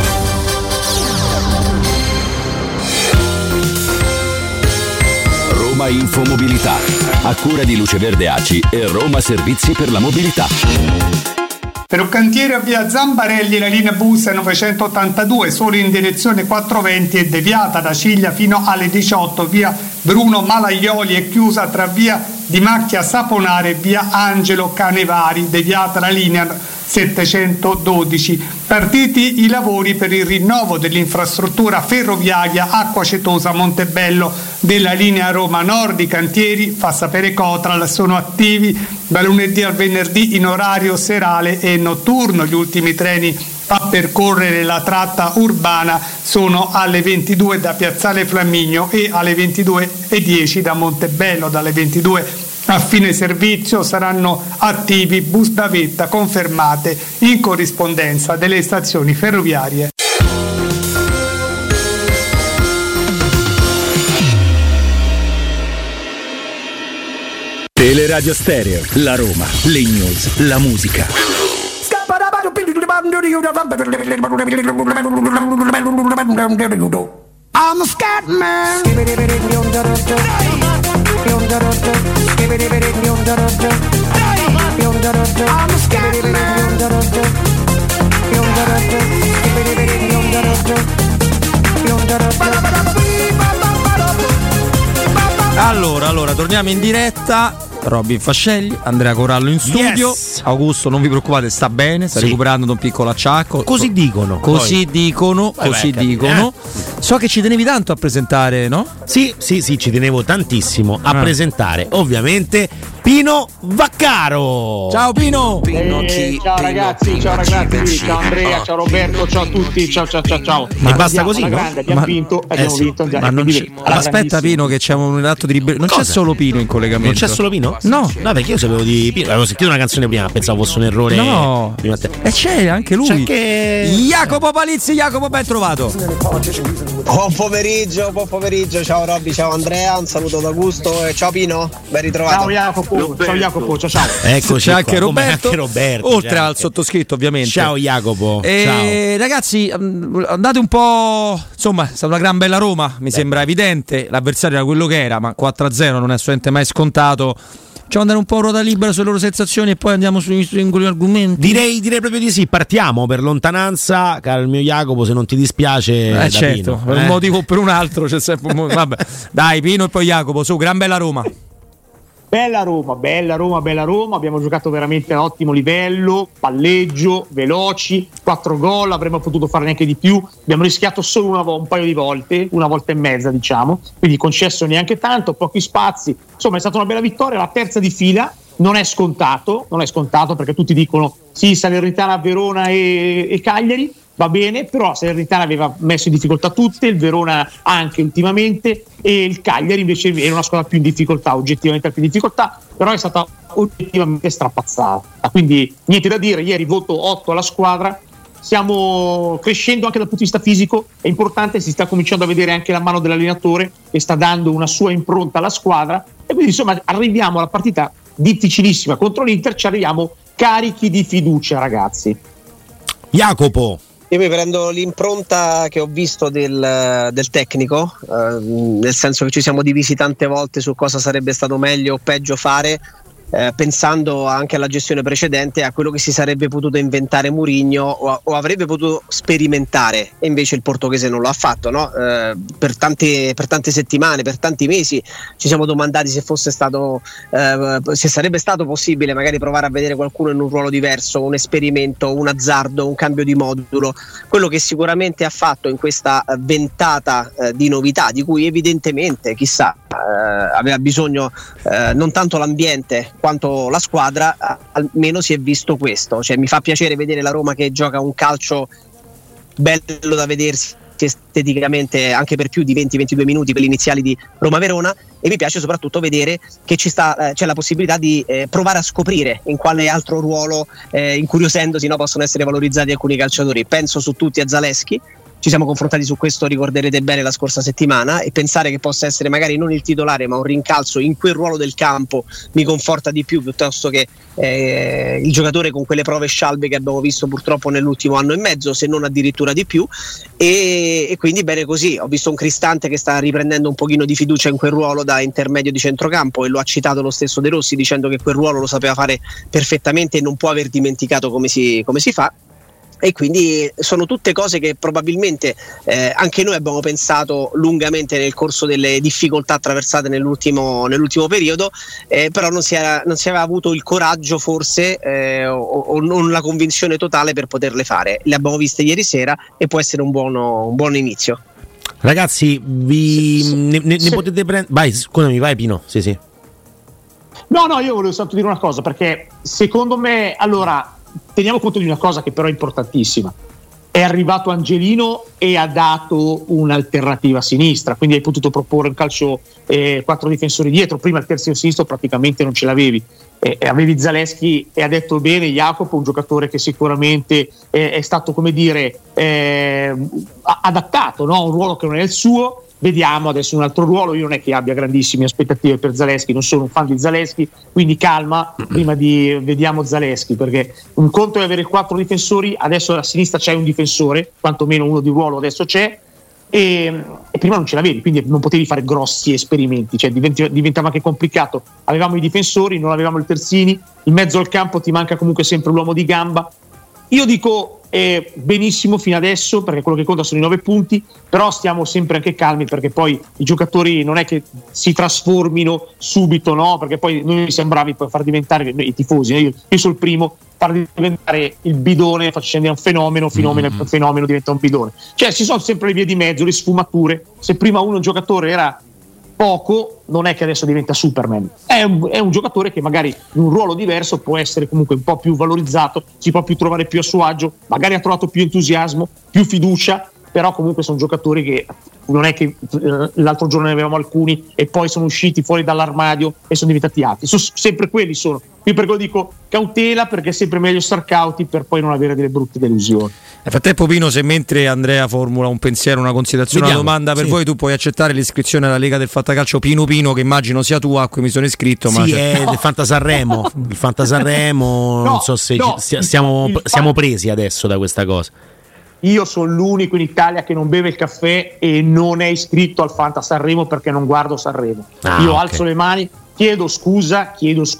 Roma Infomobilità, a cura di Luce Verde ACI e Roma Servizi per la Mobilità. Per un cantiere a via Zambarelli la linea bus 982 solo in direzione 420 è deviata da Ciglia fino alle 18, via Bruno Malaioli è chiusa tra via Di Macchia Saponare e via Angelo Canevari, deviata la linea 712. Partiti i lavori per il rinnovo dell'infrastruttura ferroviaria Acquacetosa Montebello della linea Roma Nord. I cantieri, fa sapere Cotral, sono attivi da lunedì al venerdì in orario serale e notturno. Gli ultimi treni a percorrere la tratta urbana sono alle 22 da Piazzale Flaminio e alle 22:10 da Montebello. Dalle 22 a fine servizio saranno attivi bus navetta confermate in corrispondenza delle stazioni ferroviarie. Teleradio Stereo, la Roma, le news, la musica. I'm a scat man. Allora, torniamo in diretta. Robin Fascelli, Andrea Corallo in studio. Yes. Augusto, non vi preoccupate, sta bene, sta recuperando da un piccolo acciacco. Così dicono. Così dicono. So che ci tenevi tanto a presentare, no? Sì, ci tenevo tantissimo a presentare, ovviamente, Pino Vaccaro. Ciao Pino. Ciao ragazzi, ciao Andrea, ciao Roberto, ciao a tutti, ciao. E basta così, no? Grande, abbiamo vinto, abbiamo vinto. Aspetta Pino, che c'è un atto di non c'è solo Pino in collegamento. Non c'è solo Pino? No, perché io sapevo di Pino, avevo sentito una canzone prima, pensavo fosse un errore. No, e c'è anche lui. C'è anche Jacopo Palizzi. Jacopo, ben trovato. Buon pomeriggio, ciao Robby, ciao Andrea, un saluto da Augusto e ciao Pino, ben ritrovato. Ciao Jacopo, ciao. Eccoci, c'è anche Roberto. Oltre al anche sottoscritto, ovviamente. Ciao Jacopo. Ciao. Ragazzi, andate un po'. Insomma, è stata una gran bella Roma, mi sembra evidente. L'avversario era quello che era, ma 4-0 non è assolutamente mai scontato. Facciamo andare un po' a ruota libera sulle loro sensazioni e poi andiamo sui singoli argomenti. Direi proprio di sì. Partiamo per lontananza, caro il mio Jacopo, se non ti dispiace. Certo, Pino, per un motivo o per un altro c'è sempre vabbè. Dai Pino e poi Jacopo, su, gran bella Roma. Bella Roma, abbiamo giocato veramente a ottimo livello, palleggio, veloci, 4 gol, avremmo potuto fare neanche di più, abbiamo rischiato solo un paio di volte, una volta e mezza diciamo, quindi concesso neanche tanto, pochi spazi, insomma è stata una bella vittoria, la terza di fila, non è scontato perché tutti dicono sì, Salernitana, Verona e Cagliari, va bene, però la Salernitana aveva messo in difficoltà tutte, il Verona anche ultimamente e il Cagliari invece era una squadra più in difficoltà, oggettivamente più in difficoltà, però è stata oggettivamente strapazzata, quindi niente da dire, ieri voto 8 alla squadra, stiamo crescendo anche dal punto di vista fisico, è importante, si sta cominciando a vedere anche la mano dell'allenatore che sta dando una sua impronta alla squadra e quindi insomma arriviamo alla partita difficilissima contro l'Inter, ci arriviamo carichi di fiducia ragazzi. Jacopo. Io mi prendo l'impronta che ho visto del tecnico, nel senso che ci siamo divisi tante volte su cosa sarebbe stato meglio o peggio fare, pensando anche alla gestione precedente, a quello che si sarebbe potuto inventare Mourinho o avrebbe potuto sperimentare, e invece il portoghese non lo ha fatto, no? Per tante settimane, per tanti mesi ci siamo domandati se sarebbe stato possibile magari provare a vedere qualcuno in un ruolo diverso, un esperimento, un azzardo, un cambio di modulo. Quello che sicuramente ha fatto in questa ventata di novità, di cui evidentemente chissà aveva bisogno non tanto l'ambiente quanto la squadra, almeno si è visto questo. Cioè, mi fa piacere vedere la Roma che gioca un calcio bello da vedersi esteticamente anche per più di 20-22 minuti per gli iniziali di Roma-Verona, e mi piace soprattutto vedere che c'è la possibilità di provare a scoprire in quale altro ruolo, incuriosendosi, no, possono essere valorizzati alcuni calciatori. Penso su tutti a Zalewski. Ci siamo confrontati su questo, ricorderete bene, la scorsa settimana, e pensare che possa essere magari non il titolare ma un rincalzo in quel ruolo del campo mi conforta di più, piuttosto che il giocatore con quelle prove scialbe che abbiamo visto purtroppo nell'ultimo anno e mezzo, se non addirittura di più, e quindi bene così. Ho visto un Cristante che sta riprendendo un pochino di fiducia in quel ruolo da intermedio di centrocampo, e lo ha citato lo stesso De Rossi dicendo che quel ruolo lo sapeva fare perfettamente e non può aver dimenticato come si fa. E quindi sono tutte cose che probabilmente anche noi abbiamo pensato lungamente nel corso delle difficoltà attraversate nell'ultimo periodo, però non si aveva avuto il coraggio forse o non la convinzione totale per poterle fare. Le abbiamo viste ieri sera e può essere un buon inizio. Ragazzi, ne potete prendere... Vai, scusami, vai Pino. Sì. No, io volevo soltanto dire una cosa, perché secondo me, allora, teniamo conto di una cosa che però è importantissima: è arrivato Angelino e ha dato un'alternativa a sinistra, quindi hai potuto proporre un calcio 4 difensori dietro. Prima il terzino sinistro praticamente non ce l'avevi, avevi Zalewski, e ha detto bene Jacopo, un giocatore che sicuramente è stato, come dire, adattato, no? Un ruolo che non è il suo. Vediamo adesso un altro ruolo. Io non è che abbia grandissime aspettative per Zalewski, non sono un fan di Zalewski, quindi calma prima di vediamo Zalewski, perché un conto è avere 4 difensori, adesso a sinistra c'è un difensore, quantomeno uno di ruolo adesso c'è, e prima non ce l'avevi, quindi non potevi fare grossi esperimenti, cioè diventava anche complicato. Avevamo i difensori, non avevamo i terzini, in mezzo al campo ti manca comunque sempre l'uomo di gamba. Io dico benissimo fino adesso, perché quello che conta sono i 9 punti, però stiamo sempre anche calmi, perché poi i giocatori non è che si trasformino subito, no? Perché poi noi siamo bravi poi a far diventare i tifosi, io sono il primo, far diventare il bidone, facendo un fenomeno diventa un bidone. Cioè ci sono sempre le vie di mezzo, le sfumature. Se prima un giocatore era poco, non è che adesso diventa Superman, è un giocatore che magari in un ruolo diverso può essere comunque un po' più valorizzato, si può più trovare più a suo agio, magari ha trovato più entusiasmo, più fiducia, però comunque sono giocatori che non è che l'altro giorno ne avevamo alcuni e poi sono usciti fuori dall'armadio e sono diventati altri, sono sempre quelli. Io per quello dico cautela, perché è sempre meglio star cauti per poi non avere delle brutte delusioni. Nel frattempo Pino, se mentre Andrea formula un pensiero, una considerazione, una domanda per voi, tu puoi accettare l'iscrizione alla Lega del Fantacalcio Pino, che immagino sia tua, a cui mi sono iscritto. Sì, è del Fantasarremo. Il Fantasarremo, non so se siamo presi adesso da questa cosa. Io sono l'unico in Italia che non beve il caffè e non è iscritto al Fantasarremo perché non guardo Sanremo. Io alzo le mani, chiedo scusa,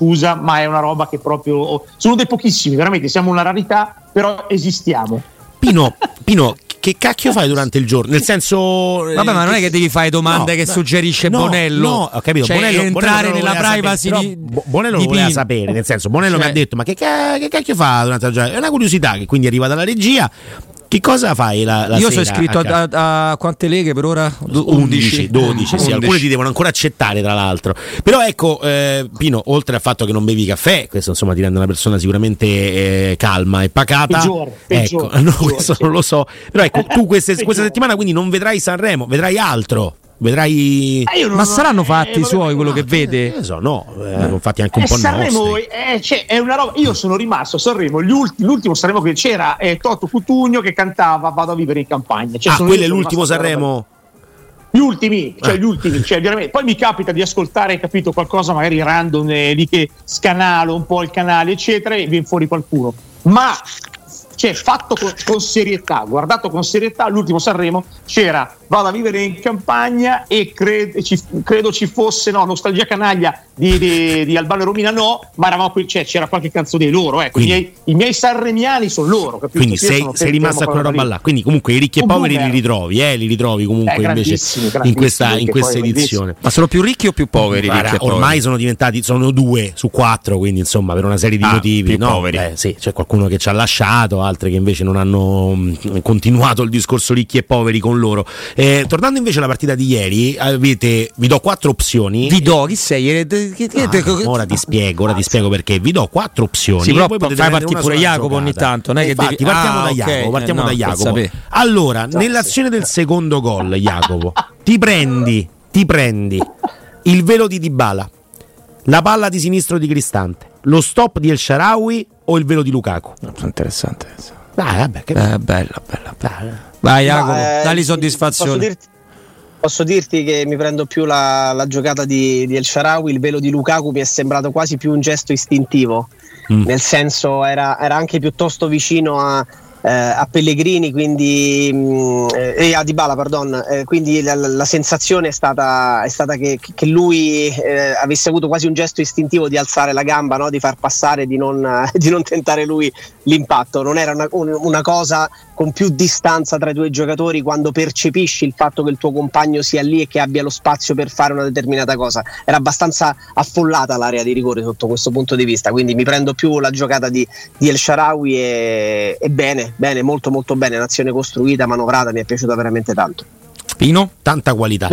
ma è una roba che proprio... Sono dei pochissimi, veramente, siamo una rarità, però esistiamo. Pino, che cacchio fai durante il giorno? Nel senso... Vabbè, ma non è che devi fare domande che suggerisce Bonello. No, ho capito. Cioè, entrare nella privacy di Bonello lo voleva sapere, nel senso, Bonello mi ha detto, ma che cacchio fa durante la giornata? È una curiosità che quindi arriva dalla regia. Che cosa fai la Io sera? sono iscritto a quante leghe per ora? 11, sì, alcune ti devono ancora accettare tra l'altro. Però ecco, Pino, oltre al fatto che non bevi caffè, questo insomma ti rende una persona sicuramente calma e pacata. Peggiore, no, questo non lo so. Però ecco, tu questa settimana quindi non vedrai Sanremo, vedrai altro. Vedrai, ma saranno fatti i suoi quello che vede? Sono fatti anche un po' Sanremo, nostri. È una roba. Io sono rimasto a Sanremo, l'ultimo Sanremo che c'era Toto Cutugno che cantava Vado a vivere in campagna. Quello è l'ultimo Sanremo. Gli ultimi, cioè veramente. Poi mi capita di ascoltare, capito, qualcosa magari random lì che scanalo un po' il canale, eccetera, e viene fuori qualcuno. Ma cioè fatto con serietà, guardato con serietà. L'ultimo Sanremo c'era vado a vivere in campagna e credo ci fosse nostalgia canaglia di Albano e Romina, ma eravamo qui, cioè c'era qualche canzone di loro, quindi i miei sanremiani sono loro, capito? Quindi sei rimasto a quella roba là, quindi comunque i ricchi e poveri li ritrovi comunque invece in questa edizione. Ma sono più ricchi o più poveri? Ormai sono diventati 2 su 4, quindi insomma per una serie di motivi poveri. Sì, c'è qualcuno che ci ha lasciato, altri che invece non hanno continuato il discorso ricchi e poveri con loro. Tornando invece alla partita di ieri, vi do 4 opzioni. Chi sei? Ora ti spiego perché vi do 4 opzioni. Sì, però poi fai partire pure Jacopo ogni tanto. Non è che partiamo da Jacopo. Allora, nell'azione del secondo gol, Jacopo, ti prendi il velo di Dybala, la palla di sinistro di Cristante, lo stop di El Shaarawy o il velo di Lukaku? Interessante. Vabbè, che bella. Vai Jacopo, dagli soddisfazione. Posso dirti che mi prendo più la giocata di El Shaarawy. Il velo di Lukaku mi è sembrato quasi più un gesto istintivo, nel senso era anche piuttosto vicino a Pellegrini, quindi a Dybala, quindi la sensazione è stata che lui avesse avuto quasi un gesto istintivo di alzare la gamba, no? Di far passare, di non tentare lui l'impatto. Non era una cosa con più distanza tra i due giocatori, quando percepisci il fatto che il tuo compagno sia lì e che abbia lo spazio per fare una determinata cosa. Era abbastanza affollata l'area di rigore sotto questo punto di vista, quindi mi prendo più la giocata di El Shaarawy e bene, molto molto bene, un'azione costruita, manovrata, mi è piaciuta veramente tanto. Pino, tanta qualità.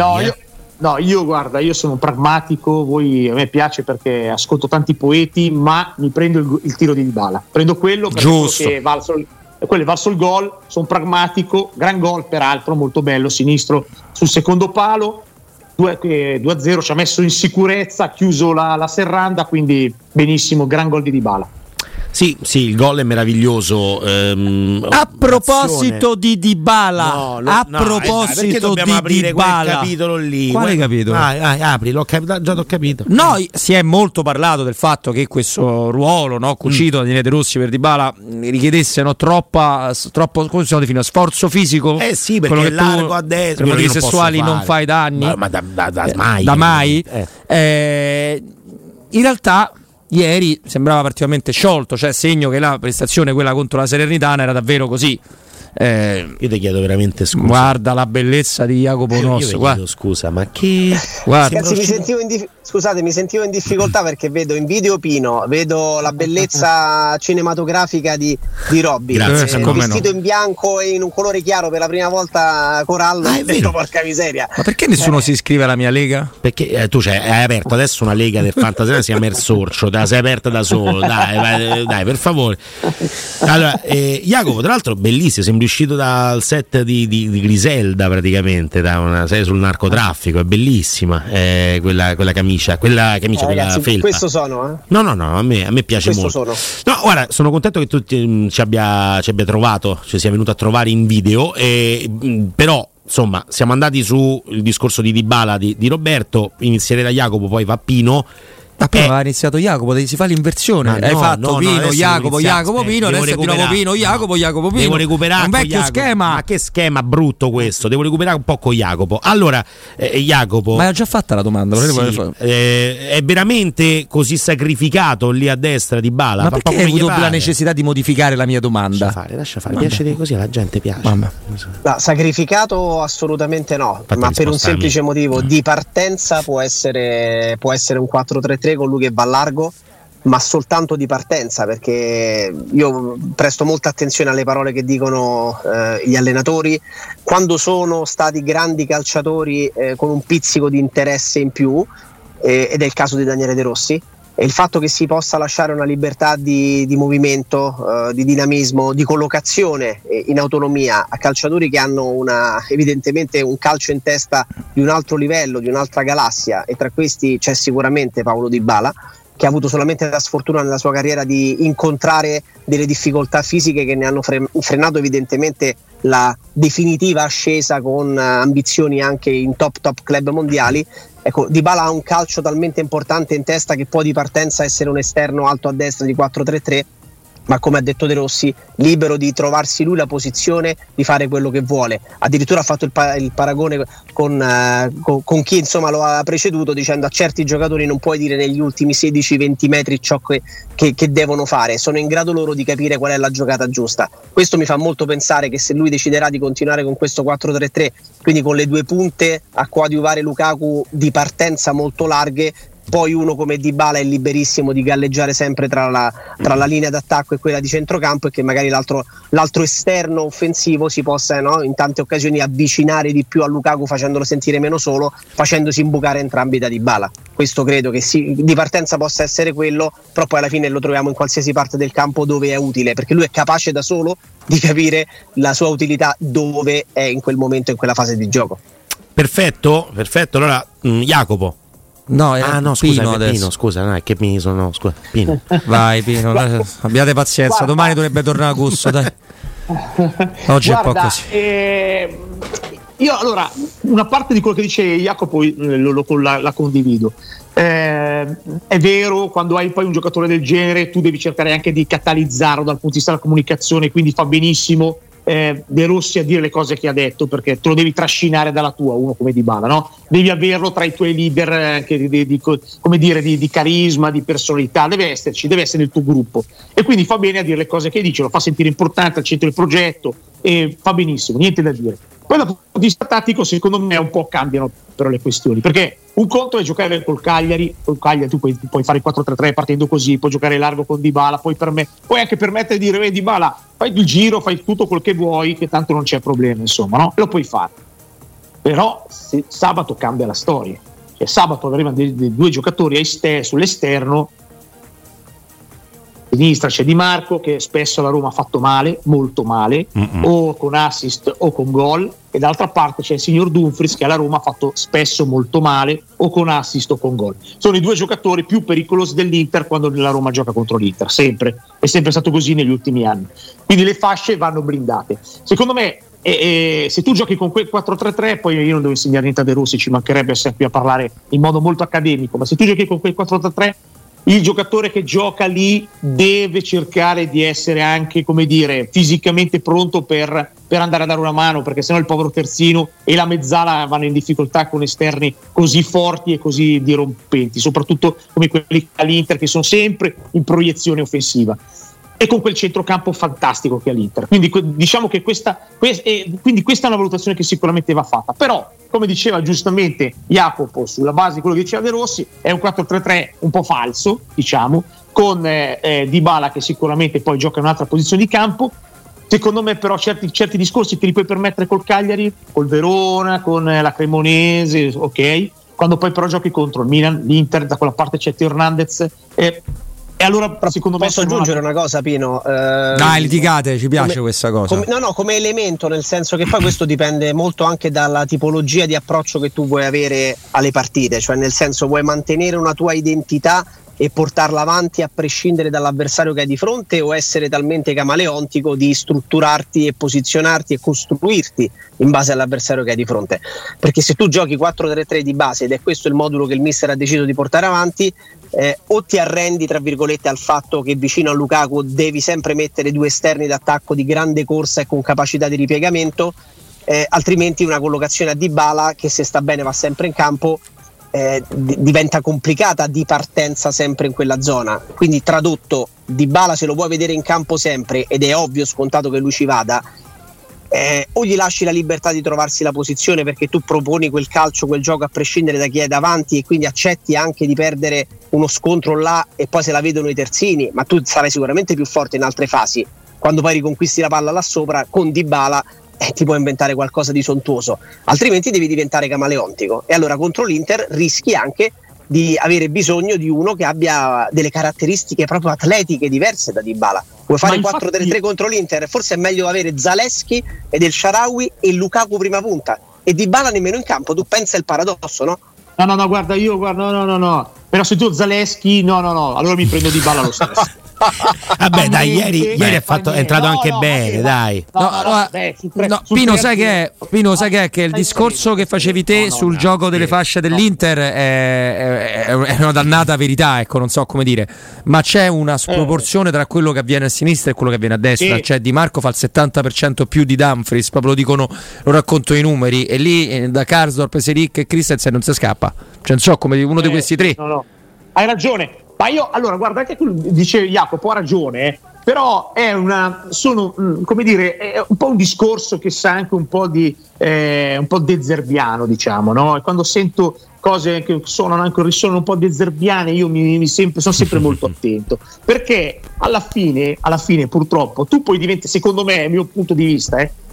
Io sono pragmatico, a me piace perché ascolto tanti poeti, ma mi prendo il tiro di Dybala, prendo quello che quello è valso il gol, sono pragmatico, gran gol peraltro, molto bello, sinistro sul secondo palo, 2-0, ci ha messo in sicurezza, ha chiuso la serranda, quindi benissimo, gran gol di Dybala. Sì, il gol è meraviglioso. A proposito di Dybala, perché dobbiamo aprire quel capitolo lì? Quale capitolo? Apri, già l'ho capito. No, si è molto parlato del fatto che questo ruolo, cucito da Daniele De Rossi per Dybala, richiedesse troppo, come si definisce, sforzo fisico. Sì, perché è largo a destra. Per motivi sessuali non fai danni. Ma da mai. Da mai? In realtà ieri sembrava particolarmente sciolto, cioè segno che la prestazione, quella contro la Salernitana, era davvero così. Io ti chiedo veramente scusa. Guarda la bellezza di Jacopo Nosso. Io chiedo scusa, ma che. Ragazzi, mi sentivo in difficoltà perché vedo in video Pino, vedo la bellezza cinematografica di Robby. Grazie, vestito in bianco e in un colore chiaro per la prima volta corallo. Porca miseria. Ma perché nessuno si iscrive alla mia lega? Perché tu hai aperto adesso una lega del Fantasy, si chiama Ersorcio, te la sei aperta da solo, dai, per favore. Allora, Jacopo, tra l'altro bellissimo, sembri uscito dal set di Griselda praticamente, da una serie sul narcotraffico, è bellissima quella camicia, quella ragazzi, felpa. Questo sono, No, a me piace molto. No, guarda, sono contento che tu ci abbia trovato, ci sia venuto a trovare in video, però insomma siamo andati sul discorso di Dybala di Roberto, inizierei da Jacopo, poi va Pino. Ma prima aveva iniziato Jacopo, si fa l'inversione. Hai fatto Pino, Jacopo, Pino, adesso è di nuovo Pino, Jacopo, Pino. Devo recuperare un vecchio schema. Ma che schema brutto questo? Devo recuperare un po' con Jacopo. Allora, Jacopo. Ma hai già fatta la domanda? È veramente così sacrificato lì a destra Dybala? Ma perché hai avuto la necessità di modificare la mia domanda? Lascia fare. Piace così, alla gente piace. No, sacrificato assolutamente no, ma per un semplice motivo: di partenza può essere un 4-3-3 con lui che va largo, ma soltanto di partenza, perché io presto molta attenzione alle parole che dicono gli allenatori quando sono stati grandi calciatori con un pizzico di interesse in più, ed è il caso di Daniele De Rossi. E il fatto che si possa lasciare una libertà di movimento, di dinamismo, di collocazione in autonomia a calciatori che hanno evidentemente un calcio in testa di un altro livello, di un'altra galassia, e tra questi c'è sicuramente Paulo Dybala, che ha avuto solamente la sfortuna nella sua carriera di incontrare delle difficoltà fisiche che ne hanno frenato evidentemente la definitiva ascesa, con ambizioni anche in top club mondiali. Ecco, Dybala ha un calcio talmente importante in testa che può di partenza essere un esterno alto a destra di 4-3-3, ma come ha detto De Rossi, libero di trovarsi lui la posizione di fare quello che vuole. Addirittura ha fatto il paragone con chi insomma lo ha preceduto, dicendo a certi giocatori non puoi dire negli ultimi 16-20 metri ciò che devono fare, sono in grado loro di capire qual è la giocata giusta. Questo mi fa molto pensare che se lui deciderà di continuare con questo 4-3-3, quindi con le due punte a coadiuvare Lukaku di partenza molto larghe, poi uno come Dybala è liberissimo di galleggiare sempre tra la linea d'attacco e quella di centrocampo, e che magari l'altro esterno offensivo si possa in tante occasioni avvicinare di più a Lukaku, facendolo sentire meno solo, facendosi imbucare entrambi da Dybala. Questo credo che di partenza possa essere quello, però poi alla fine lo troviamo in qualsiasi parte del campo dove è utile, perché lui è capace da solo di capire la sua utilità dove è in quel momento, in quella fase di gioco. Perfetto. Allora Jacopo. No, scusa, Pino, scusa, no, è che mi sono. Scusa, Pino. Vai, Pino, abbiate pazienza, domani dovrebbe tornare a gusto, dai. Oggi è un po' così. Io allora, una parte di quello che dice Jacopo la condivido. È vero, quando hai poi un giocatore del genere, tu devi cercare anche di catalizzarlo dal punto di vista della comunicazione, quindi fa benissimo De Rossi a dire le cose che ha detto, perché te lo devi trascinare dalla tua, uno come Dybala, no? Devi averlo tra i tuoi leader anche di carisma, di personalità, deve essere nel tuo gruppo, e quindi fa bene a dire le cose che dice, lo fa sentire importante al centro del progetto e fa benissimo, niente da dire. Poi dal punto di vista tattico secondo me un po' cambiano però le questioni, perché un conto è giocare col Cagliari tu puoi fare il 4-3-3 partendo così, puoi giocare largo con Dybala, puoi anche permettere di dire Dybala, fai il giro, fai tutto quel che vuoi, che tanto non c'è problema, insomma, no? Lo puoi fare. Però sabato cambia la storia, cioè sabato avremo dei due giocatori sull'esterno. A sinistra c'è Di Marco, che spesso la Roma ha fatto male, molto male, o con assist o con gol, e dall'altra parte c'è il signor Dumfries, che alla Roma ha fatto spesso molto male, o con assist o con gol. Sono i due giocatori più pericolosi dell'Inter quando la Roma gioca contro l'Inter, è sempre stato così negli ultimi anni, quindi le fasce vanno blindate. Secondo me se tu giochi con quel 4-3-3, poi io non devo insegnare niente a De Rossi, ci mancherebbe essere qui a parlare in modo molto accademico, ma se tu giochi con quel 4-3-3, il giocatore che gioca lì deve cercare di essere anche, come dire, fisicamente pronto per andare a dare una mano, perché sennò il povero terzino e la mezzala vanno in difficoltà con esterni così forti e così dirompenti, soprattutto come quelli all'Inter, che sono sempre in proiezione offensiva, e con quel centrocampo fantastico che ha l'Inter. Quindi diciamo che questa è una valutazione che sicuramente va fatta, però come diceva giustamente Jacopo, sulla base di quello che diceva De Rossi, è un 4-3-3 un po' falso, diciamo, con Dybala che sicuramente poi gioca in un'altra posizione di campo. Secondo me però certi discorsi te li puoi permettere col Cagliari, col Verona, con la Cremonese, ok? Quando poi però giochi contro il Milan, l'Inter, da quella parte c'è Teo Hernandez, e allora secondo me posso aggiungere una cosa, Pino? Dai, litigate, ci piace questa cosa. Come elemento, nel senso che poi questo dipende molto anche dalla tipologia di approccio che tu vuoi avere alle partite, cioè nel senso, vuoi mantenere una tua identità e portarla avanti a prescindere dall'avversario che hai di fronte, o essere talmente camaleontico di strutturarti e posizionarti e costruirti in base all'avversario che hai di fronte. Perché se tu giochi 4-3-3 di base, ed è questo il modulo che il mister ha deciso di portare avanti, o ti arrendi tra virgolette al fatto che vicino a Lukaku devi sempre mettere due esterni d'attacco di grande corsa e con capacità di ripiegamento, altrimenti una collocazione a Dybala, che se sta bene va sempre in campo, diventa complicata di partenza sempre in quella zona. Quindi tradotto, Dybala se lo vuoi vedere in campo sempre, ed è ovvio, scontato che lui ci vada, o gli lasci la libertà di trovarsi la posizione, perché tu proponi quel calcio, quel gioco a prescindere da chi è davanti, e quindi accetti anche di perdere uno scontro là e poi se la vedono i terzini, ma tu sarai sicuramente più forte in altre fasi. Quando poi riconquisti la palla là sopra con Dybala, ti puoi inventare qualcosa di sontuoso, altrimenti devi diventare camaleontico, e allora contro l'Inter rischi anche di avere bisogno di uno che abbia delle caratteristiche proprio atletiche diverse da Dybala. Vuoi fare il 4-3-3 contro l'Inter? Forse è meglio avere Zaleschi ed El Shaarawy e Lukaku prima punta e Dybala nemmeno in campo. Tu pensa il paradosso, no? No, guarda, no. Però se tu Zaleschi, no, allora mi prendo Dybala lo stesso. Vabbè, dai, ieri è entrato anche bene, dai. Pino, sai che è? Che il discorso che facevi te sul gioco delle fasce dell'Inter è una dannata verità, ecco, non so come dire, ma c'è una sproporzione tra quello che avviene a sinistra e quello che avviene a destra. Cioè Di Marco fa il 70% più di Dumfries, proprio lo racconto i numeri, e lì da Karsdorp, Seric e Christensen non si scappa. Cioè non so come uno di questi tre. No, hai ragione. Ma io, allora, guarda, anche quello dice Jacopo, ha ragione, però è un po' un discorso che sa anche un po' dezerbiano, diciamo, no? E quando sento cose che risuonano un po' dezerbiane, io sono sempre molto attento, perché alla fine purtroppo tu puoi diventare, secondo me, il mio punto di vista,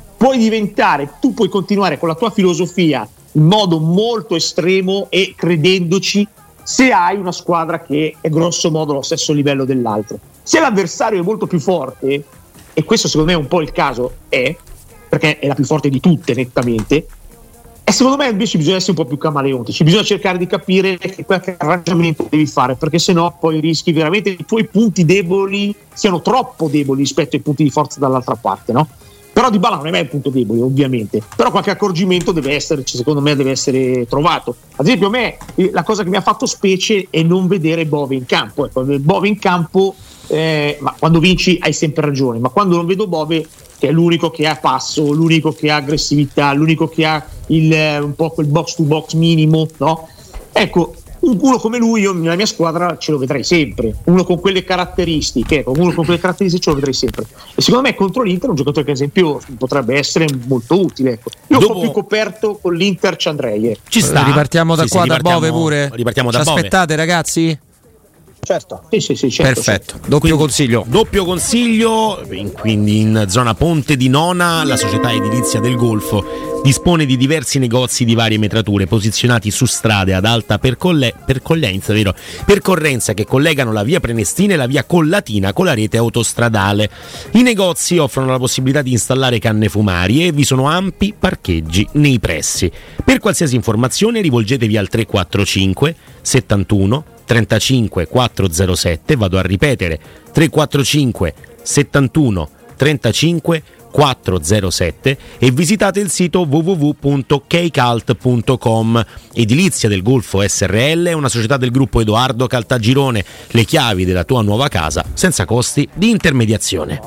tu puoi continuare con la tua filosofia in modo molto estremo e credendoci, se hai una squadra che è grosso modo allo stesso livello dell'altro. Se l'avversario è molto più forte, e questo secondo me è un po' il caso, perché è la più forte di tutte nettamente, e secondo me invece bisogna essere un po' più camaleontici, bisogna cercare di capire che qualche arrangiamento devi fare, perché sennò poi rischi veramente che i tuoi punti deboli siano troppo deboli rispetto ai punti di forza dall'altra parte, no? Però Dybala non è mai un punto debole, ovviamente, però qualche accorgimento deve esserci, secondo me deve essere trovato. Ad esempio, a me la cosa che mi ha fatto specie è non vedere Bove in campo. Ecco, Bove in campo, ma quando vinci hai sempre ragione, ma quando non vedo Bove, che è l'unico che ha passo, l'unico che ha aggressività, l'unico che ha un po' quel box to box minimo, no? Ecco, uno come lui io nella mia squadra ce lo vedrei sempre, uno con quelle caratteristiche ce lo vedrei sempre, e secondo me contro l'Inter un giocatore che ad esempio potrebbe essere molto utile, ecco. Io un po' più coperto con l'Inter ci andrei, Ci sta. Ripartiamo da qua, da Bove pure. Ripartiamo da Ci Bove. Aspettate, ragazzi? Certo. Sì, certo. Perfetto. Doppio consiglio, quindi in zona Ponte di Nona, la società edilizia del Golfo dispone di diversi negozi di varie metrature posizionati su strade ad alta percorrenza che collegano la via Prenestina e la via Collatina con la rete autostradale. I negozi offrono la possibilità di installare canne fumarie e vi sono ampi parcheggi nei pressi. Per qualsiasi informazione rivolgetevi al 345 71 35 407, vado a ripetere, 345 71 35 407, e visitate il sito www.keicalt.com. Edilizia del Golfo SRL è una società del gruppo Edoardo Caltagirone, le chiavi della tua nuova casa senza costi di intermediazione.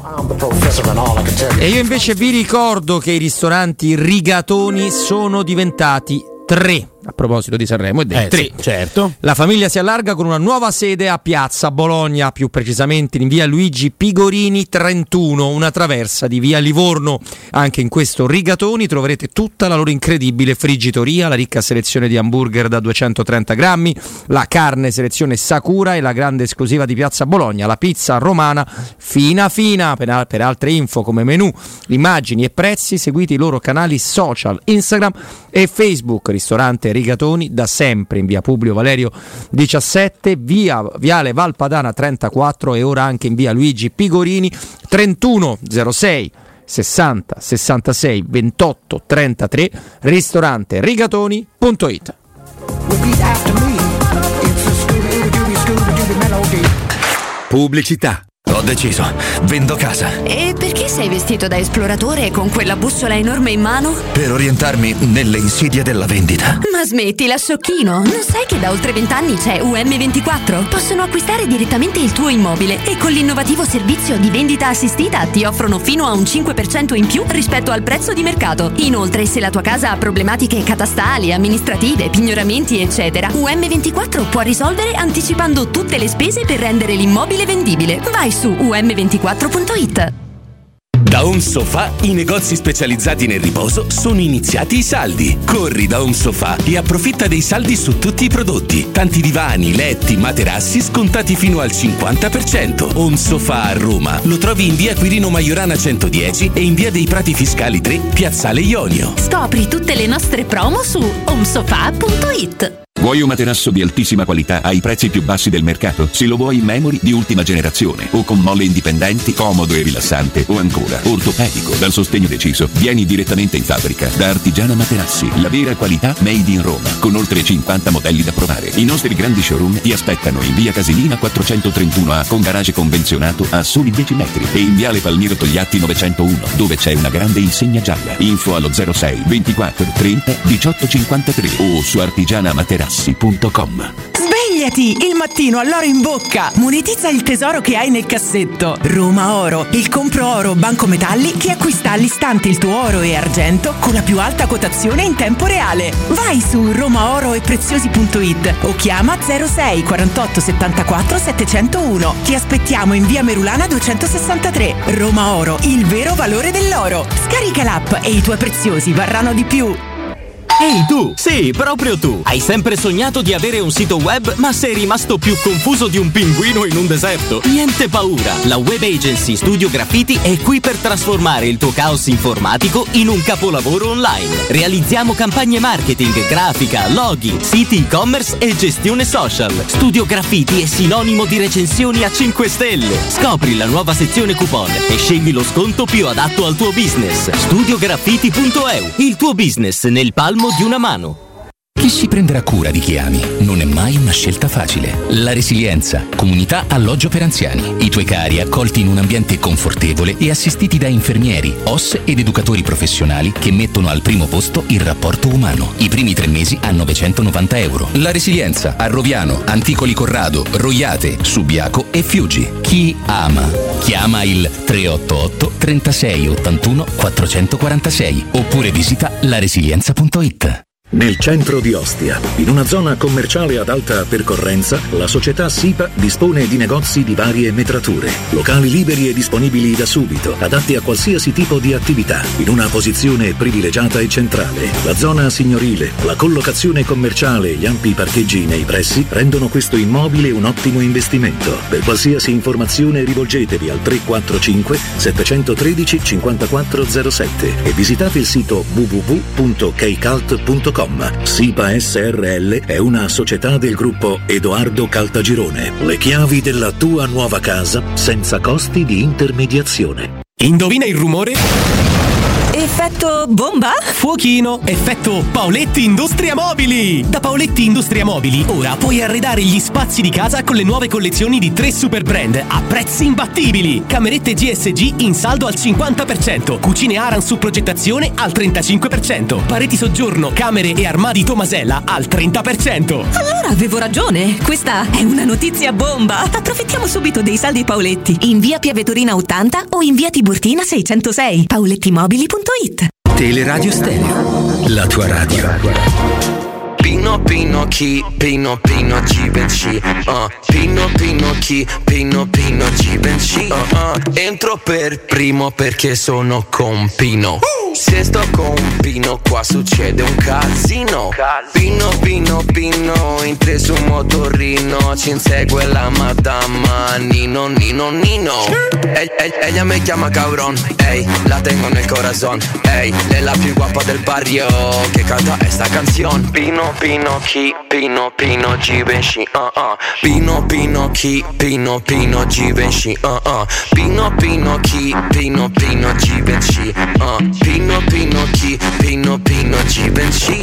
E io invece vi ricordo che i ristoranti Rigatoni sono diventati 3. A proposito di Sanremo, 3. Certo. La famiglia si allarga con una nuova sede a Piazza Bologna, più precisamente in via Luigi Pigorini 31, una traversa di via Livorno. Anche in questo Rigatoni troverete tutta la loro incredibile friggitoria, la ricca selezione di hamburger da 230 grammi, la carne selezione Sakura e la grande esclusiva di Piazza Bologna, la pizza romana fina. Per altre info come menù, immagini e prezzi seguite i loro canali social Instagram e Facebook. Ristorante Rigatoni da sempre in via Publio Valerio 17, viale Valpadana 34 e ora anche in via Luigi Pigorini 31, 06 60 66 28 33, ristorante rigatoni.it. Pubblicità. Ho deciso, vendo casa. E perché sei vestito da esploratore con quella bussola enorme in mano? Per orientarmi nelle insidie della vendita. Ma smettila, sciocchino! Non sai che da oltre 20 anni c'è UM24? Possono acquistare direttamente il tuo immobile e con l'innovativo servizio di vendita assistita ti offrono fino a un 5% in più rispetto al prezzo di mercato. Inoltre, se la tua casa ha problematiche catastali, amministrative, pignoramenti, eccetera, UM24 può risolvere anticipando tutte le spese per rendere l'immobile vendibile. Vai su um24.it. Da Home Sofa i negozi specializzati nel riposo sono iniziati i saldi. Corri da Home Sofa e approfitta dei saldi su tutti i prodotti. Tanti divani, letti, materassi scontati fino al 50%. Home Sofa a Roma lo trovi in via Quirino Maiorana 110 e in via dei Prati Fiscali 3, Piazzale Ionio. Scopri tutte le nostre promo su homesofa.it. Vuoi un materasso di altissima qualità ai prezzi più bassi del mercato? Se lo vuoi in memory di ultima generazione o con molle indipendenti, comodo e rilassante, o ancora ortopedico dal sostegno deciso, vieni direttamente in fabbrica da Artigiana Materassi, la vera qualità made in Roma, con oltre 50 modelli da provare. I nostri grandi showroom ti aspettano in via Casilina 431A con garage convenzionato a soli 10 metri e in viale Palmiro Togliatti 901 dove c'è una grande insegna gialla. Info allo 06 24 30 18 53 o su artigianamaterassi.com. Svegliati il mattino all'oro in bocca. Monetizza il tesoro che hai nel cassetto. Roma Oro, il compro oro banco metalli che acquista all'istante il tuo oro e argento con la più alta quotazione in tempo reale. Vai su romaoroepreziosi.it o chiama 06 48 74 701. Ti aspettiamo in via Merulana 263. Roma Oro, il vero valore dell'oro. Scarica l'app e i tuoi preziosi varranno di più. Ehi tu! Sì, proprio tu! Hai sempre sognato di avere un sito web, ma sei rimasto più confuso di un pinguino in un deserto? Niente paura! La web agency Studio Graffiti è qui per trasformare il tuo caos informatico in un capolavoro online. Realizziamo campagne marketing, grafica, loghi, siti e-commerce e gestione social. Studio Graffiti è sinonimo di recensioni a 5 stelle. Scopri la nuova sezione coupon e scegli lo sconto più adatto al tuo business. Studiograffiti.eu, il tuo business nel palmo di una mano. Chi si prenderà cura di chi ami non è mai una scelta facile. La Resilienza, comunità alloggio per anziani. I tuoi cari accolti in un ambiente confortevole e assistiti da infermieri, OS ed educatori professionali che mettono al primo posto il rapporto umano. I primi 3 mesi a €990. La Resilienza a Roviano, Anticoli Corrado, Roiate, Subiaco e Fiuggi. Chi ama? Chiama il 388 36 81 446 oppure visita laresilienza.it. Nel centro di Ostia, in una zona commerciale ad alta percorrenza, la società SIPA dispone di negozi di varie metrature, locali liberi e disponibili da subito, adatti a qualsiasi tipo di attività, in una posizione privilegiata e centrale. La zona signorile, la collocazione commerciale e gli ampi parcheggi nei pressi rendono questo immobile un ottimo investimento. Per qualsiasi informazione rivolgetevi al 345 713 5407 e visitate il sito www.keicalt.com. SIPA SRL è una società del gruppo Edoardo Caltagirone. Le chiavi della tua nuova casa senza costi di intermediazione. Indovina il rumore? Effetto bomba? Fuochino! Effetto Paoletti Industria Mobili! Da Paoletti Industria Mobili ora puoi arredare gli spazi di casa con le nuove collezioni di 3 super brand a prezzi imbattibili. Camerette GSG in saldo al 50%, cucine Aran su progettazione al 35%, pareti soggiorno, camere e armadi Tomasella al 30%. Allora avevo ragione, questa è una notizia bomba. Approfittiamo subito dei saldi Paoletti in via Piavetorina 80 o in via Tiburtina 606. paolettimobili.it. Teleradio Stereo, la tua radio. Pino Pino chi, Pino Pino Givenchy, Pino Pino chi, Pino Pino Givenchy, entro per primo perché sono con Pino. Se sto con Pino qua succede un casino. Pino Pino Pino in 3 su motorino, ci insegue la madama Nino Nino Nino. Ella me chiama cabrón, ey, la tengo nel corazón, ey, è la più guapa del barrio che canta esta canción. Pino Pino chi, Pino Pino Givenchy, Pino Pino chi, Pino Pino Givenchy, Pino Pino chi, Pino Pino Givenchy, Pino Pino chi, Pino Pino Givenchy,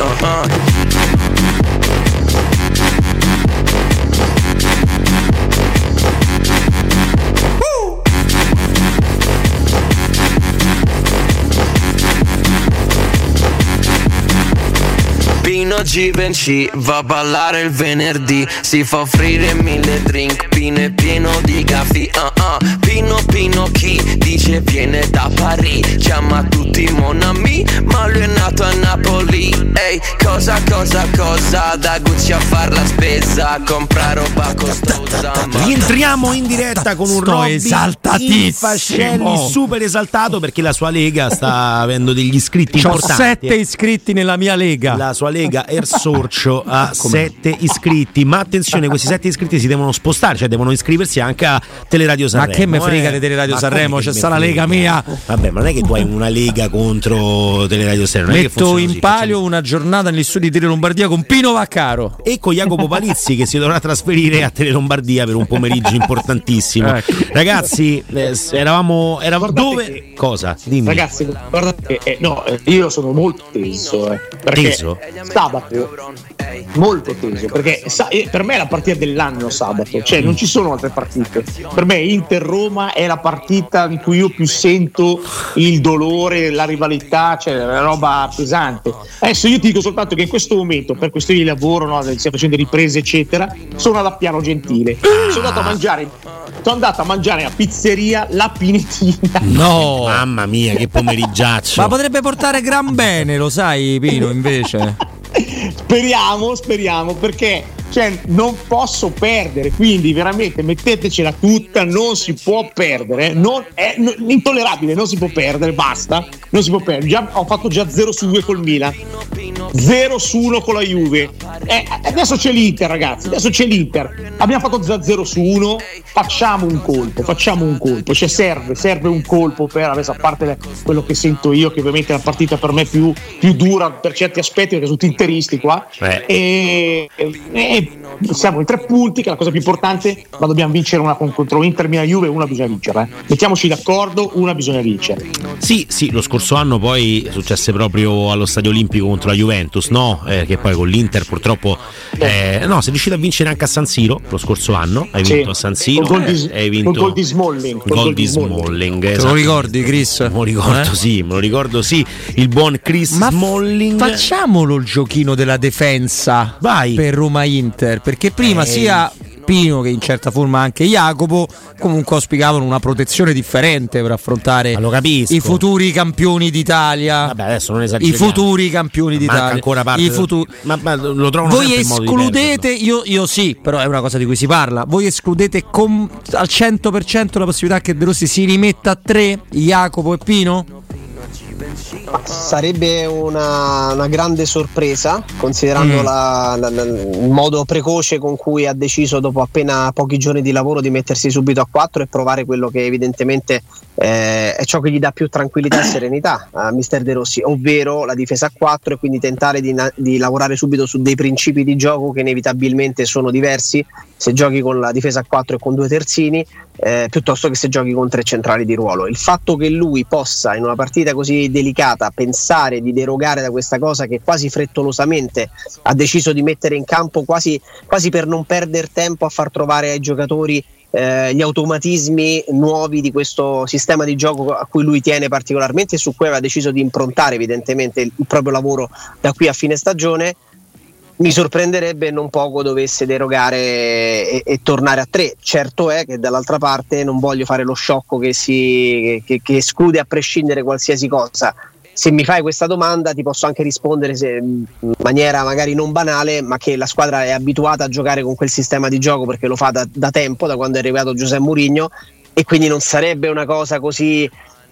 Pino Givenchy va a ballare il venerdì, si fa offrire 1000 drink, Pino è pieno di gaffi, Pino Pino chi dice viene da Parigi, chiama tutti mon ami, ma lui è nato a Napoli. Ehi, cosa, da Gucci a far la spesa, compra roba costosa. Rientriamo in diretta con un Robby Fascelli super esaltato perché la sua lega sta avendo degli iscritti importanti. 7 iscritti nella mia lega. La sua lega Ersorcio ha 7 iscritti, ma attenzione, questi 7 iscritti si devono spostare, cioè devono iscriversi anche a Teleradio Sanremo. Ma che me frega di Teleradio Sanremo, c'è sta la lega mia. Vabbè, ma non è che tu hai una lega contro Teleradio Sanremo. Metto in palio una giornata negli studi di Tele Lombardia con Pino Vaccaro e con Jacopo Palizzi che si dovrà trasferire a Tele Lombardia per un pomeriggio importantissimo. Ragazzi, eravamo dove? Cosa? Dimmi. Ragazzi, guardate che io sono molto teso, perché teso? Sabato molto teso, perché per me è la partita dell'anno sabato, cioè non ci sono altre partite. Per me Inter-Roma è la partita in cui io più sento il dolore, la rivalità, cioè una roba pesante. Adesso io ti dico soltanto che in questo momento, per questioni di lavoro, stiamo facendo riprese eccetera, sono alla Piano Gentile, sono andato a mangiare a pizzeria La Pinetina. No, mamma mia, che pomeriggiaccio. Ma potrebbe portare gran bene, lo sai Pino, invece. Speriamo, perché non posso perdere, quindi veramente mettetecela tutta, non si può perdere, è intollerabile, non si può perdere, basta, non si può perdere. Ho fatto già 0-2 col Milan, 0-1 con la Juve, adesso c'è l'Inter, ragazzi, abbiamo fatto già 0-1, facciamo un colpo, cioè serve un colpo per, adesso, a parte quello che sento io, che ovviamente è la partita per me più dura per certi aspetti, perché sono tutti interisti qua, e siamo in 3 punti, che è la cosa più importante, ma dobbiamo vincere una contro Inter, Milan, Juve, una bisogna vincere, mettiamoci d'accordo, una bisogna vincere. Sì, lo scorso anno poi successe proprio allo Stadio Olimpico contro la Juventus, no? Che poi con l'Inter purtroppo sei riuscito a vincere anche a San Siro lo scorso anno, hai vinto a San Siro, hai vinto gol di Smalling. Te lo ricordi, Chris? Me lo ricordo, sì, il buon Chris Smalling. Facciamolo il giochino della difensa. Vai. Per Roma-Inter, perché prima sia Pino che in certa forma anche Jacopo comunque auspicavano una protezione differente per affrontare i futuri campioni d'Italia. Vabbè, adesso non esageriamo. I futuri campioni d'Italia. Ancora parte ma lo trovano voi sempre escludete, in modo io sì, però è una cosa di cui si parla. Voi escludete al 100% la possibilità che De Rossi si rimetta a 3, Jacopo e Pino? Sarebbe una grande sorpresa, considerando il modo precoce con cui ha deciso, dopo appena pochi giorni di lavoro, di mettersi subito a 4 e provare quello che evidentemente è ciò che gli dà più tranquillità e serenità a mister De Rossi, ovvero la difesa a 4, e quindi tentare di lavorare subito su dei principi di gioco che inevitabilmente sono diversi se giochi con la difesa a 4 e con 2 terzini piuttosto che se giochi con 3 centrali di ruolo. Il fatto che lui possa, in una partita così delicata, pensare di derogare da questa cosa che quasi frettolosamente ha deciso di mettere in campo, quasi per non perdere tempo a far trovare ai giocatori gli automatismi nuovi di questo sistema di gioco a cui lui tiene particolarmente e su cui aveva deciso di improntare evidentemente il proprio lavoro da qui a fine stagione, mi sorprenderebbe non poco dovesse derogare e tornare a 3. Certo è che dall'altra parte non voglio fare lo sciocco che esclude a prescindere qualsiasi cosa. Se mi fai questa domanda ti posso anche rispondere in maniera magari non banale, ma che la squadra è abituata a giocare con quel sistema di gioco perché lo fa da tempo, da quando è arrivato Giuseppe Mourinho, e quindi non sarebbe una cosa così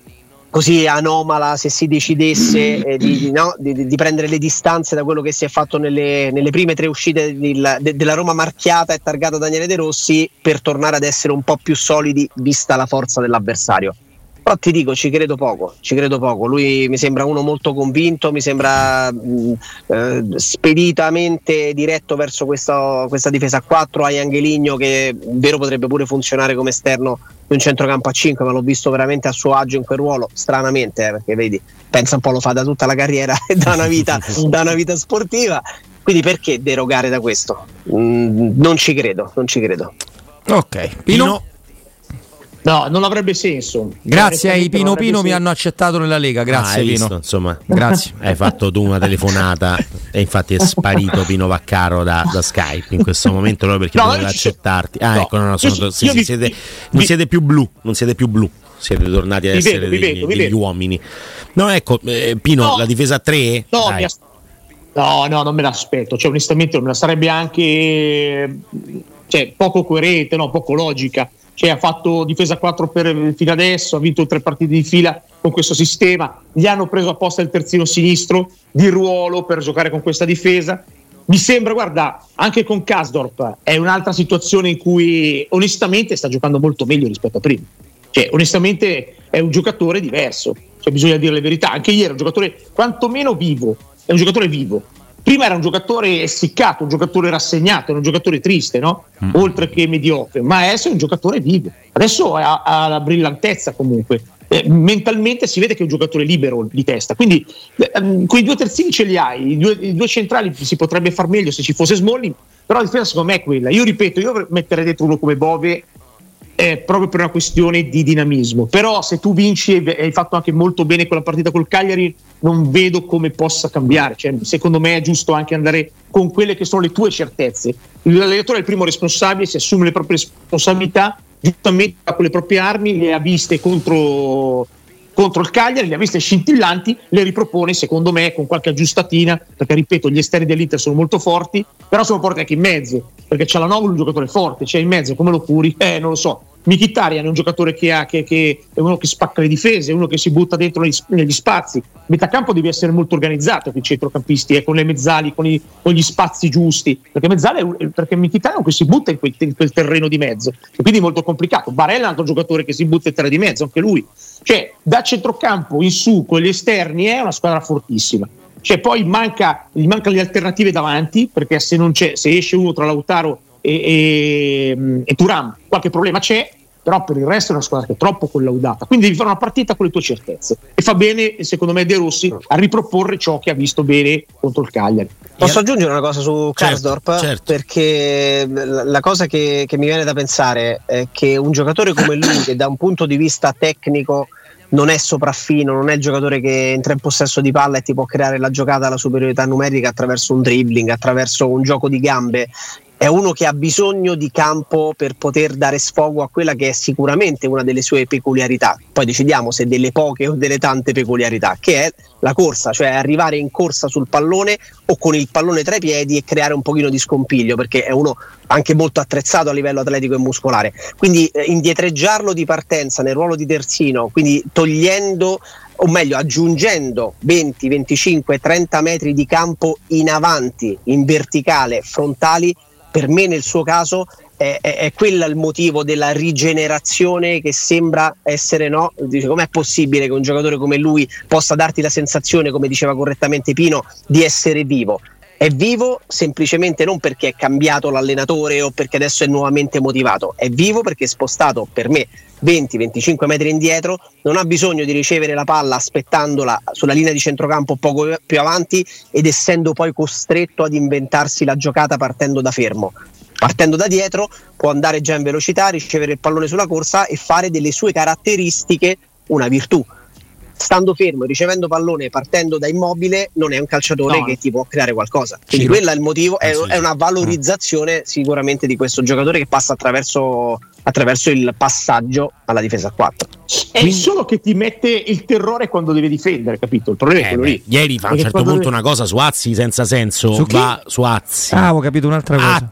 anomala se si decidesse di prendere le distanze da quello che si è fatto nelle prime 3 uscite della Roma marchiata e targata Daniele De Rossi, per tornare ad essere un po' più solidi vista la forza dell'avversario. Però ti dico, ci credo poco. Lui mi sembra uno molto convinto, mi sembra speditamente diretto verso questa difesa a 4. Hai Angeligno che vero potrebbe pure funzionare come esterno di un centrocampo a 5, ma l'ho visto veramente a suo agio in quel ruolo, stranamente, perché vedi, pensa un po', lo fa da tutta la carriera e da una vita sportiva, quindi perché derogare da questo? Non ci credo. Ok, Pino? No, non avrebbe senso. Grazie ai Pino mi hanno accettato nella Lega. Grazie Pino. Visto, insomma, grazie. Hai fatto tu una telefonata e infatti è sparito Pino Vaccaro da Skype in questo momento proprio perché doveva accettarti. Non siete più blu. Siete tornati a essere degli uomini. No, ecco, Pino, la difesa a 3? No, non me l'aspetto. Cioè, onestamente non me la sarebbe anche poco coerente, poco logica. Ha fatto difesa 4 fino adesso, ha vinto 3 partite di fila con questo sistema, gli hanno preso apposta il terzino sinistro di ruolo per giocare con questa difesa. Mi sembra, guarda, anche con Karsdorp è un'altra situazione in cui onestamente sta giocando molto meglio rispetto a prima. Cioè, onestamente è un giocatore diverso, cioè, bisogna dire la verità. Anche ieri è un giocatore quantomeno vivo, è un giocatore vivo. Prima era un giocatore essiccato, un giocatore rassegnato, era un giocatore triste, no? Oltre che mediocre, ma adesso è un giocatore vivo. Adesso ha la brillantezza comunque. Mentalmente si vede che è un giocatore libero di testa. Quindi quei due terzini ce li hai, i due centrali si potrebbe far meglio se ci fosse Smalling, però la difesa secondo me è quella. Io ripeto, io metterei dentro uno come Bove proprio per una questione di dinamismo, però se tu vinci e hai fatto anche molto bene quella partita col Cagliari, non vedo come possa cambiare. Cioè, secondo me è giusto anche andare con quelle che sono le tue certezze. L'allenatore è il primo responsabile, si assume le proprie responsabilità, giustamente con le proprie armi le ha viste contro il Cagliari, le ha viste scintillanti, le ripropone secondo me con qualche aggiustatina, perché ripeto, gli esterni dell'Inter sono molto forti, però sono forti anche in mezzo, perché c'è Çalhanoğlu, un giocatore forte, c'è in mezzo, come lo curi? Non lo so. Mkhitaryan è un giocatore che è uno che spacca le difese, uno che si butta dentro negli spazi. Metacampo devi essere molto organizzato con i centrocampisti, con le mezzali, con gli spazi giusti, perché perché Mkhitaryan è uno che si butta in quel terreno di mezzo, e quindi è molto complicato. Barella è un altro giocatore che si butta in terra di mezzo, anche lui. Cioè, da centrocampo in su con gli esterni è una squadra fortissima. Cioè, poi gli mancano le alternative davanti, perché se esce uno tra Lautaro e Thuram, qualche problema c'è, però per il resto è una squadra che è troppo collaudata. Quindi devi fare una partita con le tue certezze, e fa bene secondo me De Rossi a riproporre ciò che ha visto bene contro il Cagliari. Posso aggiungere una cosa su Karsdorp? Certo. Perché la cosa che mi viene da pensare è che un giocatore come lui, che da un punto di vista tecnico non è sopraffino, non è il giocatore che entra in possesso di palla e ti può creare la giocata alla superiorità numerica attraverso un dribbling, attraverso un gioco di gambe, è uno che ha bisogno di campo per poter dare sfogo a quella che è sicuramente una delle sue peculiarità. Poi decidiamo se delle poche o delle tante peculiarità, che è la corsa, cioè arrivare in corsa sul pallone o con il pallone tra i piedi e creare un pochino di scompiglio, perché è uno anche molto attrezzato a livello atletico e muscolare. Quindi indietreggiarlo di partenza nel ruolo di terzino, quindi togliendo, o meglio aggiungendo 20, 25, 30 metri di campo in avanti, in verticale, frontali, per me nel suo caso è quello il motivo della rigenerazione che sembra essere, no? Dice, com'è possibile che un giocatore come lui possa darti la sensazione, come diceva correttamente Pino, di essere vivo? È vivo semplicemente non perché è cambiato l'allenatore o perché adesso è nuovamente motivato, è vivo perché è spostato, per me, 20-25 metri indietro, non ha bisogno di ricevere la palla aspettandola sulla linea di centrocampo poco più avanti ed essendo poi costretto ad inventarsi la giocata partendo da fermo. Partendo da dietro può andare già in velocità, ricevere il pallone sulla corsa e fare delle sue caratteristiche una virtù. Stando fermo, ricevendo pallone, partendo da immobile, non è un calciatore che ti può creare qualcosa. Quindi quello è il motivo, è una valorizzazione sicuramente di questo giocatore che passa attraverso il passaggio alla difesa a 4. È solo che ti mette il terrore quando deve difendere, capito? Il problema è quello lì. Ieri fa a un certo punto una cosa su Azzi senza senso. Su Azzi. Ho capito un'altra cosa.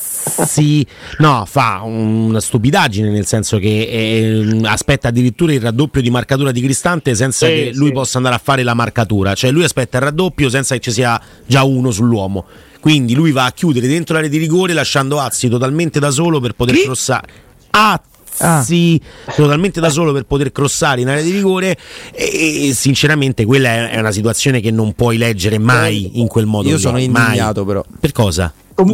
Sì, no, fa una stupidaggine, nel senso che aspetta addirittura il raddoppio di marcatura di Cristante senza che lui possa andare a fare la marcatura, cioè lui aspetta il raddoppio senza che ci sia già uno sull'uomo, quindi lui va a chiudere dentro l'area di rigore lasciando Azzi totalmente da solo per poter crossare. Totalmente da solo per poter crossare in area di rigore, e sinceramente quella è una situazione che non puoi leggere mai in quel modo. Io sono indignato però. Per cosa?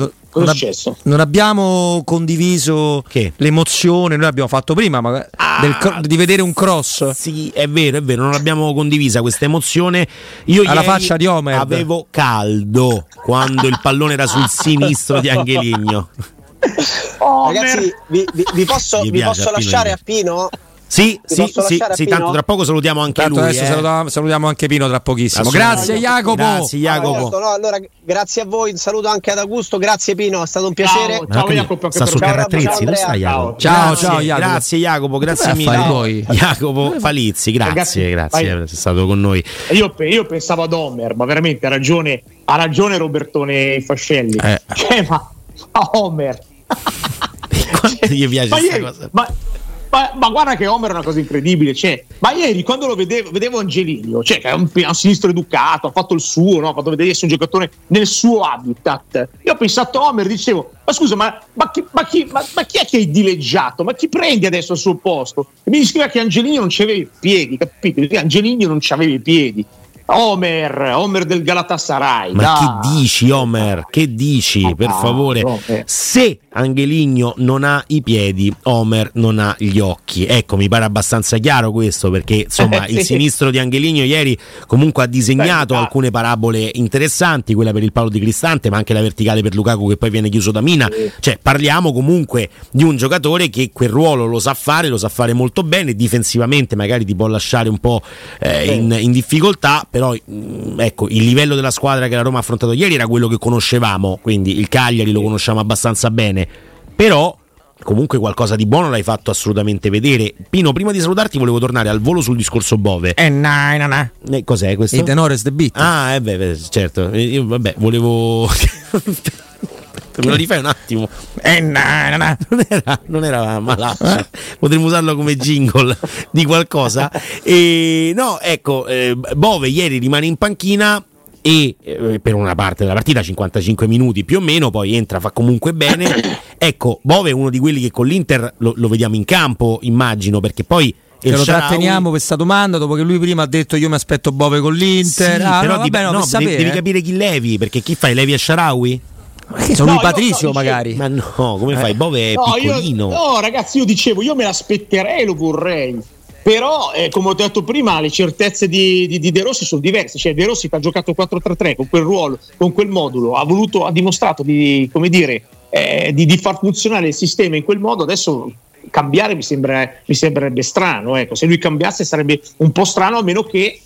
Non abbiamo condiviso l'emozione, noi l'abbiamo fatto prima di vedere un cross. Sì, è vero, non l'abbiamo condivisa questa emozione. Io alla faccia di Homer avevo caldo quando il pallone era sul sinistro di Angeligno. Ragazzi, vi posso lasciare a Pino? Sì, tanto tra poco salutiamo anche lui. Adesso salutiamo anche Pino tra pochissimo. Grazie Jacopo. Allora, grazie a voi, un saluto anche ad Augusto, grazie Pino, è stato un piacere. Ciao Jacopo. Sta sul Carratrizzi, lo sai Jacopo? Ciao Jacopo. Grazie Jacopo, grazie mille. Jacopo Falizzi, grazie, sei stato con noi. Io pensavo ad Homer, ma veramente ha ragione Robertone Fascelli. Ma Homer. Quanto gli piace questa cosa? Ma Ma guarda che Homer è una cosa incredibile, cioè, ma ieri quando lo vedevo Angelino, cioè che è un sinistro educato, ha fatto il suo, no? Ha fatto vedere essere un giocatore nel suo habitat. Io ho pensato a Homer, dicevo, ma scusa, ma chi è che hai dileggiato? Ma chi prendi adesso al suo posto? E mi diceva che Angelino non c'aveva i piedi, capito? Angelino non c'aveva i piedi. Homer del Galatasaray. Ma dai. che dici, Homer? Che dici, per favore? Se Angeligno non ha i piedi, Homer non ha gli occhi. Ecco, mi pare abbastanza chiaro questo, perché insomma il sinistro di Angeligno ieri comunque ha disegnato alcune parabole interessanti, quella per il palo di Cristante, ma anche la verticale per Lukaku che poi viene chiuso da Mina. Cioè, parliamo comunque di un giocatore che quel ruolo lo sa fare molto bene, difensivamente magari ti può lasciare un po' in difficoltà, però ecco, il livello della squadra che la Roma ha affrontato ieri era quello che conoscevamo, quindi il Cagliari lo conosciamo abbastanza bene, però comunque qualcosa di buono l'hai fatto assolutamente vedere. Pino, prima di salutarti volevo tornare al volo sul discorso Bove. Cos'è questo? Il tenore the beat. Ah, certo. Io volevo me lo rifai un attimo? Non era malaccio. Potremmo usarlo come jingle di qualcosa. No, ecco, Bove ieri rimane in panchina e per una parte della partita, 55 minuti più o meno, poi entra, fa comunque bene. Ecco, Bove è uno di quelli che con l'Inter lo vediamo in campo, immagino, perché poi lo tratteniamo questa domanda dopo che lui prima ha detto io mi aspetto Bove con l'Inter. Sì, però devi capire chi levi, perché chi fai? Levi a Shaarawy? Che sono un Patrizio magari. Ma no, come fai? Bove è piccolino. No, ragazzi, io dicevo, io me l'aspetterei, lo vorrei. Però, come ho detto prima, le certezze di De Rossi sono diverse. Cioè, De Rossi che ha giocato 4-3-3 con quel ruolo, con quel modulo, ha dimostrato di far funzionare il sistema in quel modo. Adesso cambiare mi sembrerebbe strano. Ecco, se lui cambiasse sarebbe un po' strano, a meno che.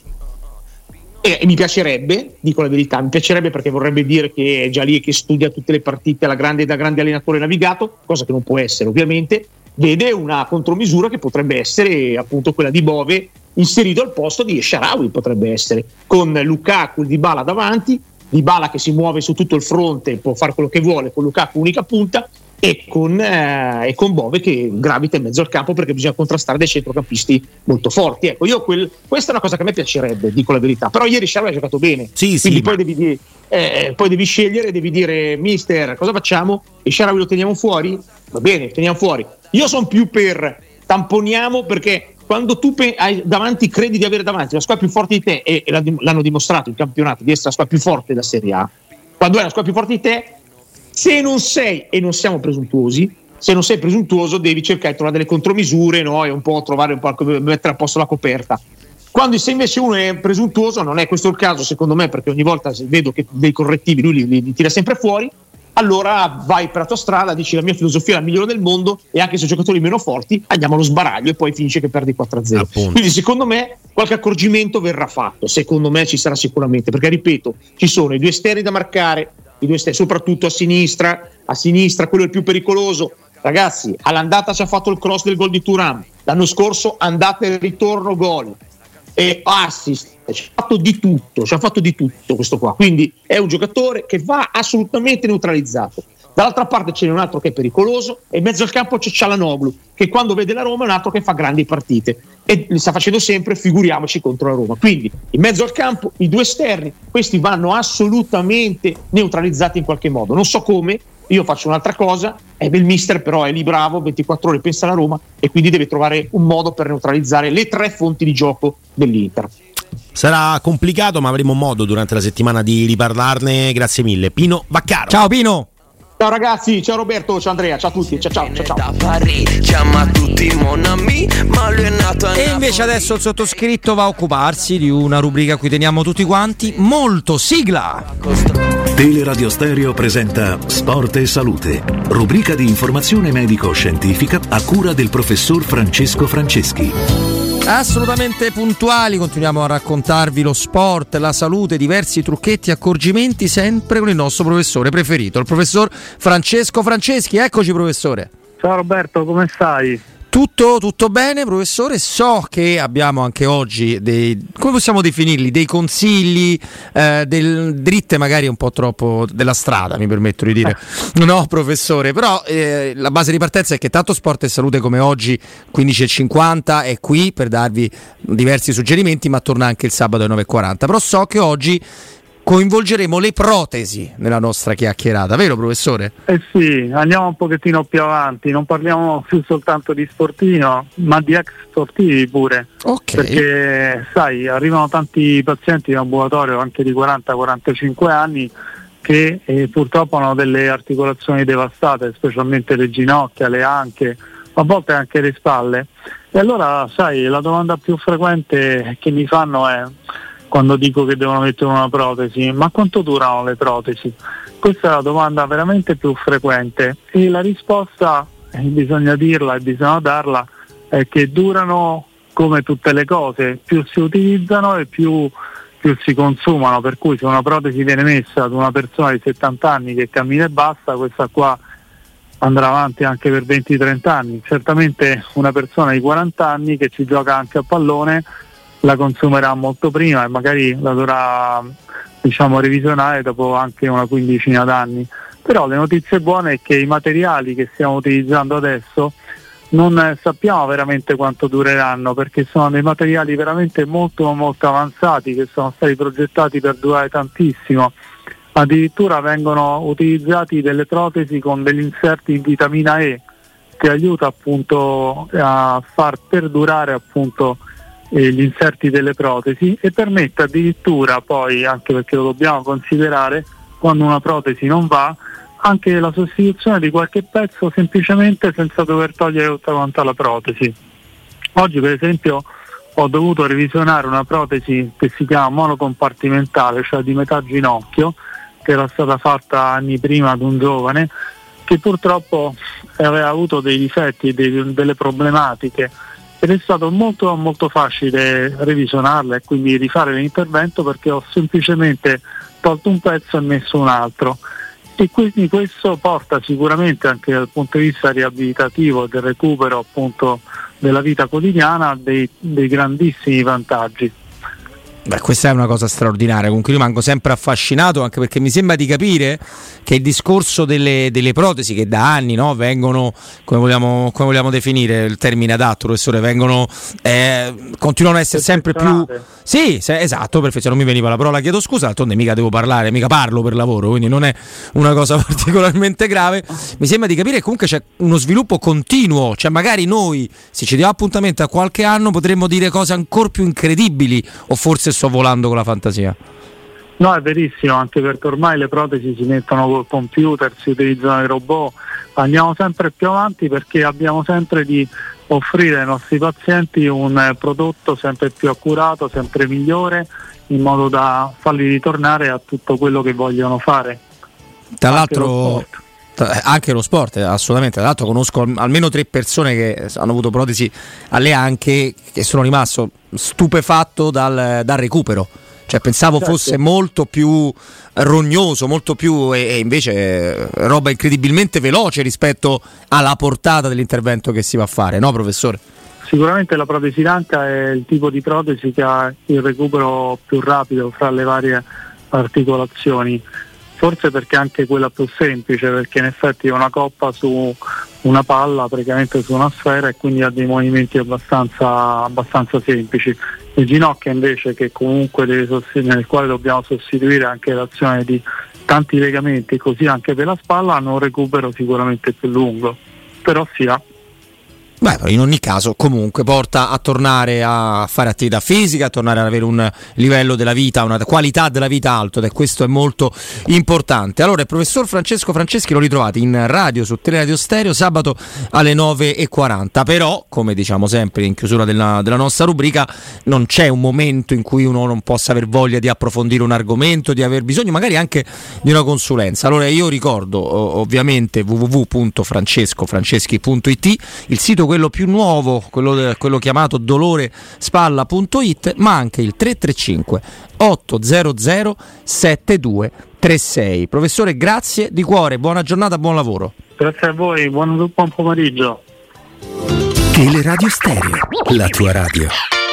E mi piacerebbe, dico la verità, mi piacerebbe perché vorrebbe dire che è già lì che studia tutte le partite da grande allenatore navigato, cosa che non può essere ovviamente. Vede una contromisura che potrebbe essere appunto quella di Bove inserito al posto di Shaarawy, potrebbe essere, con Lukaku, Dybala davanti, Dybala che si muove su tutto il fronte, può fare quello che vuole, con Lukaku unica punta, e con Bove che gravita in mezzo al campo, perché bisogna contrastare dei centrocampisti molto forti. Ecco, questa è una cosa che a me piacerebbe, dico la verità, però ieri Shaarawy ha giocato bene, quindi poi devi scegliere, devi dire mister cosa facciamo, e Shaarawy lo teniamo fuori? Va bene, teniamo fuori. Io sono più per tamponiamo, perché quando tu hai davanti, credi di avere davanti la squadra più forte di te, e l'hanno dimostrato in campionato di essere la squadra più forte della Serie A, quando è la squadra più forte di te, se non sei, e non siamo presuntuosi, se non sei presuntuoso devi cercare di trovare delle contromisure, no? E un po' trovare un po' mettere a posto la coperta. Quando se invece uno è presuntuoso, non è questo il caso secondo me, perché ogni volta vedo che dei correttivi lui li tira sempre fuori, allora vai per la tua strada, dici la mia filosofia è la migliore del mondo, e anche se giocatori meno forti andiamo allo sbaraglio e poi finisce che perdi 4-0. Appunto. Quindi secondo me qualche accorgimento verrà fatto, secondo me ci sarà sicuramente, perché ripeto, ci sono i due esterni da marcare, soprattutto a sinistra, quello è il più pericoloso. Ragazzi, all'andata ci ha fatto il cross del gol di Thuram, l'anno scorso andata e ritorno gol e assist, ci ha fatto di tutto questo qua, quindi è un giocatore che va assolutamente neutralizzato. Dall'altra parte c'è un altro che è pericoloso, e in mezzo al campo c'è Çalhanoğlu, che quando vede la Roma è un altro che fa grandi partite e li sta facendo sempre, figuriamoci contro la Roma. Quindi in mezzo al campo i due esterni, questi vanno assolutamente neutralizzati in qualche modo, non so come. Io faccio un'altra cosa, il mister però è lì bravo, 24 ore pensa alla Roma, e quindi deve trovare un modo per neutralizzare le tre fonti di gioco dell'Inter. Sarà complicato, ma avremo modo durante la settimana di riparlarne. Grazie mille, Pino Vaccaro. Ciao Pino. Ciao ragazzi, ciao Roberto, ciao Andrea, ciao a tutti, ciao. E invece adesso il sottoscritto va a occuparsi di una rubrica a cui teniamo tutti quanti molto. Sigla. Teleradio Stereo presenta Sport e Salute, rubrica di informazione medico-scientifica a cura del professor Francesco Franceschi. Assolutamente puntuali, continuiamo a raccontarvi lo sport, la salute, diversi trucchetti, accorgimenti, sempre con il nostro professore preferito, il professor Francesco Franceschi. Eccoci professore. Ciao Roberto, come stai? Tutto bene, professore. So che abbiamo anche oggi come possiamo definirli? Dei consigli, dritte magari un po' troppo della strada, mi permetto di dire. No, professore, però la base di partenza è che tanto Sport e Salute come oggi 15.50 è qui per darvi diversi suggerimenti, ma torna anche il sabato alle 9.40. Però so che oggi coinvolgeremo le protesi nella nostra chiacchierata, vero professore? Sì, andiamo un pochettino più avanti, non parliamo più soltanto di sportino, ma di ex sportivi pure. Okay. Perché sai, arrivano tanti pazienti in ambulatorio anche di 40-45 anni che purtroppo hanno delle articolazioni devastate, specialmente le ginocchia, le anche, a volte anche le spalle. E allora, sai, la domanda più frequente che mi fanno è, quando dico che devono mettere una protesi, ma quanto durano le protesi? Questa è la domanda veramente più frequente e la risposta, bisogna dirla e bisogna darla, è che durano come tutte le cose, più si utilizzano e più si consumano, per cui se una protesi viene messa ad una persona di 70 anni che cammina e basta, questa qua andrà avanti anche per 20-30 anni. Certamente una persona di 40 anni che ci gioca anche a pallone la consumerà molto prima e magari la dovrà, revisionare dopo anche una quindicina d'anni. Però le notizie buone è che i materiali che stiamo utilizzando adesso non sappiamo veramente quanto dureranno, perché sono dei materiali veramente molto molto avanzati che sono stati progettati per durare tantissimo. Addirittura vengono utilizzati delle protesi con degli inserti in vitamina E che aiuta appunto a far perdurare appunto gli inserti delle protesi e permette addirittura poi, anche perché lo dobbiamo considerare, quando una protesi non va, anche la sostituzione di qualche pezzo semplicemente senza dover togliere tutta quanta la protesi. Oggi per esempio ho dovuto revisionare una protesi che si chiama monocompartimentale, cioè di metà ginocchio, che era stata fatta anni prima ad un giovane che purtroppo aveva avuto dei difetti, delle problematiche, ed è stato molto molto facile revisionarla e quindi rifare l'intervento, perché ho semplicemente tolto un pezzo e messo un altro, e quindi questo porta sicuramente anche dal punto di vista riabilitativo del recupero appunto della vita quotidiana dei grandissimi vantaggi. Beh, questa è una cosa straordinaria, comunque rimango sempre affascinato, anche perché mi sembra di capire che il discorso delle protesi che da anni, no, vengono, come vogliamo definire il termine adatto, professore, vengono continuano a essere sempre più esatto, perfetto, non mi veniva la parola, chiedo scusa, d'altronde mica devo parlare, mica parlo per lavoro, quindi non è una cosa particolarmente grave. Mi sembra di capire che comunque c'è uno sviluppo continuo, cioè magari noi, se ci diamo appuntamento a qualche anno, potremmo dire cose ancora più incredibili, o forse sto volando con la fantasia? No, è verissimo, anche perché ormai le protesi si mettono col computer, si utilizzano i robot, andiamo sempre più avanti perché abbiamo sempre di offrire ai nostri pazienti un prodotto sempre più accurato, sempre migliore, in modo da farli ritornare a tutto quello che vogliono fare. Tra l'altro anche lo sport, assolutamente. Tra l'altro conosco almeno 3 persone che hanno avuto protesi alle anche, che sono rimasto stupefatto dal recupero. Cioè pensavo fosse molto più rognoso, molto più e invece roba incredibilmente veloce rispetto alla portata dell'intervento che si va a fare, no professore? Sicuramente la protesi d'anca è il tipo di protesi che ha il recupero più rapido fra le varie articolazioni, forse perché è anche quella più semplice, perché in effetti è una coppa su una palla, praticamente su una sfera, e quindi ha dei movimenti abbastanza semplici. Il ginocchio invece, che comunque nel quale dobbiamo sostituire anche l'azione di tanti legamenti, così anche per la spalla, hanno un recupero sicuramente più lungo, però sia. Beh, in ogni caso comunque porta a tornare a fare attività fisica, a tornare ad avere un livello della vita, una qualità della vita alto, ed questo è molto importante. Allora, il professor Francesco Franceschi lo ritrovate in radio su Teleradio Stereo sabato alle 9.40, però come diciamo sempre in chiusura della nostra rubrica, non c'è un momento in cui uno non possa aver voglia di approfondire un argomento, di aver bisogno magari anche di una consulenza. Allora io ricordo ovviamente www.francescofranceschi.it, il sito quello più nuovo, quello chiamato dolorespalla.it, ma anche il 335 800 7236. Professore, grazie di cuore, buona giornata, buon lavoro. Grazie a voi, buon pomeriggio. Teleradio Stereo, la tua radio.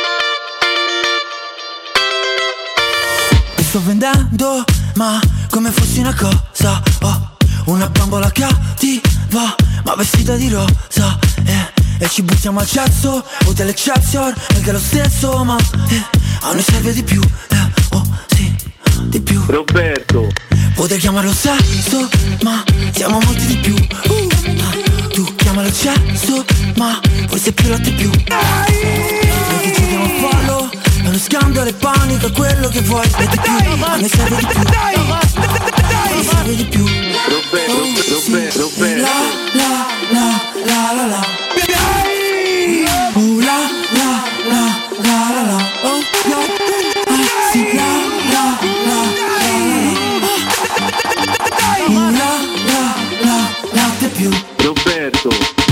Ti sto vendendo, ma come fossi una cosa, una bambola cattiva, ma vestita di rosa, e ci buttiamo al cazzo, hotel Excelsior, anche lo stesso, ma a noi serve di più, sì, di più. Roberto, potrei chiamarlo sesso, ma siamo molti di più. Tu chiamalo eccesso, ma forse più latte più. Noi che giochiamo a fallo, è uno scandalo e panico, è quello che vuoi, e di più. A noi serve di più. A noi serve di più. Roberto. La. Oh la la. Oh sì, la. Oh la più. Roberto.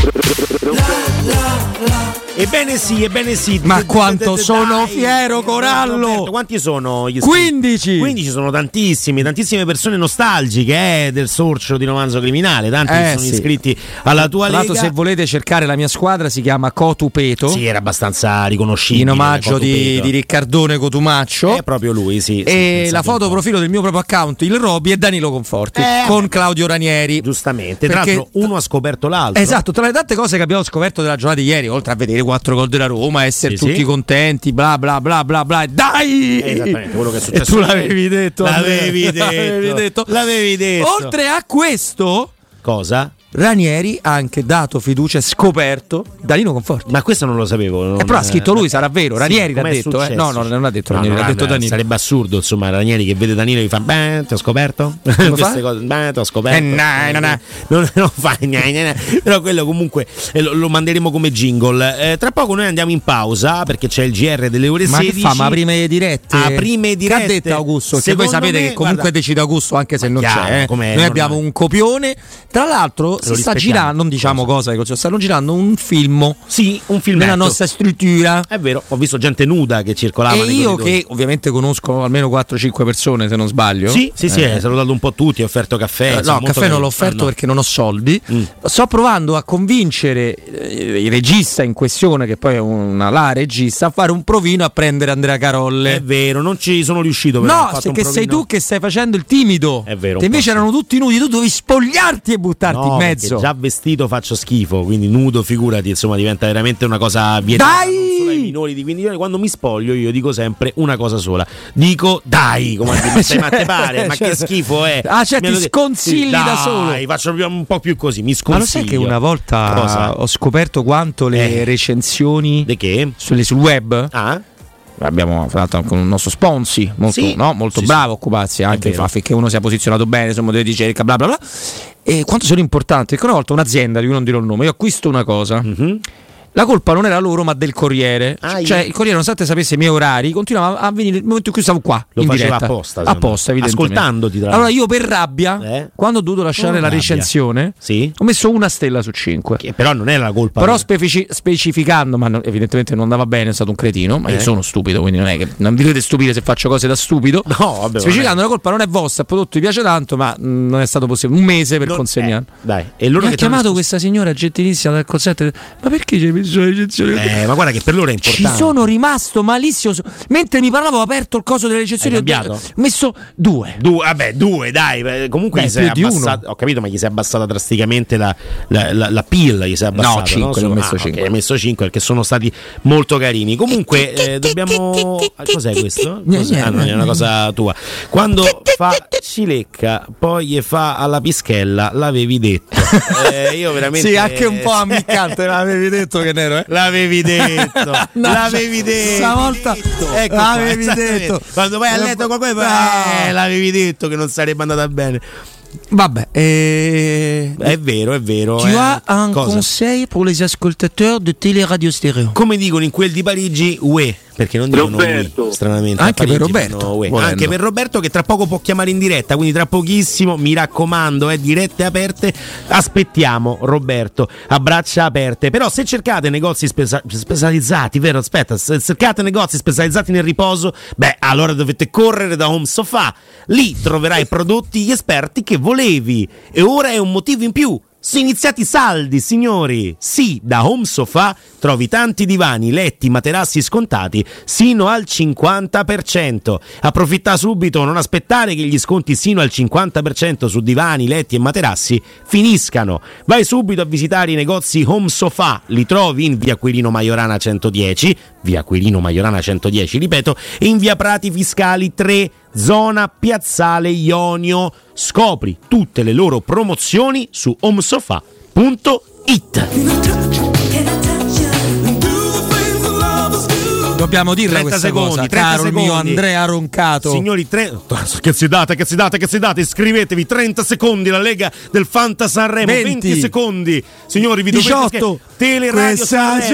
Ebbene sì. Ma quanto sono fiero, Corallo! Roberto, quanti sono gli 15! 15 sono tantissime persone nostalgiche del sorcio di Romanzo Criminale. Tanti sono iscritti alla tua Tra lega. l'altro, se volete cercare la mia squadra, si chiama Cotupeto. Sì, era abbastanza riconoscibile. In omaggio di Riccardone Cotumaccio. È proprio lui, sì. E la foto profilo del mio proprio account, il Roby, è Danilo Conforti con Claudio Ranieri. Giustamente. Tra l'altro, uno ha scoperto l'altro. Esatto, tra le tante cose che abbiamo scoperto della giornata di ieri, oltre a vedere 4 gol della Roma, essere tutti contenti, bla bla bla bla bla. Dai! Esattamente quello che è successo. E tu l'avevi detto. L'avevi detto. Oltre a questo, cosa? Ranieri ha anche dato fiducia e scoperto Danilo Conforti. Ma questo non lo sapevo. Però ha scritto lui, sarà vero. Ranieri l'ha detto. Successo? No, non ha detto Ranieri, l'ha detto Danilo. Sarebbe assurdo, insomma, Ranieri che vede Danilo e gli fa: beh, ti ho scoperto. Queste cose, beh, ti ho scoperto. Non fa niente. Però quello comunque lo manderemo come jingle. Tra poco noi andiamo in pausa perché c'è il GR delle ore 16. Ma che fa? Ma prime dirette? Che ha detto Augusto? Che voi sapete che comunque decide Augusto anche se non c'è. Noi abbiamo un copione. Tra l'altro si sta girando, non diciamo cosa, stanno girando un film. Sì, un film nella nostra struttura. È vero, ho visto gente nuda che circolava. E io che ovviamente conosco almeno 4-5 persone, se non sbaglio. Sì, hai salutato un po' tutti, ho offerto caffè. No, caffè non l'ho offerto perché non ho soldi. Sto provando a convincere il regista in questione, che poi è la regista, a fare un provino a prendere Andrea Carolle. È vero, non ci sono riuscito. No, perché sei tu che stai facendo il timido. È vero. Che invece erano tutti nudi, tu dovevi spogliarti e buttarti in mezzo. Già vestito faccio schifo, quindi nudo, figurati, insomma, diventa veramente una cosa vietata. Dai! Non solo ai minori di 15 anni. Quando mi spoglio io dico sempre una cosa sola. Dico dai, come a dire, ma te pare, ma che schifo è. Cioè ti sconsigli da solo. Faccio un po' più così, mi sconsiglio. Ma lo sai che una volta ho scoperto quanto le recensioni sul web? Abbiamo fatto con un nostro sponsor molto bravo a occuparsi anche affinché uno sia posizionato bene, insomma, deve dire bla bla bla. E quanto sono importanti, perché una volta un'azienda di cui non dirò il nome, io acquisto una cosa. La colpa non era loro, ma del Corriere. Cioè, il Corriere, nonostante sapesse i miei orari, continuava a venire nel momento in cui stavo qua. Lo in faceva diretta. apposta, Evidentemente. ascoltandoti. Allora, io per rabbia, quando ho dovuto lasciare la recensione, ho messo 1 stella su 5. Che però non era la colpa. Però specificando, ma evidentemente non andava bene, è stato un cretino. Ma io sono stupido, quindi non è che non vi dovete stupire se faccio cose da stupido. No, vabbè, specificando, la colpa non è vostra, il prodotto vi piace tanto, ma non è stato possibile. Un mese per consegnare. Dai, e loro mi ha chiamato questa signora gentilissima dal concerto. Ma perché ci hai messo la recensione? Ma guarda che per loro è importante. Ci sono rimasto malissimo. Mentre mi parlavo, ho aperto il coso delle recensioni. Ho messo 2. Vabbè, 2, dai. Comunque gli sei abbassato. Ho capito, ma gli sei abbassata drasticamente la PIL. Gli sei abbassato. No, 5. No? Ho messo 5. Hai messo 5 perché sono stati molto carini. Comunque, dobbiamo. Cos'è questo? Non è una cosa tua. Quando fa cilecca, poi gli fa alla pischella, l'avevi detto. Io veramente. Sì, anche un po' ammiccante, l'avevi detto che nero, L'avevi detto, l'avevi detto. Stavolta ecco l'avevi detto. Quando vai a letto qualcuno l'avevi detto che non sarebbe andata bene. Vabbè, è vero. Tu as un conseil pour les ascoltateurs de Teleradio Stereo? Come dicono in quel di Parigi, uè. Perché non dicono Roberto. Stranamente. Anche per Roberto. Anche per Roberto, che tra poco può chiamare in diretta. Quindi tra pochissimo, mi raccomando, dirette aperte. Aspettiamo Roberto a braccia aperte. Però se cercate negozi specializzati, vero? Aspetta, se cercate negozi specializzati nel riposo, allora dovete correre da Home Sofà. Lì troverai prodotti gli esperti che volevi. E ora è un motivo in più. iniziati saldi, signori. Sì, da Home Sofa trovi tanti divani, letti, materassi scontati sino al 50%. Approfitta subito, non aspettare che gli sconti sino al 50% su divani, letti e materassi finiscano. Vai subito a visitare i negozi Home Sofa, li trovi in via Quirino Maiorana 110, ripeto, e in via Prati Fiscali 3, zona Piazzale Ionio. Scopri tutte le loro promozioni su homesofa.it. Dobbiamo dirla questa secondi, cosa, 30 caro secondi. il mio Andrea Roncato. Signori, che si date, iscrivetevi, 30 secondi, la Lega del Fanta Sanremo, 20 secondi. Signori, vi dovete 18, Teleradio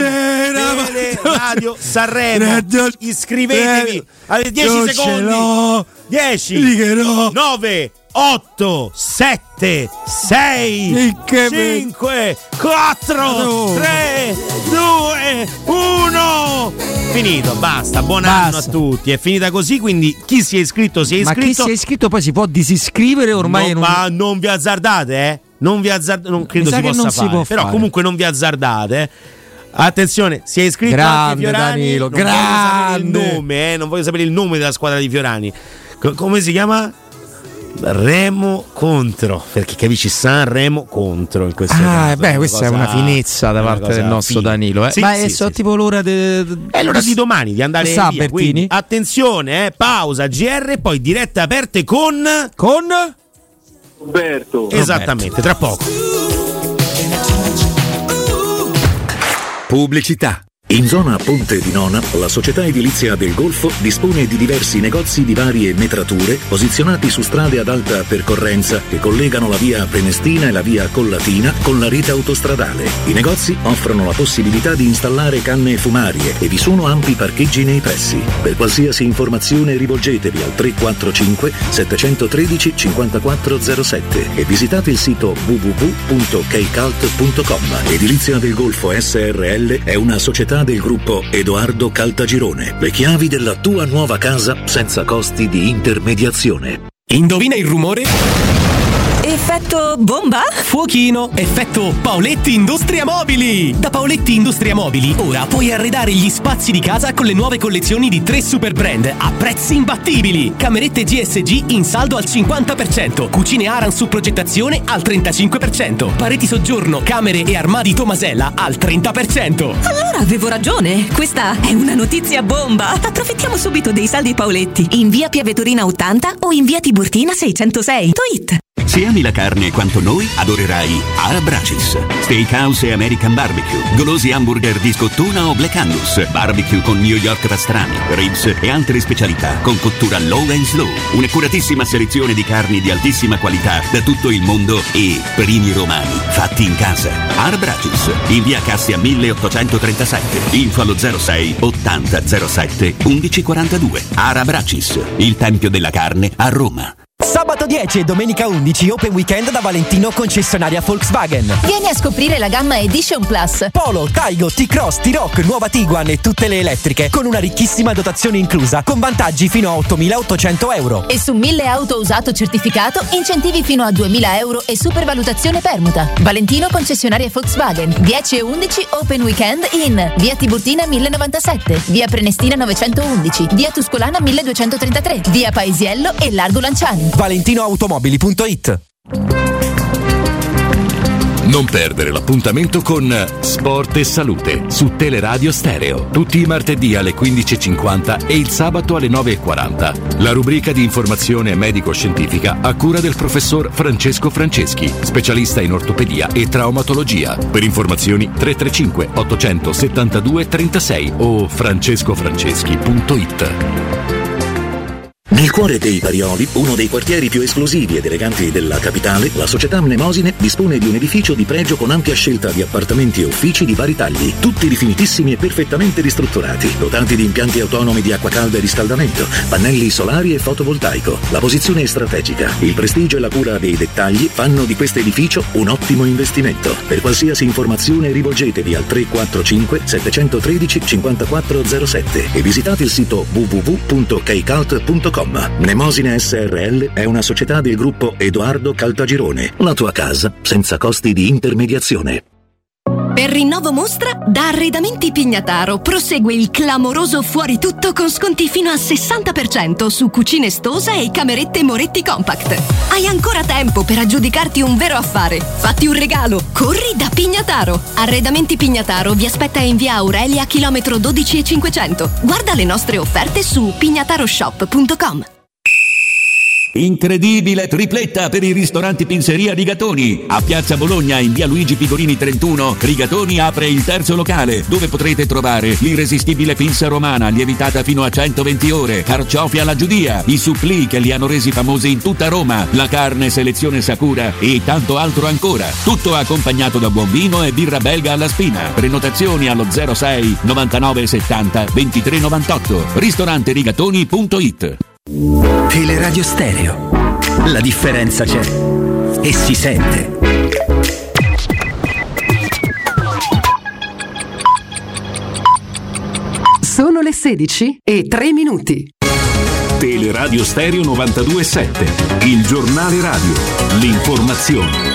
Sanremo, iscrivetevi, avete 10 secondi, 10, 9, 8, 7, 6, 5, 4, 3, 2, 1. Finito, basta, buon anno a tutti. È finita così, quindi chi si è iscritto si è iscritto. Ma chi si è iscritto poi si può disiscrivere ormai. Ma non vi azzardate, non credo si possa fare. Però comunque non vi azzardate, Attenzione, si è iscritto anche Fiorani. Danilo, non voglio sapere il nome, non voglio sapere il nome della squadra di Fiorani. Come si chiama? Remo contro, perché capisci, Sanremo contro in questo caso. Questa è una finezza da parte del nostro Danilo, Sì, ma sì, è sì, tipo l'ora è l'ora di domani di andare via, quindi attenzione, pausa GR, poi dirette aperte con Roberto. Esattamente, tra poco. Pubblicità. In zona Ponte di Nona, la società edilizia del Golfo dispone di diversi negozi di varie metrature posizionati su strade ad alta percorrenza che collegano la via Prenestina e la via Collatina con la rete autostradale. I negozi offrono la possibilità di installare canne fumarie e vi sono ampi parcheggi nei pressi. Per qualsiasi informazione rivolgetevi al 345 713 5407 e visitate il sito www.kcalt.com. Edilizia del Golfo SRL è una società del gruppo Edoardo Caltagirone. Le chiavi della tua nuova casa senza costi di intermediazione. Indovina il rumore? Effetto bomba? Fuochino, effetto Paoletti Industria Mobili. Da Paoletti Industria Mobili ora puoi arredare gli spazi di casa con le nuove collezioni di 3 super brand a prezzi imbattibili. Camerette GSG in saldo al 50%, cucine Aran su progettazione al 35%, pareti soggiorno, camere e armadi Tomasella al 30%. Allora avevo ragione, questa è una notizia bomba. Approfittiamo subito dei saldi Paoletti in via Piavetorina 80 o in via Tiburtina 606. Tweet. Se ami la carne quanto noi, adorerai Arabracis. Steakhouse e American Barbecue, golosi hamburger di scottuna o Black Angus, barbecue con New York pastrami, ribs e altre specialità con cottura low and slow. Un'accuratissima selezione di carni di altissima qualità da tutto il mondo e primi romani fatti in casa. Arabracis, in via Cassia 1837, info allo 06 80 07 1142. Arabracis, il tempio della carne a Roma. Sabato 10 e domenica 11 Open Weekend da Valentino concessionaria Volkswagen. Vieni a scoprire la gamma Edition Plus. Polo, Taigo, T-Cross, T-Rock, nuova Tiguan e tutte le elettriche con una ricchissima dotazione inclusa con vantaggi fino a 8.800 euro. E su 1000 auto usato certificato incentivi fino a 2.000 euro e supervalutazione permuta. Valentino concessionaria Volkswagen. 10 e 11 Open Weekend in via Tiburtina 1097, via Prenestina 911, via Tuscolana 1233, via Paesiello e Largo Lanciani. ValentinoAutomobili.it. Non perdere l'appuntamento con Sport e Salute su Teleradio Stereo, tutti i martedì alle 15.50 e il sabato alle 9.40. La rubrica di informazione medico-scientifica a cura del professor Francesco Franceschi, specialista in ortopedia e traumatologia. Per informazioni 335 872 36 o francescofranceschi.it. Nel cuore dei Parioli, uno dei quartieri più esclusivi ed eleganti della capitale, la società Mnemosine dispone di un edificio di pregio con ampia scelta di appartamenti e uffici di vari tagli, tutti rifinitissimi e perfettamente ristrutturati, dotati di impianti autonomi di acqua calda e riscaldamento, pannelli solari e fotovoltaico. La posizione è strategica, il prestigio e la cura dei dettagli fanno di questo edificio un ottimo investimento. Per qualsiasi informazione rivolgetevi al 345 713 5407 e visitate il sito www.kcalt.com. Nemosina.com. Nemosina SRL è una società del gruppo Edoardo Caltagirone. La tua casa senza costi di intermediazione. Per Rinnovo Mostra, da Arredamenti Pignataro prosegue il clamoroso fuori tutto con sconti fino al 60% su cucine Stosa e camerette Moretti Compact. Hai ancora tempo per aggiudicarti un vero affare. Fatti un regalo, corri da Pignataro. Arredamenti Pignataro vi aspetta in via Aurelia, chilometro 12,500. Guarda le nostre offerte su pignataroshop.com. Incredibile tripletta per i ristoranti Pinzeria Rigatoni. A Piazza Bologna, in via Luigi Pigorini 31, Rigatoni apre il terzo locale, dove potrete trovare l'irresistibile pinza romana lievitata fino a 120 ore, carciofi alla giudia, i supplì che li hanno resi famosi in tutta Roma, la carne selezione Sakura e tanto altro ancora. Tutto accompagnato da buon vino e birra belga alla spina. Prenotazioni allo 06 99 70 23 98. ristoranterigatoni.it. Teleradio Stereo. La differenza c'è e si sente. Sono le 16:03. Teleradio Stereo 92.7. Il giornale radio. L'informazione.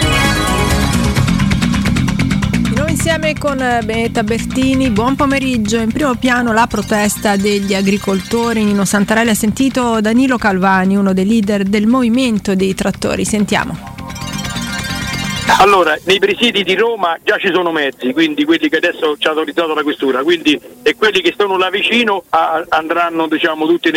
Insieme con Benedetta Bertini, buon pomeriggio. In primo piano la protesta degli agricoltori. Nino Santarelli ha sentito Danilo Calvani, uno dei leader del movimento dei trattori. Sentiamo. Allora, nei presidi di Roma già ci sono mezzi, quindi quelli che adesso ci ha autorizzato la questura, quindi e quelli che stanno là vicino andranno tutti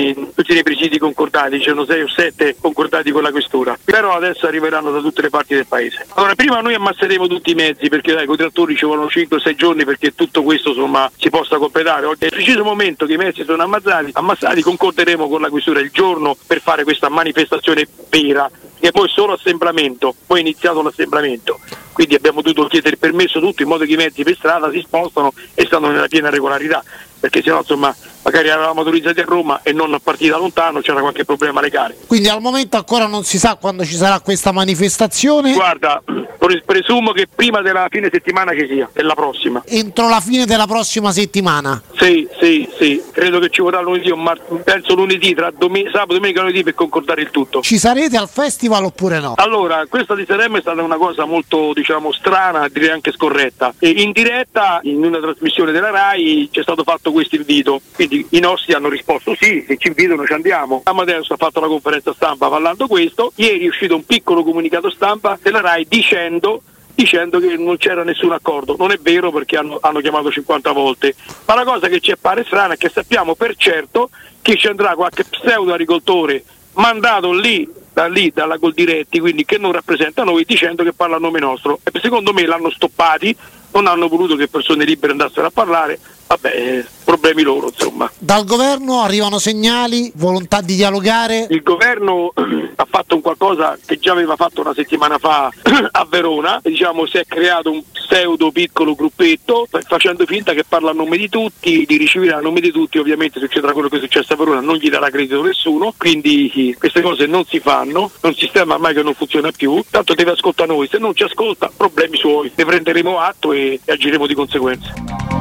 nei presidi concordati, ci sono 6 o 7 concordati con la questura, però adesso arriveranno da tutte le parti del paese. Allora, prima noi ammasseremo tutti i mezzi, perché con i trattori ci vogliono 5-6 giorni perché tutto questo si possa completare. Nel preciso momento che i mezzi sono ammassati, concorderemo con la questura il giorno per fare questa manifestazione vera, che poi solo assemblamento, poi è iniziato l'assemblamento, quindi abbiamo dovuto chiedere permesso tutto in modo che i mezzi per strada si spostano e stanno nella piena regolarità, perché sennò magari eravamo autorizzati a Roma e non a partire da lontano, c'era qualche problema legale. Quindi al momento ancora non si sa quando ci sarà questa manifestazione? Guarda, presumo che prima della fine settimana ci sia, della prossima. Entro la fine della prossima settimana? Sì, credo che ci vorrà lunedì, penso lunedì, tra sabato, domenica e lunedì per concordare il tutto. Ci sarete al festival oppure no? Allora, questa di Sanremo è stata una cosa molto strana, direi anche scorretta. E in diretta, in una trasmissione della RAI, c'è stato fatto questo invito, quindi i nostri hanno risposto sì, se ci invitano ci andiamo. Amadeus ha fatto la conferenza stampa parlando questo, ieri è uscito un piccolo comunicato stampa della RAI dicendo che non c'era nessun accordo. Non è vero, perché hanno chiamato 50 volte, ma la cosa che ci appare strana è che sappiamo per certo che ci andrà qualche pseudo agricoltore mandato dalla Coldiretti, quindi che non rappresenta noi, dicendo che parla a nome nostro, e secondo me l'hanno stoppati, non hanno voluto che persone libere andassero a parlare. Vabbè, problemi loro, insomma. Dal governo arrivano segnali, volontà di dialogare? Il governo ha fatto un qualcosa che già aveva fatto una settimana fa a Verona, si è creato un pseudo piccolo gruppetto facendo finta che parla a nome di tutti, di ricevere a nome di tutti. Ovviamente succederà quello che è successo a Verona, non gli darà credito nessuno, quindi queste cose non si fanno, è un sistema ormai che non funziona più, tanto deve ascoltare noi, se non ci ascolta problemi suoi, ne prenderemo atto e agiremo di conseguenza.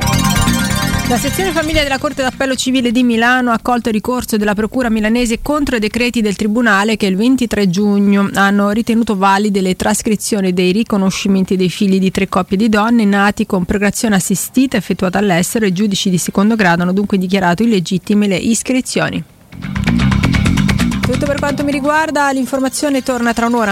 La sezione famiglia della Corte d'Appello Civile di Milano ha accolto il ricorso della Procura milanese contro i decreti del Tribunale che il 23 giugno hanno ritenuto valide le trascrizioni dei riconoscimenti dei figli di 3 coppie di donne nati con procreazione assistita effettuata all'estero. I giudici di secondo grado hanno dunque dichiarato illegittime le iscrizioni. Tutto per quanto mi riguarda, l'informazione torna tra un'ora.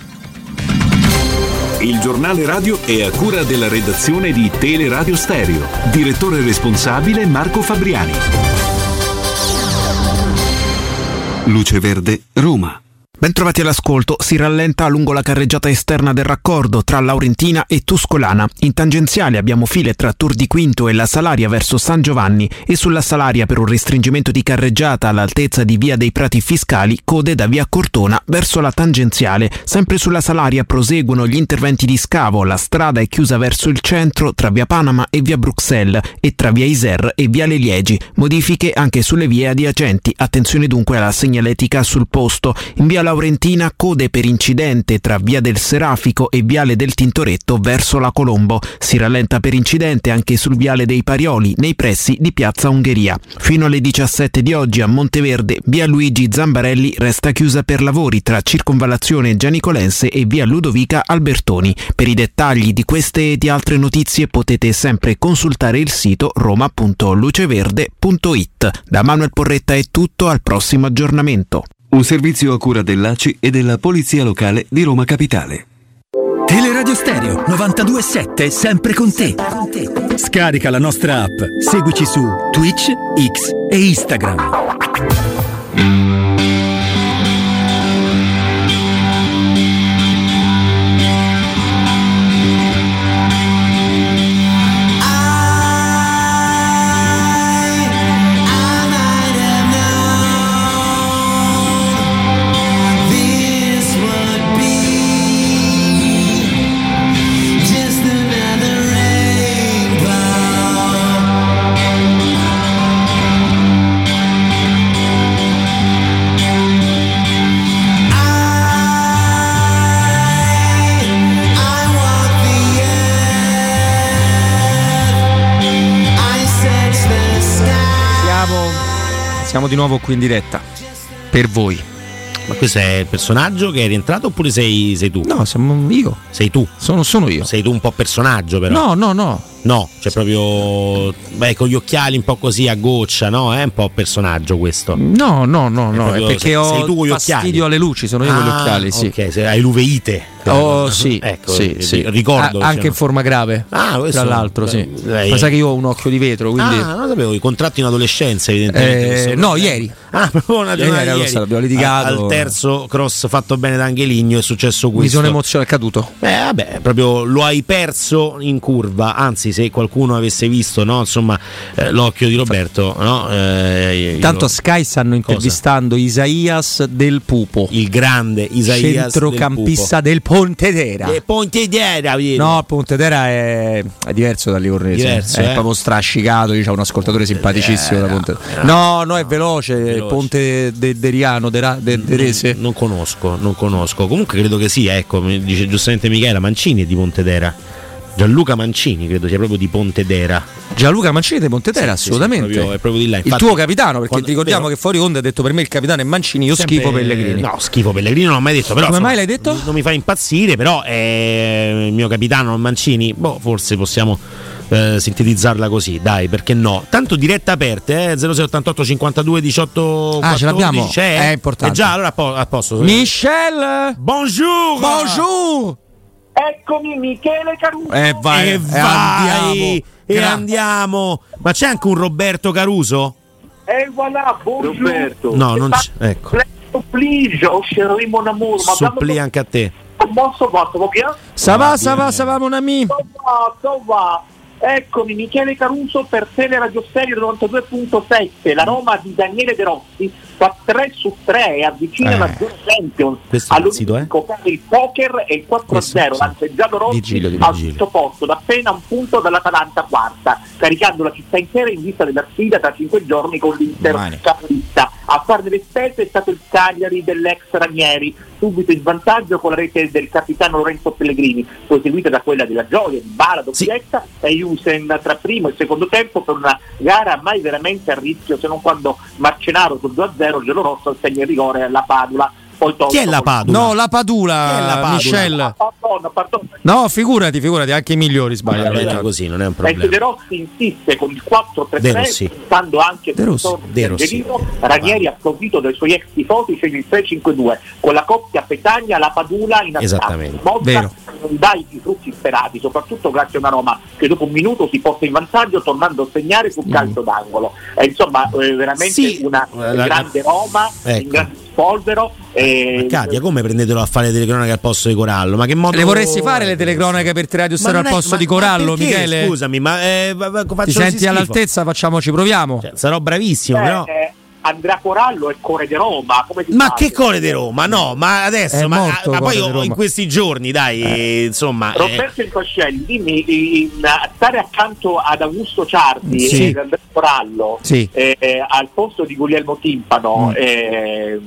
Il giornale radio è a cura della redazione di Teleradio Stereo. Direttore responsabile Marco Fabriani. Luce Verde, Roma. Bentrovati all'ascolto, si rallenta lungo la carreggiata esterna del raccordo tra Laurentina e Tuscolana. In tangenziale abbiamo file tra Tor di Quinto e la Salaria verso San Giovanni e sulla Salaria per un restringimento di carreggiata all'altezza di via dei Prati Fiscali, code da via Cortona verso la tangenziale. Sempre sulla Salaria proseguono gli interventi di scavo, la strada è chiusa verso il centro tra via Panama e via Bruxelles e tra via Iser e via Le Liegi. Modifiche anche sulle vie adiacenti, attenzione dunque alla segnaletica sul posto. In via Laurentina code per incidente tra via del Serafico e viale del Tintoretto verso la Colombo. Si rallenta per incidente anche sul viale dei Parioli nei pressi di piazza Ungheria. Fino alle 17 di oggi a Monteverde via Luigi Zambarelli resta chiusa per lavori tra circonvallazione Gianicolense e via Ludovica Albertoni. Per i dettagli di queste e di altre notizie potete sempre consultare il sito roma.luceverde.it. Da Manuel Porretta è tutto, al prossimo aggiornamento. Un servizio a cura dell'ACI e della Polizia Locale di Roma Capitale. Teleradio Stereo 92.7 sempre con te. Scarica la nostra app, seguici su Twitch, X e Instagram. Siamo di nuovo qui in diretta per voi. Ma questo è il personaggio che è rientrato oppure sei tu? No, sono io. Sei tu? Sono io. Sei tu un po' personaggio però. No. No, cioè proprio con gli occhiali un po' così a goccia, no? È un po' personaggio questo. No, è perché ho sei tu con gli fastidio occhiali. alle luci, sono io con gli occhiali, sì. Ok, se hai l'uveite. Oh, sì, ecco, sì. Ricordo. Anche in forma grave. Questo, tra l'altro, sì. Lei... Ma sai che io ho un occhio di vetro, quindi. Non sapevo, i contratti in adolescenza, evidentemente. No, ieri. Proprio una giornata ieri. Abbiamo litigato. Al terzo cross fatto bene da Angeligno è successo questo. Mi sono emozionato, è caduto. Vabbè, proprio lo hai perso in curva. Anzi, se qualcuno avesse visto, no, insomma, l'occhio di Roberto, no? Tanto Sky stanno intervistando Isaias Del Pupo, il grande Isaias centrocampista del Pontedera. Pontedera, no, Pontedera è diverso da Livornese, è proprio strascicato, c'è un ascoltatore simpaticissimo da Pontedera. No, è veloce. Pontederiano, derese. Non conosco. Comunque credo che sì, ecco, mi dice giustamente Michela, Mancini è di Pontedera. Gianluca Mancini credo sia proprio di Pontedera. Gianluca Mancini di Pontedera, sì, assolutamente. Sì, è proprio di là. Infatti, il tuo capitano, perché ti ricordiamo che fuori onda ha detto per me il capitano è Mancini, io sempre, schifo Pellegrini. No, schifo Pellegrini non l'ho mai detto, però. Come mai l'hai detto? Non mi fa impazzire, però è il mio capitano Mancini. Forse possiamo sintetizzarla così, dai, perché no? Tanto diretta aperte, 0688 52 18 14. Ce l'abbiamo? C'è? È importante. Già, allora a posto. Michel! Bonjour! Eccomi Michele Caruso. Andiamo. Ma c'è anche un Roberto Caruso? Voilà, bonjour. Roberto. No, non c'è. Ecco. Chérie mon amour. Suppli anche a te. Ça va mon ami. Ça va. Eccomi Michele Caruso per Teleradio Stereo 92.7. La Roma di Daniele De Rossi fa 3-3 e avvicina la zona Champions all'unico il poker e il 4-0. Lanciato Rossi al quinto posto, da appena un punto dall'Atalanta quarta, caricando la città intera in vista della sfida tra 5 giorni con l'Inter capolista. A farne le spese è stato il Cagliari dell'ex Ranieri, subito in vantaggio con la rete del capitano Lorenzo Pellegrini, poi seguita da quella della Gioia, di Bala, doppietta e Jusen tra primo e secondo tempo, per una gara mai veramente a rischio, se non quando Marcenaro sul 2-0 giallorosso assegna il rigore alla Padula. Chi è la Padula? No, la Padula, Michel. Pardon. No, figurati, anche i migliori sbagliano. Così non è un problema. De Rossi insiste con il 4-3-3, stando anche Ranieri ha approfittato dei suoi ex tifosi, sceglie il 3-5-2 con la coppia Petagna, la Padula in attacco. Esattamente. Non dai i frutti sperati, soprattutto grazie a una Roma che dopo un minuto si porta in vantaggio tornando a segnare sul calcio d'angolo. Insomma, veramente una grande Roma, in grande spolvero. Katia, come prendetelo a fare le telecronache al posto di Corallo? Ma che modo le vorresti fare le telecronache per Radio Stereo al posto di Corallo, Michele? Scusami, ma ti senti all'altezza? Proviamo. Sarò bravissimo, però. Andrea Corallo è core di Roma. Come che core di Roma? No, ma adesso, ma poi in questi giorni, dai, insomma. Roberto Incoscelli, dimmi, stare accanto ad Augusto Ciardi e Andrea Corallo al posto di Guglielmo Timpano.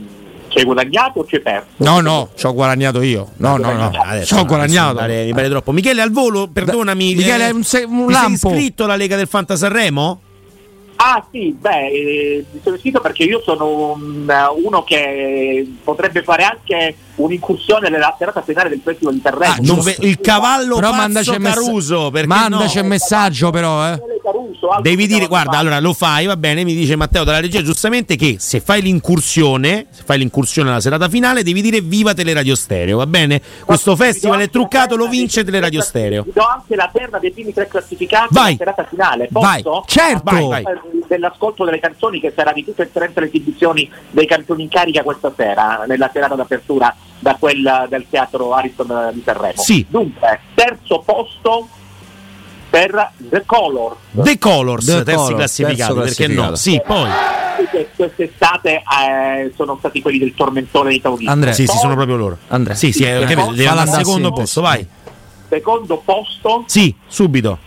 Ci hai guadagnato o ci hai perso? No, ci ho guadagnato io. No. Ci ho guadagnato. Mi pare troppo. Michele, al volo, perdonami. Michele, un ti lampo. sei iscritto alla Lega del Fanta Sanremo? Ah sì, mi sono iscritto perché io sono uno che potrebbe fare anche un'incursione nella serata finale del Festival di Sanremo. Il cavallo però pazzo Caruso, perché mandaci un messaggio però, Devi dire, guarda, allora lo fai, va bene, mi dice Matteo dalla regia giustamente che se fai l'incursione alla serata finale devi dire viva Teleradio Stereo, va bene? Questo festival è truccato, lo vince Teleradio Stereo. Vi do anche la terna dei primi 3 classificati Vai. della serata finale. Posso? Vai. Certo. Vai. Dell'ascolto delle canzoni, che sarà di tutte e 30 le esibizioni dei canzoni in carica questa sera, nella serata d'apertura da quella del teatro Ariston di Sanremo. Sì. Dunque, terzo posto per The Colors. The Colors, terzi classificato, perché no? Sì, poi quest'estate sono stati quelli del tormentone di Taurino. Andrea. Sì, sono proprio loro. Andrea. Sì, deve andare al secondo posto, vai. Secondo posto. Sì, subito.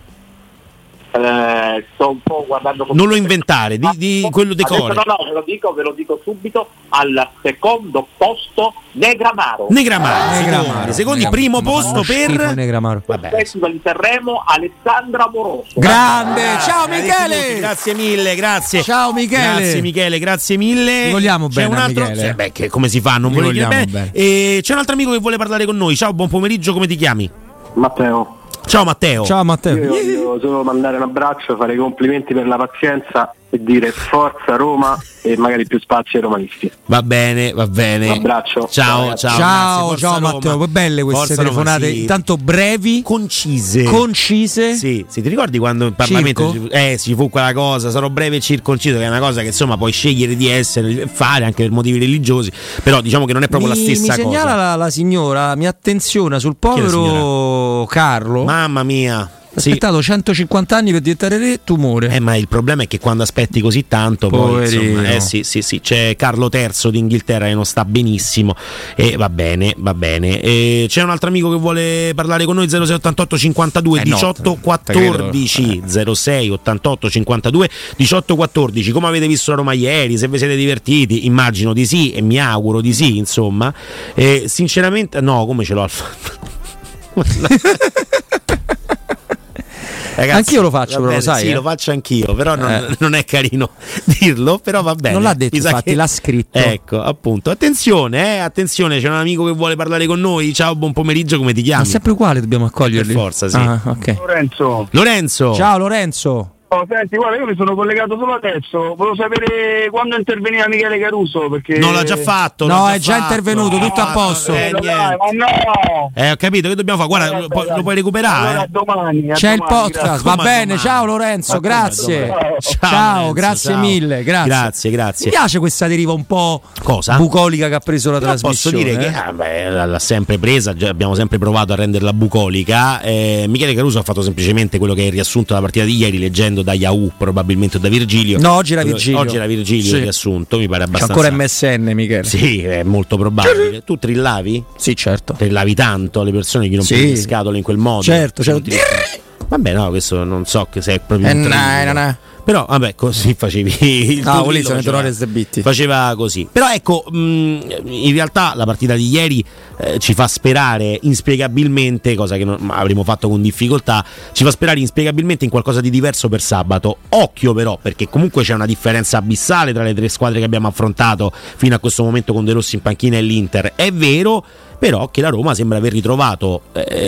Sto un po' guardando. Non lo inventare, di quello dei colori. No, ve lo dico subito. Al secondo posto Negramaro. Secondi, primo posto per Negramaro. Festival di Sanremo, Alessandra Moroso. Grande, ciao Michele. Grazie mille, grazie. Ciao Michele. Grazie Michele, grazie mille. Ti vogliamo c'è bene, un altro. Michele. Che come si fa? Non vuole dire bene. bene. E c'è un altro amico che vuole parlare con noi. Ciao, buon pomeriggio, come ti chiami? Matteo. Ciao Matteo. Io voglio solo mandare un abbraccio, fare i complimenti per la pazienza e dire forza Roma e magari più spazio ai romanisti. Va bene. Un abbraccio. Ciao Matteo, che belle queste Forza telefonate, Roma, sì. Intanto brevi, concise. Sì, ti ricordi quando in Parlamento ci fu quella cosa, sarò breve e circonciso, che è una cosa che insomma puoi scegliere di essere, fare anche per motivi religiosi, però diciamo che non è proprio la stessa cosa. Mi segnala la signora, mi attenziona sul povero Carlo. Mamma mia. Ha aspettato 150 anni per diventare re, tumore. Ma il problema è che quando aspetti così tanto, poverino. Poi insomma, sì, c'è Carlo III d'Inghilterra che non sta benissimo e va bene. E c'è un altro amico che vuole parlare con noi, 0688 52 18 14 06 88 52 18 14. Come avete visto la Roma ieri? Se vi siete divertiti? Immagino di sì e mi auguro di sì, insomma. Sinceramente no, come ce l'ho al Ragazzi, anch'io lo faccio, però lo sai. Sì, lo faccio anch'io, però non è carino dirlo, però va bene. Non l'ha detto, infatti, l'ha scritto. Ecco, appunto. Attenzione, c'è un amico che vuole parlare con noi. Ciao, buon pomeriggio, come ti chiami? Ma sempre uguale, dobbiamo accoglierli. Per forza, sì. Okay. Lorenzo. Ciao Lorenzo. Senti, guarda, io mi sono collegato solo adesso. Volevo sapere quando interveniva Michele Caruso, perché non l'ha già fatto. No, è già intervenuto, tutto a posto. Ho capito, che dobbiamo fare? Guarda, lo puoi recuperare. Allora, domani. C'è il podcast, va bene. Ciao Lorenzo, grazie. Ciao, grazie mille. Grazie. Mi piace questa deriva un po' bucolica che ha preso la trasmissione. Posso dire che l'ha sempre presa, abbiamo sempre provato a renderla bucolica. Michele Caruso ha fatto semplicemente quello che è il riassunto della partita di ieri, leggendo da Yahoo probabilmente o da Virgilio. No, oggi era Virgilio. Il riassunto, mi pare abbastanza. C'è ancora MSN, Michele. Sì, è molto probabile. Tu trillavi? Sì, certo. Trillavi tanto alle persone che non le scatole in quel modo. Certo. Vabbè, no, questo non so se è proprio un trillo. Però vabbè, così facevi il faceva così. Però ecco, in realtà la partita di ieri ci fa sperare inspiegabilmente, cosa che non avremmo fatto con difficoltà, ci fa sperare inspiegabilmente in qualcosa di diverso per sabato. Occhio però, perché comunque c'è una differenza abissale tra le tre squadre che abbiamo affrontato fino a questo momento, con De Rossi in panchina e l'Inter. È vero però che la Roma sembra aver ritrovato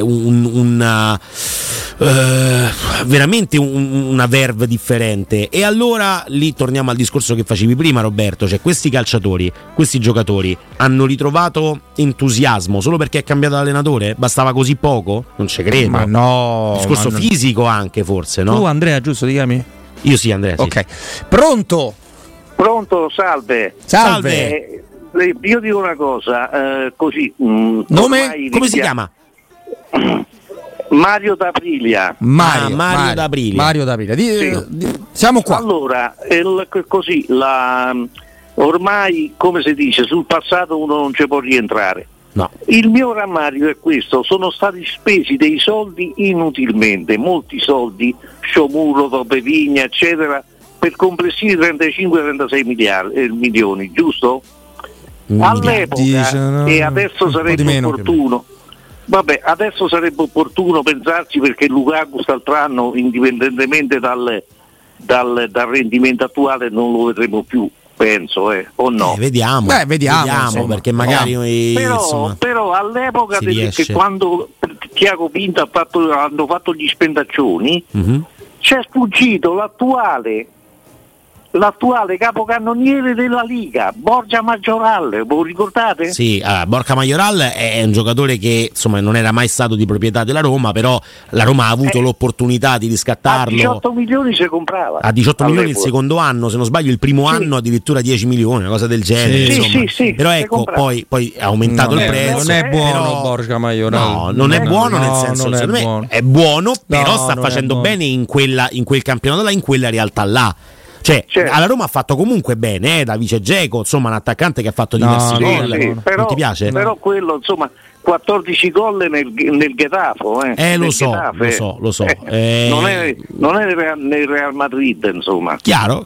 veramente una verve differente, e allora lì torniamo al discorso che facevi prima, Roberto, cioè questi calciatori, questi giocatori hanno ritrovato entusiasmo solo perché è cambiato l'allenatore? Bastava così poco? Non ci credo. Ma no, discorso fisico anche, forse, no? Tu Andrea, giusto, ti chiami? Io sì, Andrea, sì. Ok. Pronto, salve. Io dico una cosa, così. Nome? Come si chiama? Mario D'Aprilia. Mario D'Aprilia. Siamo qua. Allora, ormai, come si dice, sul passato uno non ci può rientrare. No. Il mio rammario è questo: sono stati spesi dei soldi inutilmente, molti soldi, Sciomuro, Topevigna, eccetera, per complessivi 35-36 milioni, giusto? all'epoca, e adesso sarebbe opportuno. Vabbè, adesso sarebbe opportuno pensarci, perché Lukaku quest'altro anno, indipendentemente dal rendimento attuale, non lo vedremo più, penso, o no? Vediamo, perché magari però all'epoca che quando Tiago Pinto hanno fatto gli spendaccioni, c'è sfuggito l'attuale capocannoniere della Liga, Borja Majoral, ve lo ricordate? Sì, Borja Majoral è un giocatore che insomma non era mai stato di proprietà della Roma, però la Roma ha avuto l'opportunità di riscattarlo. A 18 milioni si comprava. A 18 milioni il secondo anno, se non sbaglio il primo anno addirittura 10 milioni, una cosa del genere. Sì, però ecco, poi è aumentato il prezzo. Non è buono Borja Majoral. No, non è buono, nel senso è buono, però sta facendo bene in quel campionato là, in quella realtà là. Cioè, alla Roma ha fatto comunque bene, da vice Dzeko, insomma, un attaccante che ha fatto diversi gol. Non ti piace? Però quello, insomma, 14 gol nel Getafe. Lo so. Non è nel Real Madrid, insomma. Chiaro,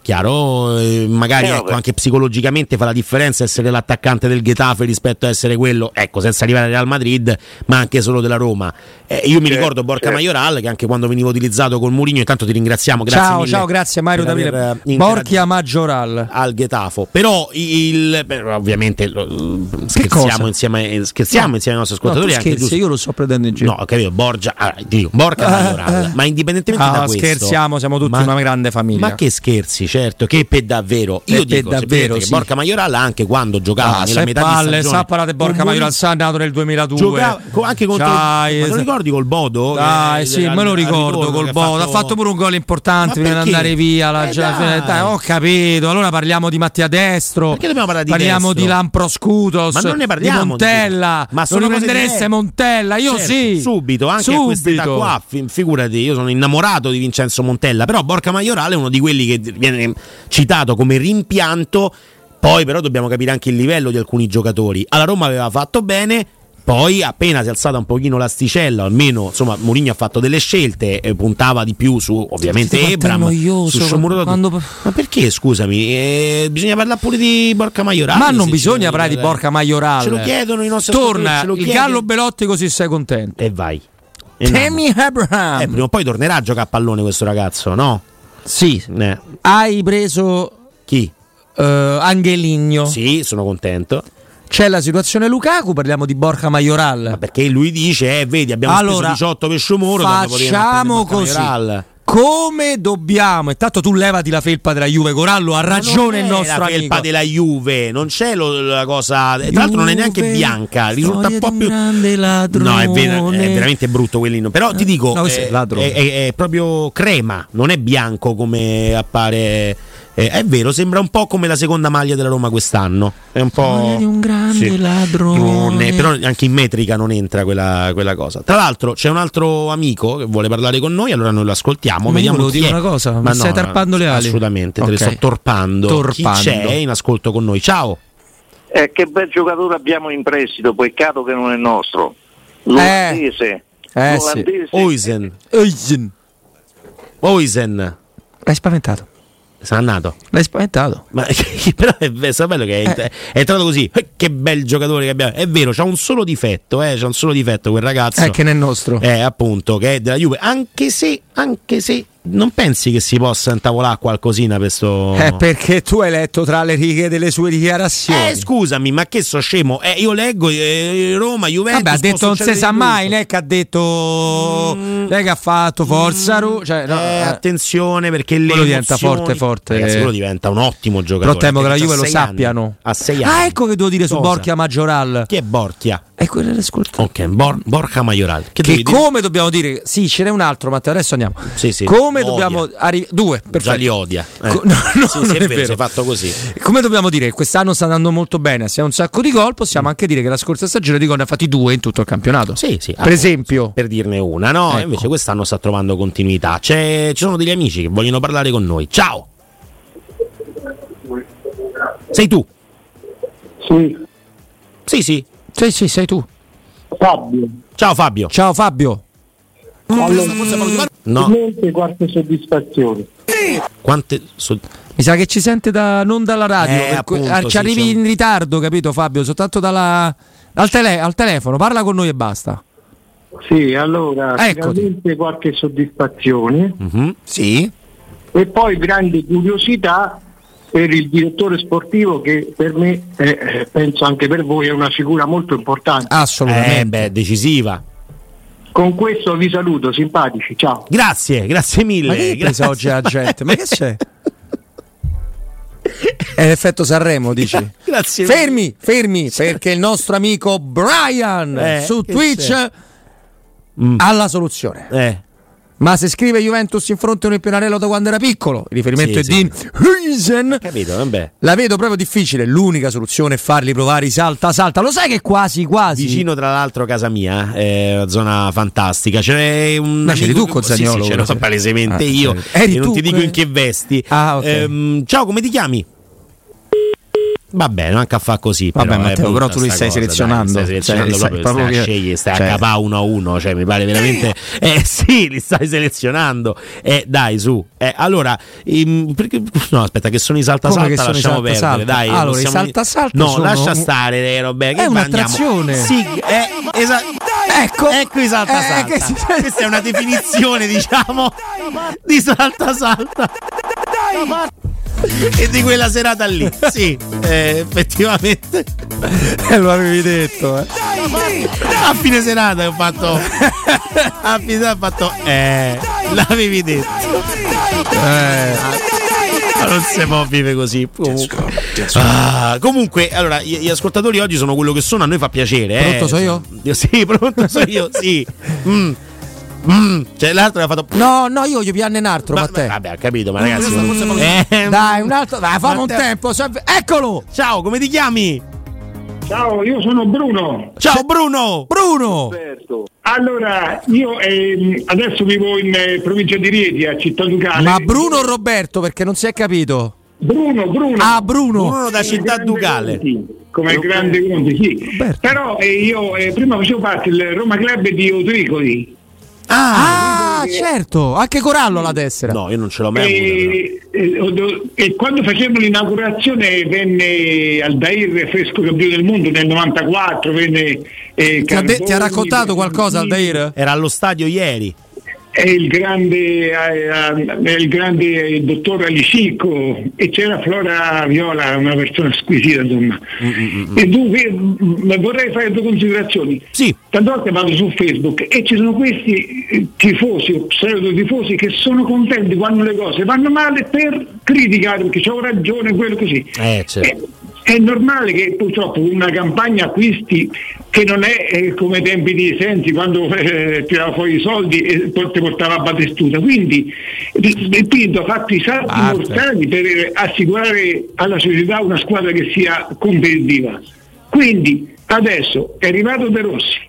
magari anche psicologicamente fa la differenza essere l'attaccante del Getafe rispetto a essere quello, senza arrivare al Real Madrid, ma anche solo della Roma. Io mi ricordo Borja Majoral, che anche quando veniva utilizzato con Mourinho, intanto ti ringraziamo, grazie mille. Ciao, grazie Mario Davide. Borja Majoral al Getafe. Però ovviamente scherziamo insieme ai nostri ascoltatori. Io lo sto prendendo in giro. No, ho capito, Borja Majoral. Ma indipendentemente da questo, scherziamo, siamo tutti una grande famiglia. Ma che scherzi, certo, che per davvero. Io dico davvero, che Borja Majoral, anche quando giocava nella metà di stagione, parlate Borja Majoral, è nato nel 2002. Giocava anche contro ma te lo ricordi col Bodo? Me lo ricordo col Bodo. Ha fatto pure un gol importante prima di andare via. Ho capito. Allora parliamo di Mattia Destro. Perché dobbiamo parlare di Parliamo Destro? di Lamproscutos. Ma non ne parliamo di Montella. Ma non riprendereste Montella? Io sì. Subito, anche a quest'età qua. Figurati, io sono innamorato di Vincenzo Montella. Però Borja Majoral è uno di quelli che viene citato come rimpianto. Poi però dobbiamo capire anche il livello di alcuni giocatori. Alla Roma aveva fatto bene. Poi appena si è alzata un pochino l'asticella, almeno insomma Mourinho ha fatto delle scelte, puntava di più su ovviamente Ebram, su quando... Ma perché, scusami, bisogna parlare pure di Borja Majoral. Ma non bisogna parlare di Borja Majoral. Ce lo chiedono i nostri Torna il Gallo Belotti, così sei contento. E vai. Tammy Abraham. Prima o poi tornerà a giocare a pallone questo ragazzo, no? Sì. Hai preso chi? Angeligno. Sì, sono contento. C'è la situazione Lukaku, parliamo di Borja Majoral. Ma perché lui dice, vedi, abbiamo speso 18 per Sciomuro. Facciamo così. Come dobbiamo? Intanto tu levati la felpa della Juve, Corallo, ha ragione il nostro amico. La felpa della Juve, non c'è la cosa. Tra l'altro non è neanche bianca, risulta un po' più grande ladrone. No, è veramente brutto quell'inno. Però ti dico, è proprio crema, non è bianco come appare. È vero, sembra un po' come la seconda maglia della Roma quest'anno. È un po' di un grande ladrone. Però anche in metrica non entra quella cosa. Tra l'altro c'è un altro amico che vuole parlare con noi, allora noi lo ascoltiamo. Vediamo dire una cosa, ma stai tarpando le ali? Assolutamente, te le sto torpando. Chi c'è in ascolto con noi? Ciao. Che bel giocatore abbiamo in prestito, peccato che non è nostro. L'olandese. Oisen. L'hai spaventato. Sarà nato. L'hai spaventato. Ma però è bello che è entrato così. Che bel giocatore che abbiamo. È vero, c'ha un solo difetto, c'ha un solo difetto quel ragazzo. Che non è nostro. Appunto, che è della Juve. Anche se non pensi che si possa intavolare qualcosina per sto. Perché tu hai letto tra le righe delle sue dichiarazioni. Scusami, ma che so scemo? Io leggo Roma, Juventus. Vabbè, ha detto non si sa mai, lei che ha detto lei che ha fatto forza attenzione, perché quello diventa forte. Ragazzi, quello diventa un ottimo giocatore. Però temo che la Juve lo sappiano. A 6 anni. Ecco che devo dire su Borja Majoral. Chi è Borja? È quello dell'ascolto. Ok, Borja Majoral. Che come dobbiamo dire? Sì, ce n'è un altro, Matteo, adesso andiamo. Sì. Come dobbiamo due, perfetto. Già li odia. Non è vero, si è fatto così. Come dobbiamo dire? Quest'anno sta andando molto bene, si ha un sacco di gol, possiamo anche dire che la scorsa stagione di gol ne ha fatti 2 in tutto il campionato. Sì. Per esempio, per dirne una, no? Ecco. Invece quest'anno sta trovando continuità. Ci sono degli amici che vogliono parlare con noi. Ciao. Sei tu? Sì. Sì, sei tu. Fabio. Ciao Fabio. Allora, no. Quante soddisfazioni. Quante Mi sa che ci sente non dalla radio, appunto, ci arrivi in ritardo, capito Fabio? Soltanto al telefono, parla con noi e basta. Sì, allora, finalmente qualche soddisfazione. Sì. E poi grande curiosità per il direttore sportivo che per me, penso anche per voi, è una figura molto importante. Assolutamente. Decisiva. Con questo vi saluto, simpatici, ciao. Grazie mille. Ma che hai preso oggi la gente? Ma che c'è? È l'effetto Sanremo, dici? Grazie. Fermi, perché il nostro amico Brian su Twitch ha la soluzione. Ma se scrive Juventus in fronte a un Pianarello da quando era piccolo, il riferimento è di Huijsen. Capito, vabbè. La vedo proprio difficile. L'unica soluzione è farli provare i salta. Lo sai che quasi vicino, tra l'altro, a casa mia, è una zona fantastica. C'è un ma c'eri tu con Zaniolo? Sì, c'ero palesemente io. Eri e non tu, ti dico in che vesti. Okay. Ciao, come ti chiami? Va bene, manca a fa così. Vabbè, Matteo, però tu li stai selezionando. Stai selezionando stai a capà 1-1, cioè mi pare veramente. Sì, li stai selezionando. Dai, su. Allora, perché, no, aspetta, che sono i salta lasciamo perdere. Dai, allora, i salta no, lascia stare, Roberto. È un'attrazione. Sì, esatto. Ecco i salta. Questa è una definizione, diciamo, di salta. E di quella serata lì, sì, effettivamente. Lo avevi detto, A fine serata ho fatto. L'avevi detto. Non si può vivere così. Comunque, allora, gli ascoltatori oggi sono quello che sono, a noi fa piacere. Pronto so io? Sì, pronto so io, sì. Cioè l'altro ha fatto. No, io gli pianne un altro, Matteo. Vabbè, ho capito, ma ragazzi. Dai, un altro. Dai, fammi un tempo. Eccolo! Ciao, come ti chiami? Ciao, io sono Bruno. Ciao Bruno! Roberto. Allora, io adesso vivo in provincia di Rieti, a Città Ducale. Ma Bruno o Roberto? Perché non si è capito. Bruno. Ah, Bruno. Bruno da Città Ducale. Come il grande Conte, sì. Roberto. Però io prima facevo parte del Roma Club di Otricoli. Certo, anche Corallo la tessera. No, io non ce l'ho mai avuta. E quando facevamo l'inaugurazione venne Aldair fresco campione del mondo nel 94, venne ti ha raccontato qualcosa Aldair? Era allo stadio ieri. È il grande dottor Alicicco e c'era Flora Viola, una persona squisita, insomma. E dunque vorrei fare due considerazioni. Sì. Tante volte vado su Facebook e ci sono questi tifosi, pseudo tifosi, che sono contenti quando le cose vanno male per criticare perché c'ho ragione, quello così. Certo. È normale che purtroppo una campagna acquisti che non è come ai tempi di Sensi, quando tirava fuori i soldi e poi ti portava a Battistuta, quindi il Pinto ha fatto i salti mortali per assicurare alla società una squadra che sia competitiva. Quindi adesso è arrivato De Rossi,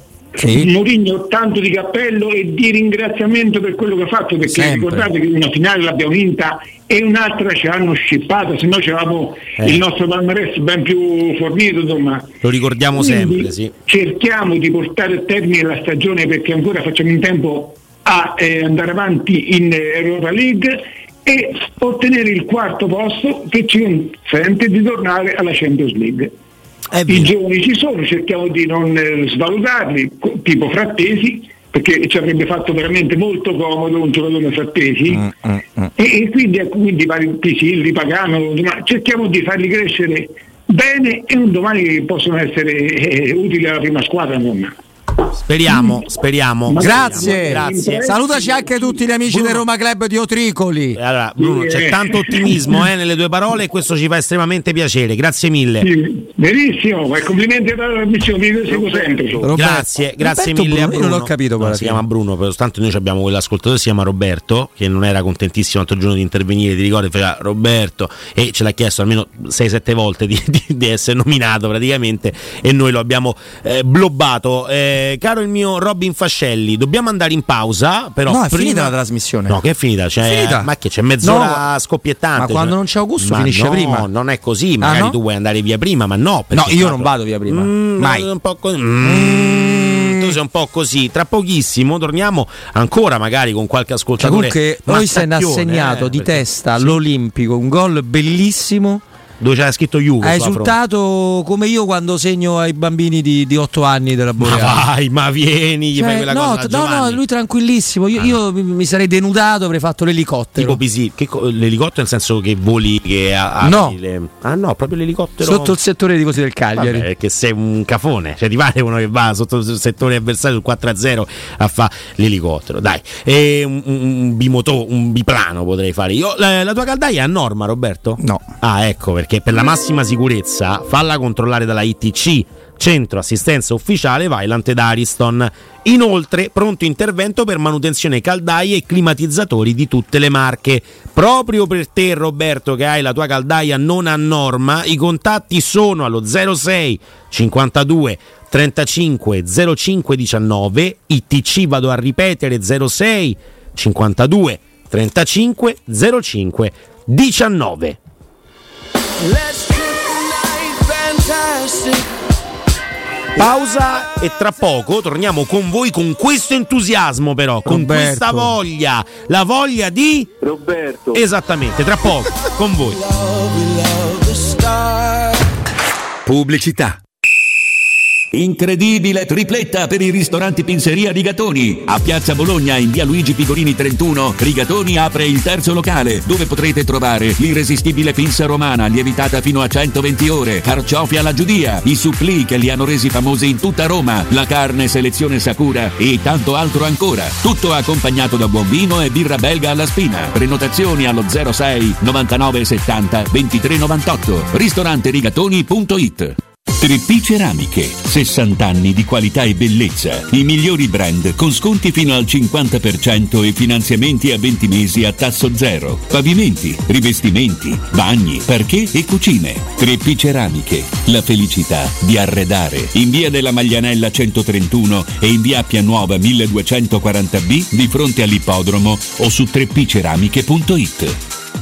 Mourinho tanto di cappello e di ringraziamento per quello che ha fatto, perché ricordate che una finale l'abbiamo vinta e un'altra ce l'hanno scippata, se no c'avevamo il nostro palmarès ben più fornito, insomma. Lo ricordiamo sempre, sì. Cerchiamo di portare a termine la stagione perché ancora facciamo in tempo a andare avanti in Europa League e ottenere il quarto posto che ci consente di tornare alla Champions League. I giovani ci sono, cerchiamo di non svalutarli, tipo Frattesi, perché ci avrebbe fatto veramente molto comodo un giocatore Frattesi, e quindi vari Pisilli, Pagano, ma cerchiamo di farli crescere bene e un domani possono essere utili alla prima squadra, insomma. Speriamo. Grazie. Salutaci anche tutti gli amici del Roma Club di Otricoli. Allora, Bruno, c'è tanto ottimismo nelle tue parole e questo ci fa estremamente piacere. Grazie mille. Sì, benissimo, complimenti per la trasmissione, vi seguo sempre. Grazie mille a Bruno. Io non l'ho capito, si chiama Bruno, per tanto noi abbiamo quell'ascoltatore, si chiama Roberto, che non era contentissimo l'altro giorno di intervenire, ti ricordi, faceva Roberto, e ce l'ha chiesto almeno 6-7 volte di essere nominato praticamente, e noi lo abbiamo blobbato. Caro il mio Robin Fascelli, dobbiamo andare in pausa, però no, è finita la trasmissione. No, che è finita? Ma che c'è mezz'ora scoppiettante? Ma quando non c'è Augusto finisce prima. No, non è così, magari no? Tu vuoi andare via prima, ma no. No, io non vado via prima. Mai. Un po' così. Tu cose un po' così. Tra pochissimo torniamo ancora magari con qualche ascoltatore. Comunque noi se ne ha segnato di testa all'Olimpico un gol bellissimo dove c'era scritto Juve. Ha esultato come io quando segno ai bambini di 8 anni della Boreale. Ma vai, ma vieni, gli fai quella cosa. No, lui tranquillissimo. Io mi sarei denudato, avrei fatto l'elicottero. Tipo l'elicottero nel senso che voli che no. No, proprio l'elicottero sotto il settore dei tifosi del Cagliari. Vabbè, che sei un cafone, cioè ti pare uno che va sotto il settore avversario sul 4-0 a fa l'elicottero. Dai, un biplano potrei fare io. La tua caldaia è a norma, Roberto? No. Ah, ecco perché per la massima sicurezza falla controllare dalla ITC, Centro Assistenza Ufficiale Vaillant ed Ariston. Inoltre pronto intervento per manutenzione caldaie e climatizzatori di tutte le marche. Proprio per te, Roberto, che hai la tua caldaia non a norma, i contatti sono allo 06 52 35 05 19, ITC vado a ripetere 06 52 35 05 19. Pausa e tra poco torniamo con voi con questo entusiasmo, però con Roberto. Questa voglia, la voglia di Roberto. Esattamente, tra poco con voi. Pubblicità. Incredibile tripletta per i ristoranti Pinzeria Rigatoni. A Piazza Bologna in via Luigi Pigorini 31, Rigatoni apre il terzo locale, dove potrete trovare l'irresistibile pinza romana lievitata fino a 120 ore, carciofi alla giudia, i supplì che li hanno resi famosi in tutta Roma, la carne selezione Sakura e tanto altro ancora. Tutto accompagnato da buon vino e birra belga alla spina. Prenotazioni allo 06 99 70 23 98. ristoranterigatoni.it. 3P Ceramiche, 60 anni di qualità e bellezza, i migliori brand con sconti fino al 50% e finanziamenti a 20 mesi a tasso zero, pavimenti, rivestimenti, bagni, parquet e cucine. 3P Ceramiche, la felicità di arredare. In via della Maglianella 131 e in via Appia Nuova 1240B di fronte all'ippodromo o su 3pceramiche.it.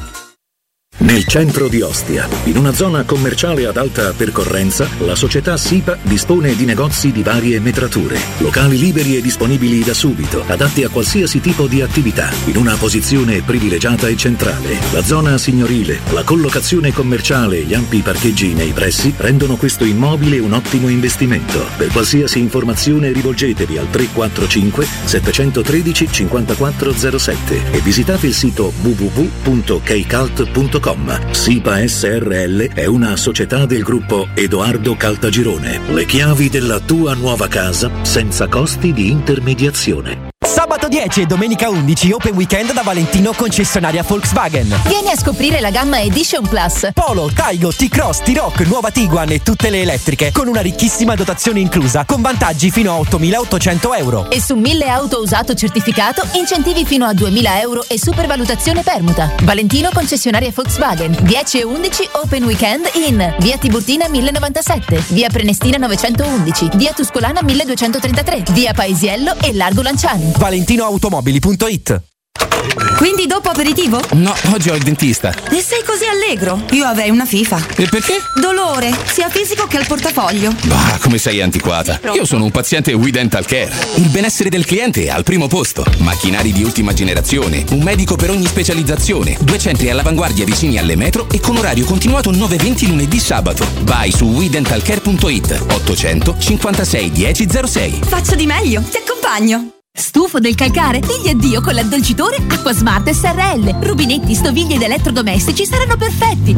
Nel centro di Ostia, in una zona commerciale ad alta percorrenza, la società SIPA dispone di negozi di varie metrature, locali liberi e disponibili da subito, adatti a qualsiasi tipo di attività, in una posizione privilegiata e centrale. La zona signorile, la collocazione commerciale e gli ampi parcheggi nei pressi rendono questo immobile un ottimo investimento. Per qualsiasi informazione rivolgetevi al 345 713 5407 e visitate il sito www.keicalt.com. SIPA SRL è una società del gruppo Edoardo Caltagirone. Le chiavi della tua nuova casa senza costi di intermediazione. Sabato 10 e domenica 11 Open Weekend da Valentino concessionaria Volkswagen. Vieni a scoprire la gamma Edition Plus. Polo, Taigo, T-Cross, T-Rock, nuova Tiguan e tutte le elettriche con una ricchissima dotazione inclusa con vantaggi fino a 8.800 euro. E su 1000 auto usato certificato incentivi fino a 2.000 euro e supervalutazione permuta. Valentino concessionaria Volkswagen. 10 e 11 Open Weekend in via Tiburtina 1097, via Prenestina 911, via Tuscolana 1233, via Paesiello e Largo Lanciani. ValentinoAutomobili.it. Quindi dopo aperitivo? No, oggi ho il dentista. E sei così allegro? Io avrei una FIFA. E perché? Dolore, sia fisico che al portafoglio. Bah, come sei antiquata. Io sono un paziente We Dental Care. Il benessere del cliente è al primo posto. Macchinari di ultima generazione, un medico per ogni specializzazione, 2 centri all'avanguardia vicini alle metro e con orario continuato 9-20 lunedì sabato. Vai su WeDentalCare.it 800 56 10 06. Faccio di meglio, ti accompagno. Stufo del calcare? Digli addio con l'addolcitore Acquasmart SRL. Rubinetti, stoviglie ed elettrodomestici saranno perfetti.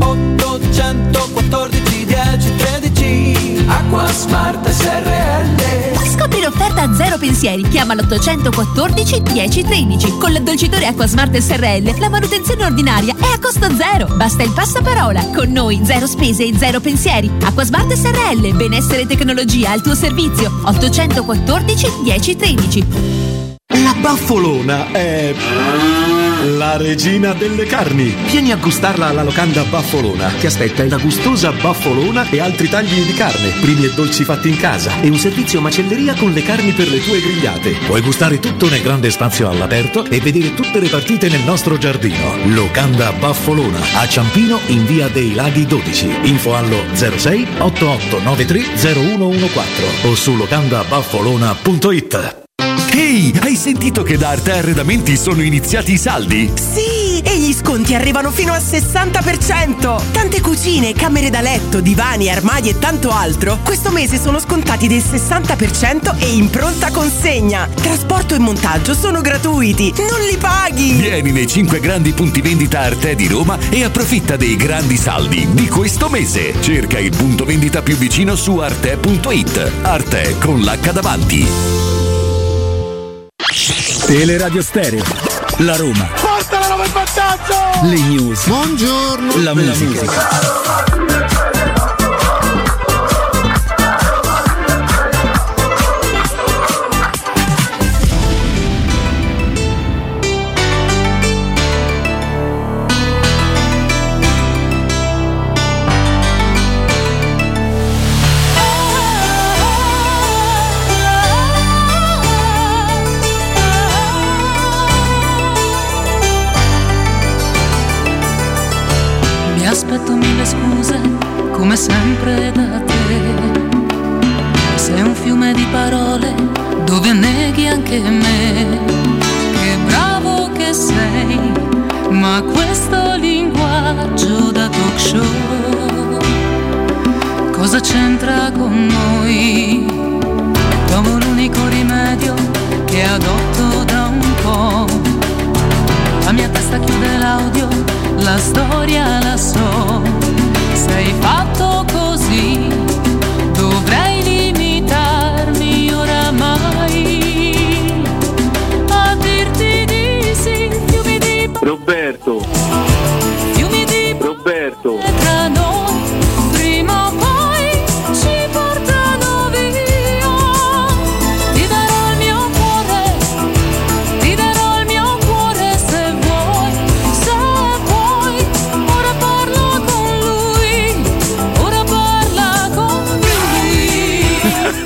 814 10 13 Acquasmart SRL. Scopri l'offerta a zero pensieri. Chiama l'814 10 13. Con l'addolcitore Acquasmart SRL la manutenzione ordinaria è a costo zero. Basta il passaparola. Con noi zero spese e zero pensieri. Acquasmart SRL. Benessere e tecnologia al tuo servizio. 814 10 13. La Baffolona è la regina delle carni. Vieni a gustarla alla locanda Baffolona. Ti aspetta una gustosa baffolona e altri tagli di carne, primi e dolci fatti in casa e un servizio macelleria con le carni per le tue grigliate. Puoi gustare tutto nel grande spazio all'aperto e vedere tutte le partite nel nostro giardino. Locanda Baffolona a Ciampino in via dei Laghi 12. Info allo 06 8893 0114 o su locandabaffolona.it. Ehi, hai sentito che da Arte Arredamenti sono iniziati i saldi? Sì, e gli sconti arrivano fino al 60%. Tante cucine, camere da letto, divani, armadi e tanto altro questo mese sono scontati del 60% e in pronta consegna. Trasporto e montaggio sono gratuiti, non li paghi. Vieni nei 5 grandi punti vendita Arte di Roma e approfitta dei grandi saldi di questo mese. Cerca il punto vendita più vicino su arte.it. Arte con l'H davanti. Teleradio Stereo, la Roma. Porta la Roma in vantaggio! Le news. Buongiorno. La musica. Aspetto mille scuse, come sempre da te. Sei un fiume di parole dove neghi anche me. Che bravo che sei, ma questo linguaggio da talk show cosa c'entra con noi? Trovo l'unico rimedio che adotto da un po'. La mia testa chiude l'audio, la storia la so. Sei fatto così, dovrei limitarmi oramai a dirti di sì. Fiumi di Roberto, fiumi di Roberto, tra noi, prima o poi ci portano via. Ti darò il mio cuore, ti darò il mio cuore se vuoi, se vuoi. Ora parla con lui, ora parla con lui.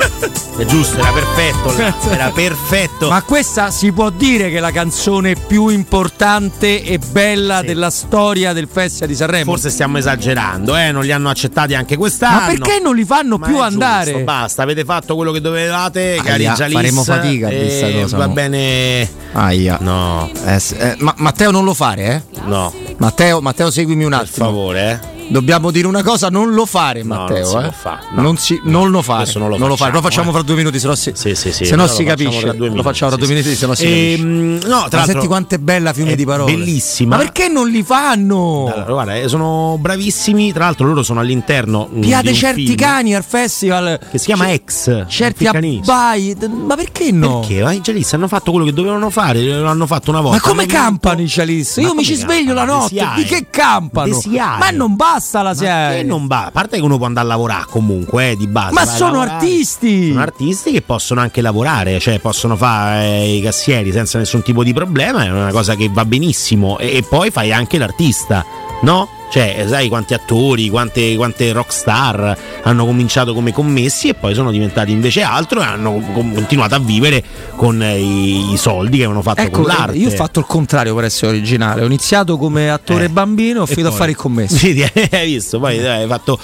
È giusto, era perfetto, era perfetto. Ma questa si può dire che è la canzone più importante e bella della storia del Festival di Sanremo? Forse stiamo esagerando, non li hanno accettati anche quest'anno. Ma perché non li fanno più andare? Giusto, basta, avete fatto quello che dovevate, cari Gialis. Faremo fatica a questa cosa. Va bene. Aia. No. Ma Matteo non lo fare, No. Matteo, seguimi un attimo. Per favore, Dobbiamo dire una cosa, non lo fare, Matteo. Non si può fare. Non lo fare. Adesso non lo fare. facciamo, Lo facciamo fra 2 minuti, se no si capisce. Lo facciamo tra 2 minuti, se no si capisce. No, tra senti quanto è bella Fiume di Parole. Bellissima. Ma perché non li fanno? Allora, guarda, sono bravissimi. Tra l'altro, loro sono all'interno. Piate certi film cani al festival che si chiama X. Certi abbai. Ma perché no? Perché i Gialis hanno fatto quello che dovevano fare. L'hanno fatto una volta. Ma come campano i Gialis? Io mi ci sveglio la notte. Di che campano? Ma non basta la sera. Non va, a parte che uno può andare a lavorare comunque di base. Ma sono artisti! Sono artisti che possono anche lavorare, cioè possono fare i cassieri senza nessun tipo di problema, è una cosa che va benissimo. E poi fai anche l'artista, no? Cioè, sai quanti attori, quante rockstar hanno cominciato come commessi e poi sono diventati invece altro e hanno continuato a vivere con i soldi che avevano fatto con l'arte. Io ho fatto il contrario, per essere originale. Ho iniziato come attore bambino, ho finito a fare il commesso. Sì, hai visto? Poi hai fatto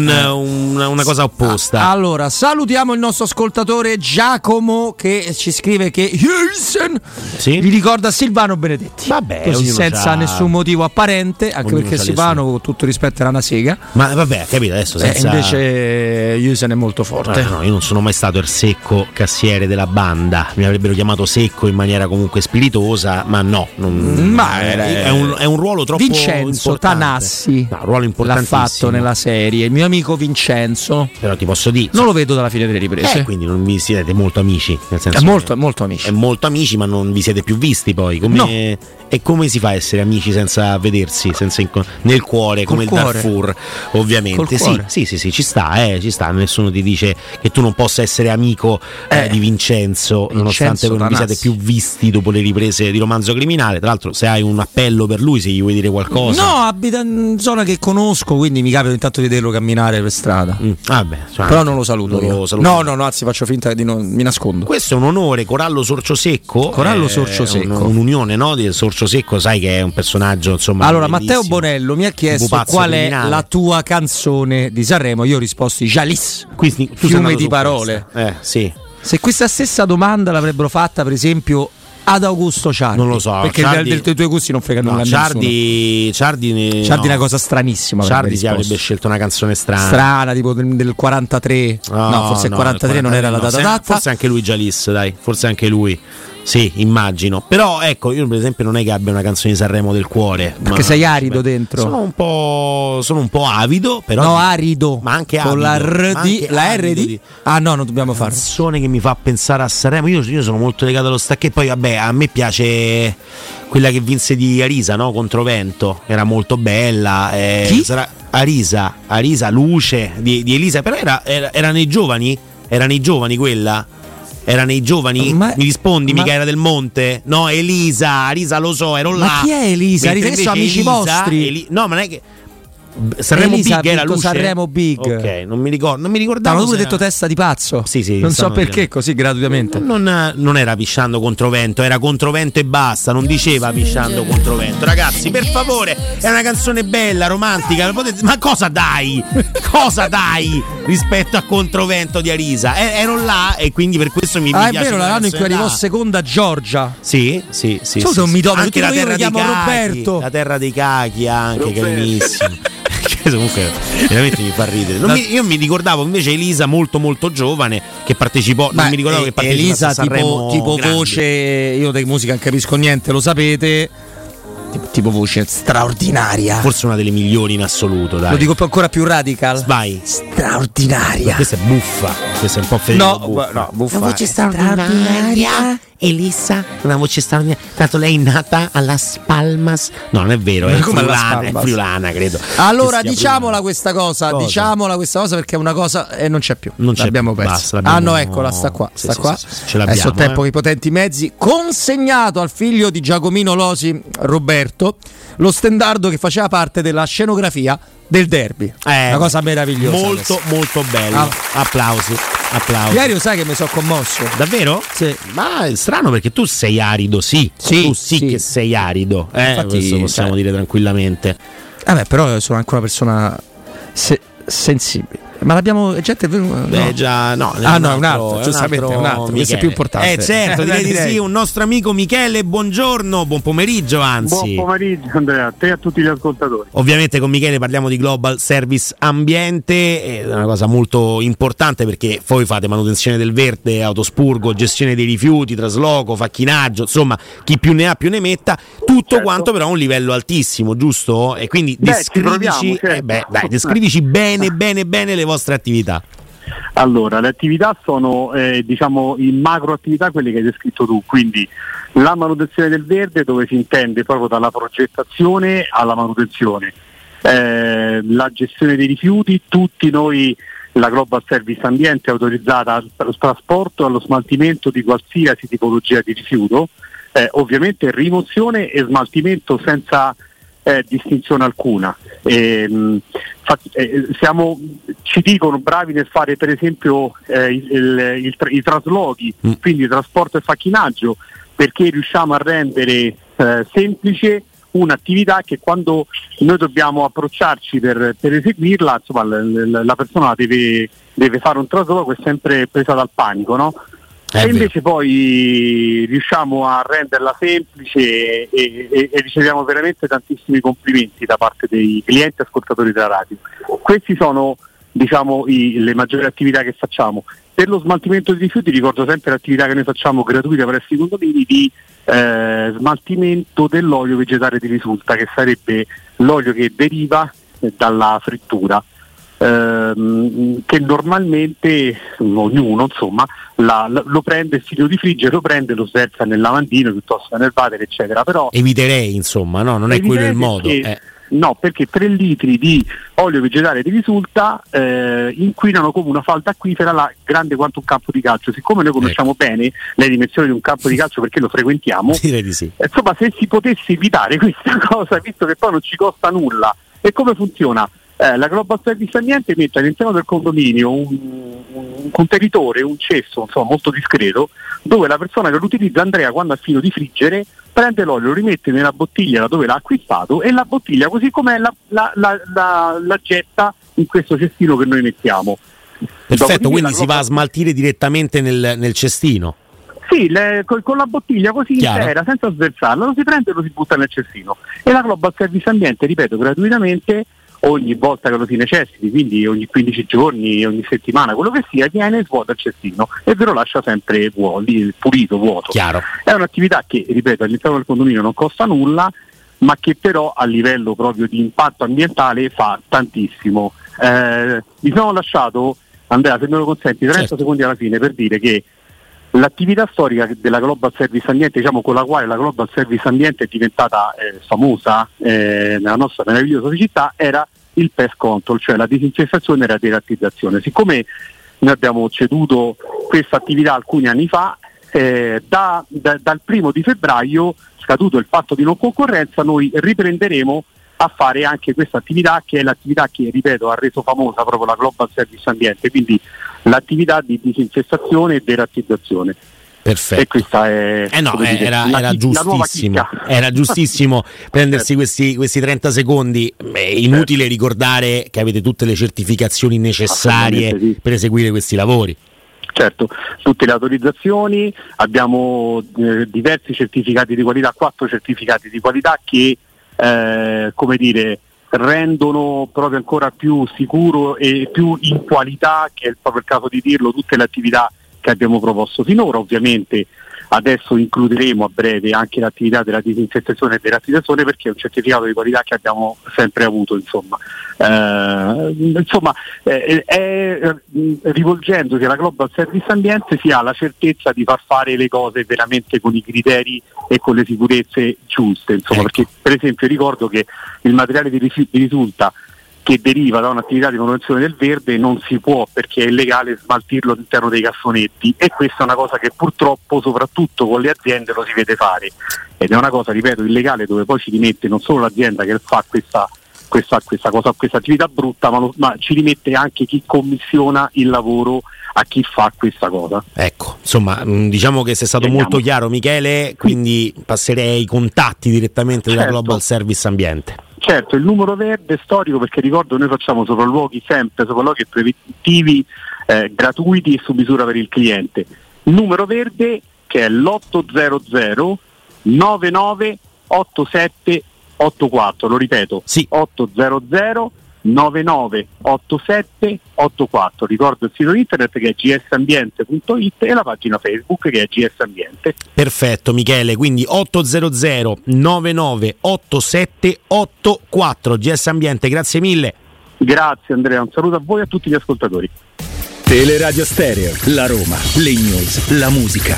una cosa opposta. Allora, salutiamo il nostro ascoltatore Giacomo che ci scrive che gli ricorda Silvano Benedetti. Vabbè, così senza nessun motivo apparente, anche perché Silvano, con tutto rispetto, era una sega. Ma vabbè, capito adesso senza... invece Jusen è molto forte. No, io non sono mai stato il secco cassiere della banda. Mi avrebbero chiamato secco in maniera comunque spiritosa, ma no, è un ruolo troppo Vincenzo importante. Tanassi ruolo importantissimo. l'ha fatto nella serie, il mio amico Vincenzo. Però ti posso dire, non lo vedo dalla fine delle riprese. Quindi non vi siete molto amici, nel senso è molto amici. È molto amici, ma non vi siete più visti poi. Come... No. E come si fa a essere amici senza vedersi, nel il cuore, come il Darfur, ovviamente. Sì, ci sta, nessuno ti dice che tu non possa essere amico di Vincenzo, nonostante voi non vi siate più visti dopo le riprese di Romanzo Criminale. Tra l'altro, se hai un appello per lui, se gli vuoi dire qualcosa. No, abita in zona che conosco, quindi mi capita intanto di vederlo camminare per strada. Però non lo saluto. No, anzi faccio finta di non, mi nascondo. Questo è un onore, Corallo Sorcio Secco. Un'unione, no, di Sorcio Secco, sai che è un personaggio, insomma. Allora, Matteo Bonello mi ha chiesto qual è la tua canzone di Sanremo. Io ho risposto Jalis, quindi fiume di parole. Sì. Se questa stessa domanda l'avrebbero fatta, per esempio, ad Augusto Ciardi, non lo so, perché dei tuoi gusti non frega nulla. Ciardi è una cosa stranissima. Ciardi si avrebbe scelto una canzone strana tipo del 43. Forse il 43 non era la data adatta. Forse anche lui Jalis, dai, forse anche lui. Sì, immagino. Però ecco, io per esempio non è che abbia una canzone di Sanremo del cuore. Perché sei arido dentro. Sono un po' avido, però. No, arido. Ma anche con avido. La R. Ah no, non dobbiamo fare. Canzone che mi fa pensare a Sanremo. Io sono molto legato allo stacchetto. Poi vabbè, a me piace quella che vinse di Arisa, no? Controvento. Era molto bella. Chi? Arisa Luce di Elisa. Però era nei giovani? Era nei giovani quella? Era nei giovani? Mi rispondi, Michela Del Monte? No, Elisa lo so, ero là. Ma chi è Elisa? Che sono amici vostri? No, ma non è che Sanremo Elisa Big era Luce? Sanremo Big. Ok, non mi ricordavo. Ma tu hai detto testa di pazzo? Sì. Non so perché, così gratuitamente. Non era Pisciando Controvento, era Controvento e basta, non diceva Pisciando Controvento. Ragazzi, per favore, è una canzone bella, romantica, ma cosa dai? Cosa dai rispetto a Controvento di Arisa? Ero là e quindi per questo mi piace. È vero, l'anno in cui arrivò seconda Giorgia. Sì. Non mi do, anche la terra dei cachi, Roberto. La terra dei cachi anche, carinissimo. Comunque veramente mi fa ridere. Io mi ricordavo invece Elisa molto molto giovane che partecipò. Non mi ricordavo che partecipasse Elisa a Sanremo tipo voce. Io di musica non capisco niente, lo sapete. Tipo voce straordinaria. Forse una delle migliori in assoluto, dai. Lo dico ancora più radical. Vai. Straordinaria. Ma questa è buffa. Questa è un po' Federico buffa. Una voce straordinaria. Elisa, una voce straordinaria. Tanto lei è nata a Las Palmas. No, non è vero, è friulana, credo. Allora diciamola questa cosa. Diciamola questa cosa perché è una cosa e non c'è più. Non c'è l'abbiamo più, persa. Basta, no, eccola, sta qua. Sì, qua. Ce l'abbiamo. Adesso tempo con i potenti mezzi. Consegnato al figlio di Giacomino Losi, Roberto, lo stendardo che faceva parte della scenografia del derby. Una cosa meravigliosa. Molto bello. Applausi. Ieri sai che mi sono commosso. Davvero? Sì. Ma è strano perché tu sei arido, sì. Tu che sei arido. Infatti, questo possiamo dire tranquillamente. Però sono anche una persona sensibile. Ma l'abbiamo gente no. Già no, un altro, giustamente un altro, questo è più importante. Certo, direi di sì, un nostro amico Michele, buongiorno, buon pomeriggio anzi. Buon pomeriggio Andrea, a te e a tutti gli ascoltatori. Ovviamente con Michele parliamo di Global Service Ambiente, è una cosa molto importante perché voi fate manutenzione del verde, autospurgo, gestione dei rifiuti, trasloco, facchinaggio, insomma, chi più ne ha più ne metta, tutto quanto però a un livello altissimo, giusto? E quindi descrivici bene le vostre attività. Allora, le attività sono in macro attività quelle che hai descritto tu, quindi la manutenzione del verde dove si intende proprio dalla progettazione alla manutenzione, la gestione dei rifiuti, tutti noi, la Global Service Ambiente è autorizzata al trasporto e allo smaltimento di qualsiasi tipologia di rifiuto, ovviamente rimozione e smaltimento senza distinzione alcuna. Ci dicono bravi nel fare per esempio i traslochi, quindi trasporto e facchinaggio, perché riusciamo a rendere semplice un'attività che quando noi dobbiamo approcciarci per eseguirla, insomma, la persona deve fare un trasloco, è sempre presa dal panico, no? E invece poi riusciamo a renderla semplice e riceviamo veramente tantissimi complimenti da parte dei clienti e ascoltatori della radio. Questi sono, le maggiori attività che facciamo. Per lo smaltimento dei rifiuti ricordo sempre l'attività che noi facciamo gratuita presso i condomini di smaltimento dell'olio vegetale di risulta, che sarebbe l'olio che deriva dalla frittura. Che normalmente ognuno lo prende, il filo di friggere lo prende, lo sversa nel lavandino piuttosto che nel water, eccetera. Però eviterei, insomma, no? Non è quello il modo. No, perché 3 litri di olio vegetale di Risulta inquinano come una falda acquifera grande quanto un campo di calcio. Siccome noi conosciamo bene le dimensioni di un campo di calcio perché lo frequentiamo, direi di sì. Insomma, se si potesse evitare questa cosa, visto che poi non ci costa nulla, e come funziona? La Global Service Ambiente mette all'interno del condominio un contenitore, un cesso, insomma, molto discreto, dove la persona che lo utilizza, Andrea, quando ha finito di friggere, prende l'olio, lo rimette nella bottiglia da dove l'ha acquistato e la bottiglia, così com'è, la getta in questo cestino che noi mettiamo. Perfetto, quindi si va a smaltire direttamente nel cestino. Sì, con la bottiglia così intera, senza sversarla, lo si prende e lo si butta nel cestino. E la Global Service Ambiente, ripeto, gratuitamente, ogni volta che lo si necessiti, quindi ogni 15 giorni, ogni settimana, quello che sia, viene e svuota il cestino e ve lo lascia sempre pulito, vuoto. Chiaro. È un'attività che, ripeto, all'interno del condominio non costa nulla, ma che però a livello proprio di impatto ambientale fa tantissimo. Mi sono lasciato, Andrea, se me lo consenti, 30 secondi alla fine per dire che l'attività storica della Global Service Ambiente, diciamo, con la quale la Global Service Ambiente è diventata famosa nella nostra meravigliosa città, era il pest control, cioè la disinfestazione e la derattizzazione. Siccome noi abbiamo ceduto questa attività alcuni anni fa, dal 1° febbraio, scaduto il patto di non concorrenza, noi riprenderemo a fare anche questa attività, che è l'attività che, ripeto, ha reso famosa proprio la Global Service Ambiente, quindi l'attività di disinfestazione e derattizzazione. Perfetto. E questa è era giustissimo. Era giustissimo prendersi questi 30 secondi. È inutile ricordare che avete tutte le certificazioni necessarie per eseguire questi lavori. Certo, tutte le autorizzazioni, abbiamo diversi certificati di qualità, 4 certificati di qualità che rendono proprio ancora più sicuro e più in qualità, che è proprio il caso di dirlo, tutte le attività che abbiamo proposto finora. Ovviamente adesso includeremo a breve anche l'attività della disinfestazione e derattizzazione, perché è un certificato di qualità che abbiamo sempre avuto, rivolgendosi alla Global Service Ambiente si ha la certezza di far fare le cose veramente con i criteri e con le sicurezze giuste, perché per esempio ricordo che il materiale di Risulta che deriva da un'attività di manutenzione del verde non si può, perché è illegale smaltirlo all'interno dei cassonetti, e questa è una cosa che purtroppo soprattutto con le aziende lo si vede fare, ed è una cosa, ripeto, illegale, dove poi ci rimette non solo l'azienda che fa questa attività brutta, ma ci rimette anche chi commissiona il lavoro a chi fa questa cosa. Ecco, insomma, diciamo che sei stato molto chiaro, Michele, quindi passerei ai contatti direttamente della Global Service Ambiente. Certo, il numero verde storico, perché ricordo noi facciamo sopralluoghi preventivi gratuiti e su misura per il cliente. Il numero verde che è l'800 99 87 84, lo ripeto, 800 9987 84. Ricordo il sito internet che è gsambiente.it e la pagina Facebook che è GS Ambiente. Perfetto, Michele, quindi 800 9987 84 GS Ambiente, grazie mille. Grazie Andrea, un saluto a voi e a tutti gli ascoltatori. Teleradio Stereo, la Roma, le news, la musica.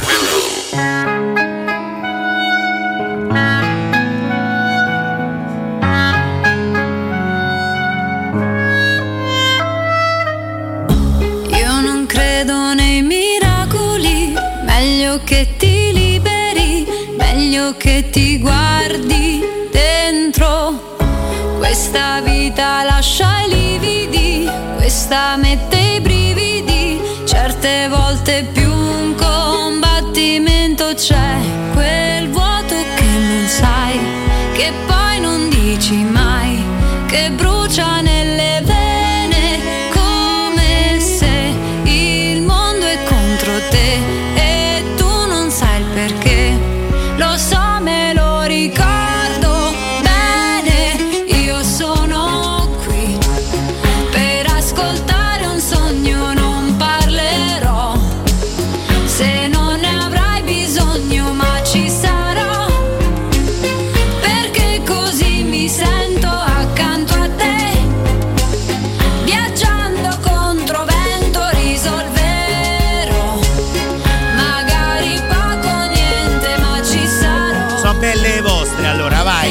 Nei miracoli, meglio che ti liberi, meglio che ti guardi dentro. Questa vita lascia i lividi, questa mette i brividi, certe volte più un combattimento c'è, quel vuoto che non sai, che poi non dici mai, che brucia nelle vene. E tu non sai il perché, lo so, me lo ricordo bene. Io sono qui per ascoltare un sogno, non parlerò se non ne avrai bisogno, ma ci sarò, perché così mi sento accanto a te.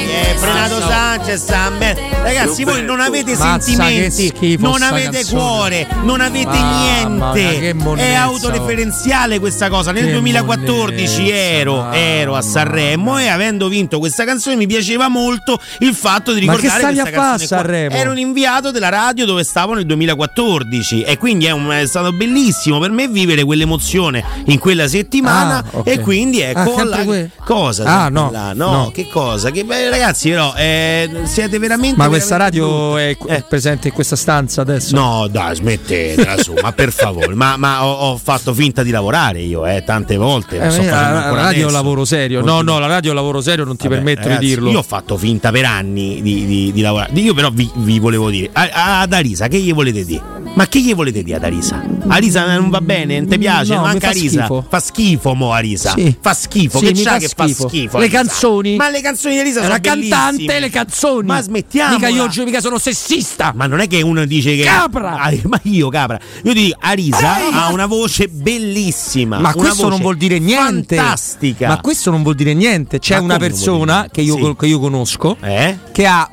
Renato Sanchez, ragazzi, voi non avete Mazza, sentimenti, che schifo non sta avete canzone. cuore, non avete Mamma mia, che niente. È monnezza, autoreferenziale questa cosa. Nel Che 2014 monnezza, ero a Sanremo e avendo vinto questa canzone mi piaceva molto il fatto di Ma che ricordare stavi questa a fare a canzone qua. Sanremo? Ero un inviato della radio dove stavo nel 2014 e quindi è stato bellissimo per me vivere quell'emozione in quella settimana. Ok. E quindi ecco cosa no, là, no. che cosa che ragazzi, però siete veramente. Ma questa radio brutti. è presente in questa stanza adesso? No, dai, smettetela su, ma per favore, ma ho fatto finta di lavorare io, tante volte. Sto facendo la ancora radio è un adesso. lavoro serio. No, la radio è un lavoro serio, non ti permetto Ragazzi, di dirlo. Io ho fatto finta per anni di lavorare. Io però vi volevo dire ad Arisa, che gli volete dire? Ma che gli volete dire ad Arisa? Arisa non va bene, non ti piace? No, mi manca fa Arisa. schifo. Fa schifo mo Arisa. Sì. Fa schifo. Sì, Che mi c'ha fa che schifo. fa schifo? Le Arisa? canzoni. Ma le canzoni di Arisa È sono una cantante, bellissime. le canzoni. Ma smettiamo. Mica sono sessista. Ma non è che uno dice che Capra! Ma io capra. Io dico Arisa ha una voce bellissima. Ma una questo voce non vuol dire niente. Fantastica. Ma questo non vuol dire niente. C'è Ma una come non vuol persona dire? che io conosco che ha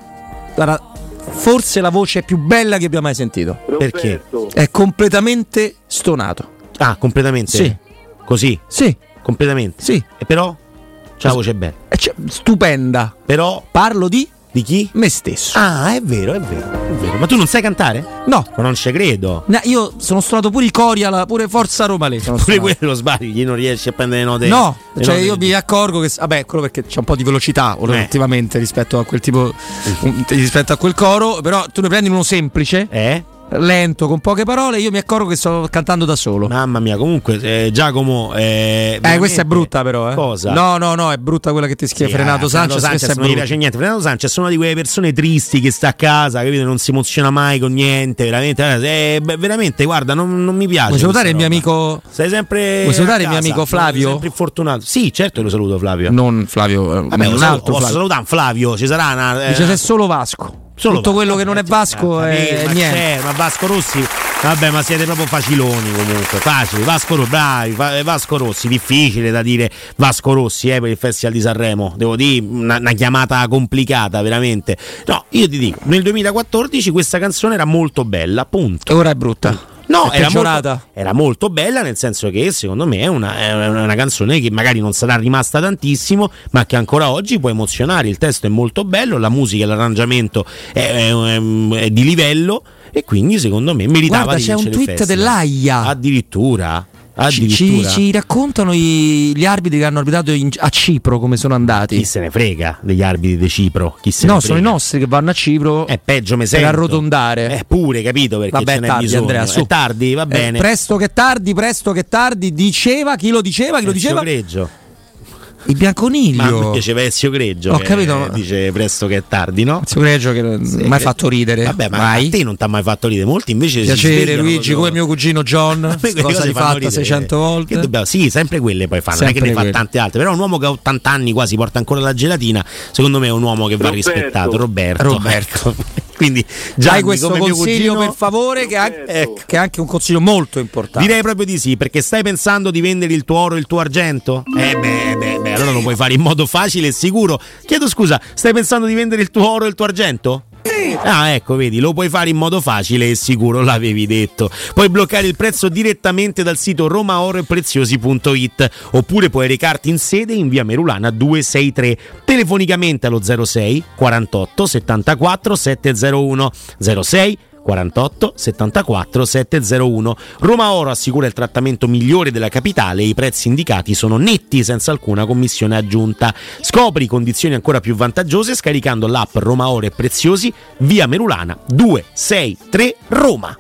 forse la voce più bella che abbia mai sentito. Perché? È completamente stonato. Ah, completamente? Sì. Così? Sì. Completamente? Sì. E però? C'ha la voce bella. Stupenda. Però? Parlo di chi? Me stesso. Ah, è vero. Ma tu non sai cantare? No. Ma non ci credo. No, io sono suonato pure i cori pure Forza Roma lì. Pure quello sbagli, non riesci a prendere le note. No, le cioè note. io mi accorgo che quello perché c'è un po' di velocità ultimamente rispetto a quel tipo rispetto a quel coro, però tu ne prendi uno semplice, lento, con poche parole, io mi accorgo che sto cantando da solo. Mamma mia, comunque Giacomo questa è brutta però, Cosa? No, è brutta quella che ti scrive Renato Sanchez, questa è non gli brutta. piace niente. Renato Sanchez è una di quelle persone tristi che sta a casa, capito? Non si emoziona mai con niente, veramente, guarda, non mi piace. Vuoi salutare il mio amico? Sei sempre. Vuoi salutare il mio a casa, amico Flavio? Sei sempre infortunato. Sì, certo, lo saluto Flavio. Non Flavio, Vabbè, un altro posso Flavio. salutare Flavio, ci sarà una. Dice c'è solo Vasco. Tutto quello che non è Vasco è niente. Ma Vasco Rossi, vabbè, ma siete proprio faciloni comunque, facili. Vasco Rossi, difficile da dire Vasco Rossi per il Festival di Sanremo, devo dire una chiamata complicata veramente. No, io ti dico, nel 2014 questa canzone era molto bella, punto. E ora è brutta. No, era molto bella, nel senso che secondo me è una canzone che magari non sarà rimasta tantissimo, ma che ancora oggi può emozionare. Il testo è molto bello, la musica e l'arrangiamento è di livello e quindi secondo me meritava. Guarda, di c'è un vincere il tweet festival. dell'AIA. Addirittura. Ci raccontano gli arbitri che hanno arbitrato a Cipro come sono andati. Chi se ne frega degli arbitri di Cipro? Sono i nostri che vanno a Cipro peggio me per sento. arrotondare. Pure, capito? Perché vabbè, ce n'è tardi, bisogno. Andrea, su. È tardi, va bene. Presto che tardi, diceva chi lo diceva? Greggio. Il Bianconiglio. Ma a me piaceva Ezio Greggio. Ho capito. Dice presto che è tardi, no? Ezio Greggio che non mai fatto ridere. Vabbè, ma mai. a te non ti ha mai fatto ridere. Molti invece piacere Luigi, come mio cugino John. Cosa di fatta ridere. 600 volte. Sì, sempre quelle poi fanno. Sempre non è che ne quelle. fa tante altre. Però un uomo che ha 80 anni quasi porta ancora la gelatina. Secondo me è un uomo che va rispettato. Roberto. Ecco. Quindi dai questo consiglio cugino, per favore che è anche un consiglio molto importante. Direi proprio di sì, perché stai pensando di vendere il tuo oro e il tuo argento? Allora lo puoi fare in modo facile e sicuro. Chiedo scusa, stai pensando di vendere il tuo oro e il tuo argento? Sì. Ah, ecco, vedi, lo puoi fare in modo facile e sicuro, l'avevi detto. Puoi bloccare il prezzo direttamente dal sito romaoroepreziosi.it oppure puoi recarti in sede in via Merulana 263 telefonicamente allo 06 48 74 701 06 48 74 701. Roma Oro assicura il trattamento migliore della capitale e i prezzi indicati sono netti senza alcuna commissione aggiunta. Scopri condizioni ancora più vantaggiose scaricando l'app Roma Oro e Preziosi, via Merulana 263 Roma.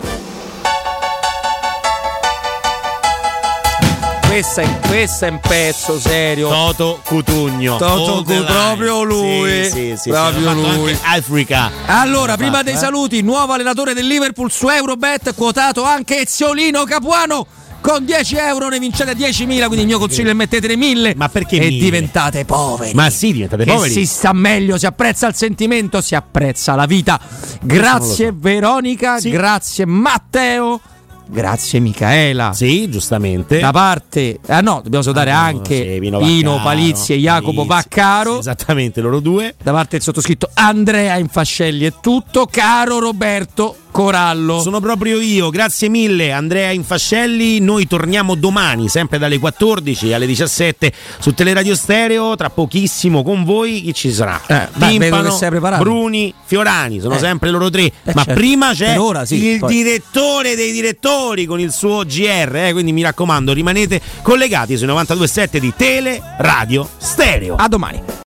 Questo è un pezzo serio. Toto Cutugno. Proprio lui. Sì, proprio lui. Africa. Allora, prima dei saluti, nuovo allenatore del Liverpool su Eurobet, quotato anche Eziolino Capuano. Con 10 euro ne vincete 10.000, quindi il mio consiglio è mettetene 1.000. Ma perché e 1.000? diventate poveri. Ma sì, diventate che poveri. Si sta meglio, si apprezza il sentimento, si apprezza la vita. Grazie Veronica, grazie Matteo. Grazie Micaela. Sì, giustamente. Da parte dobbiamo salutare anche Pino Palizzi e Jacopo Vaccaro. Sì, esattamente, loro due. Da parte del sottoscritto Andrea Infascelli è tutto. Caro Roberto Corallo. Sono proprio io, grazie mille Andrea Infascelli. Noi torniamo domani sempre dalle 14 alle 17 su Teleradio Stereo. Tra pochissimo con voi chi ci sarà? Timpano, Bruni, Fiorani, sono sempre loro tre. Ma certo. prima c'è il poi direttore dei direttori con il suo GR, quindi mi raccomando rimanete collegati sui 92.7 di Teleradio Stereo. A domani.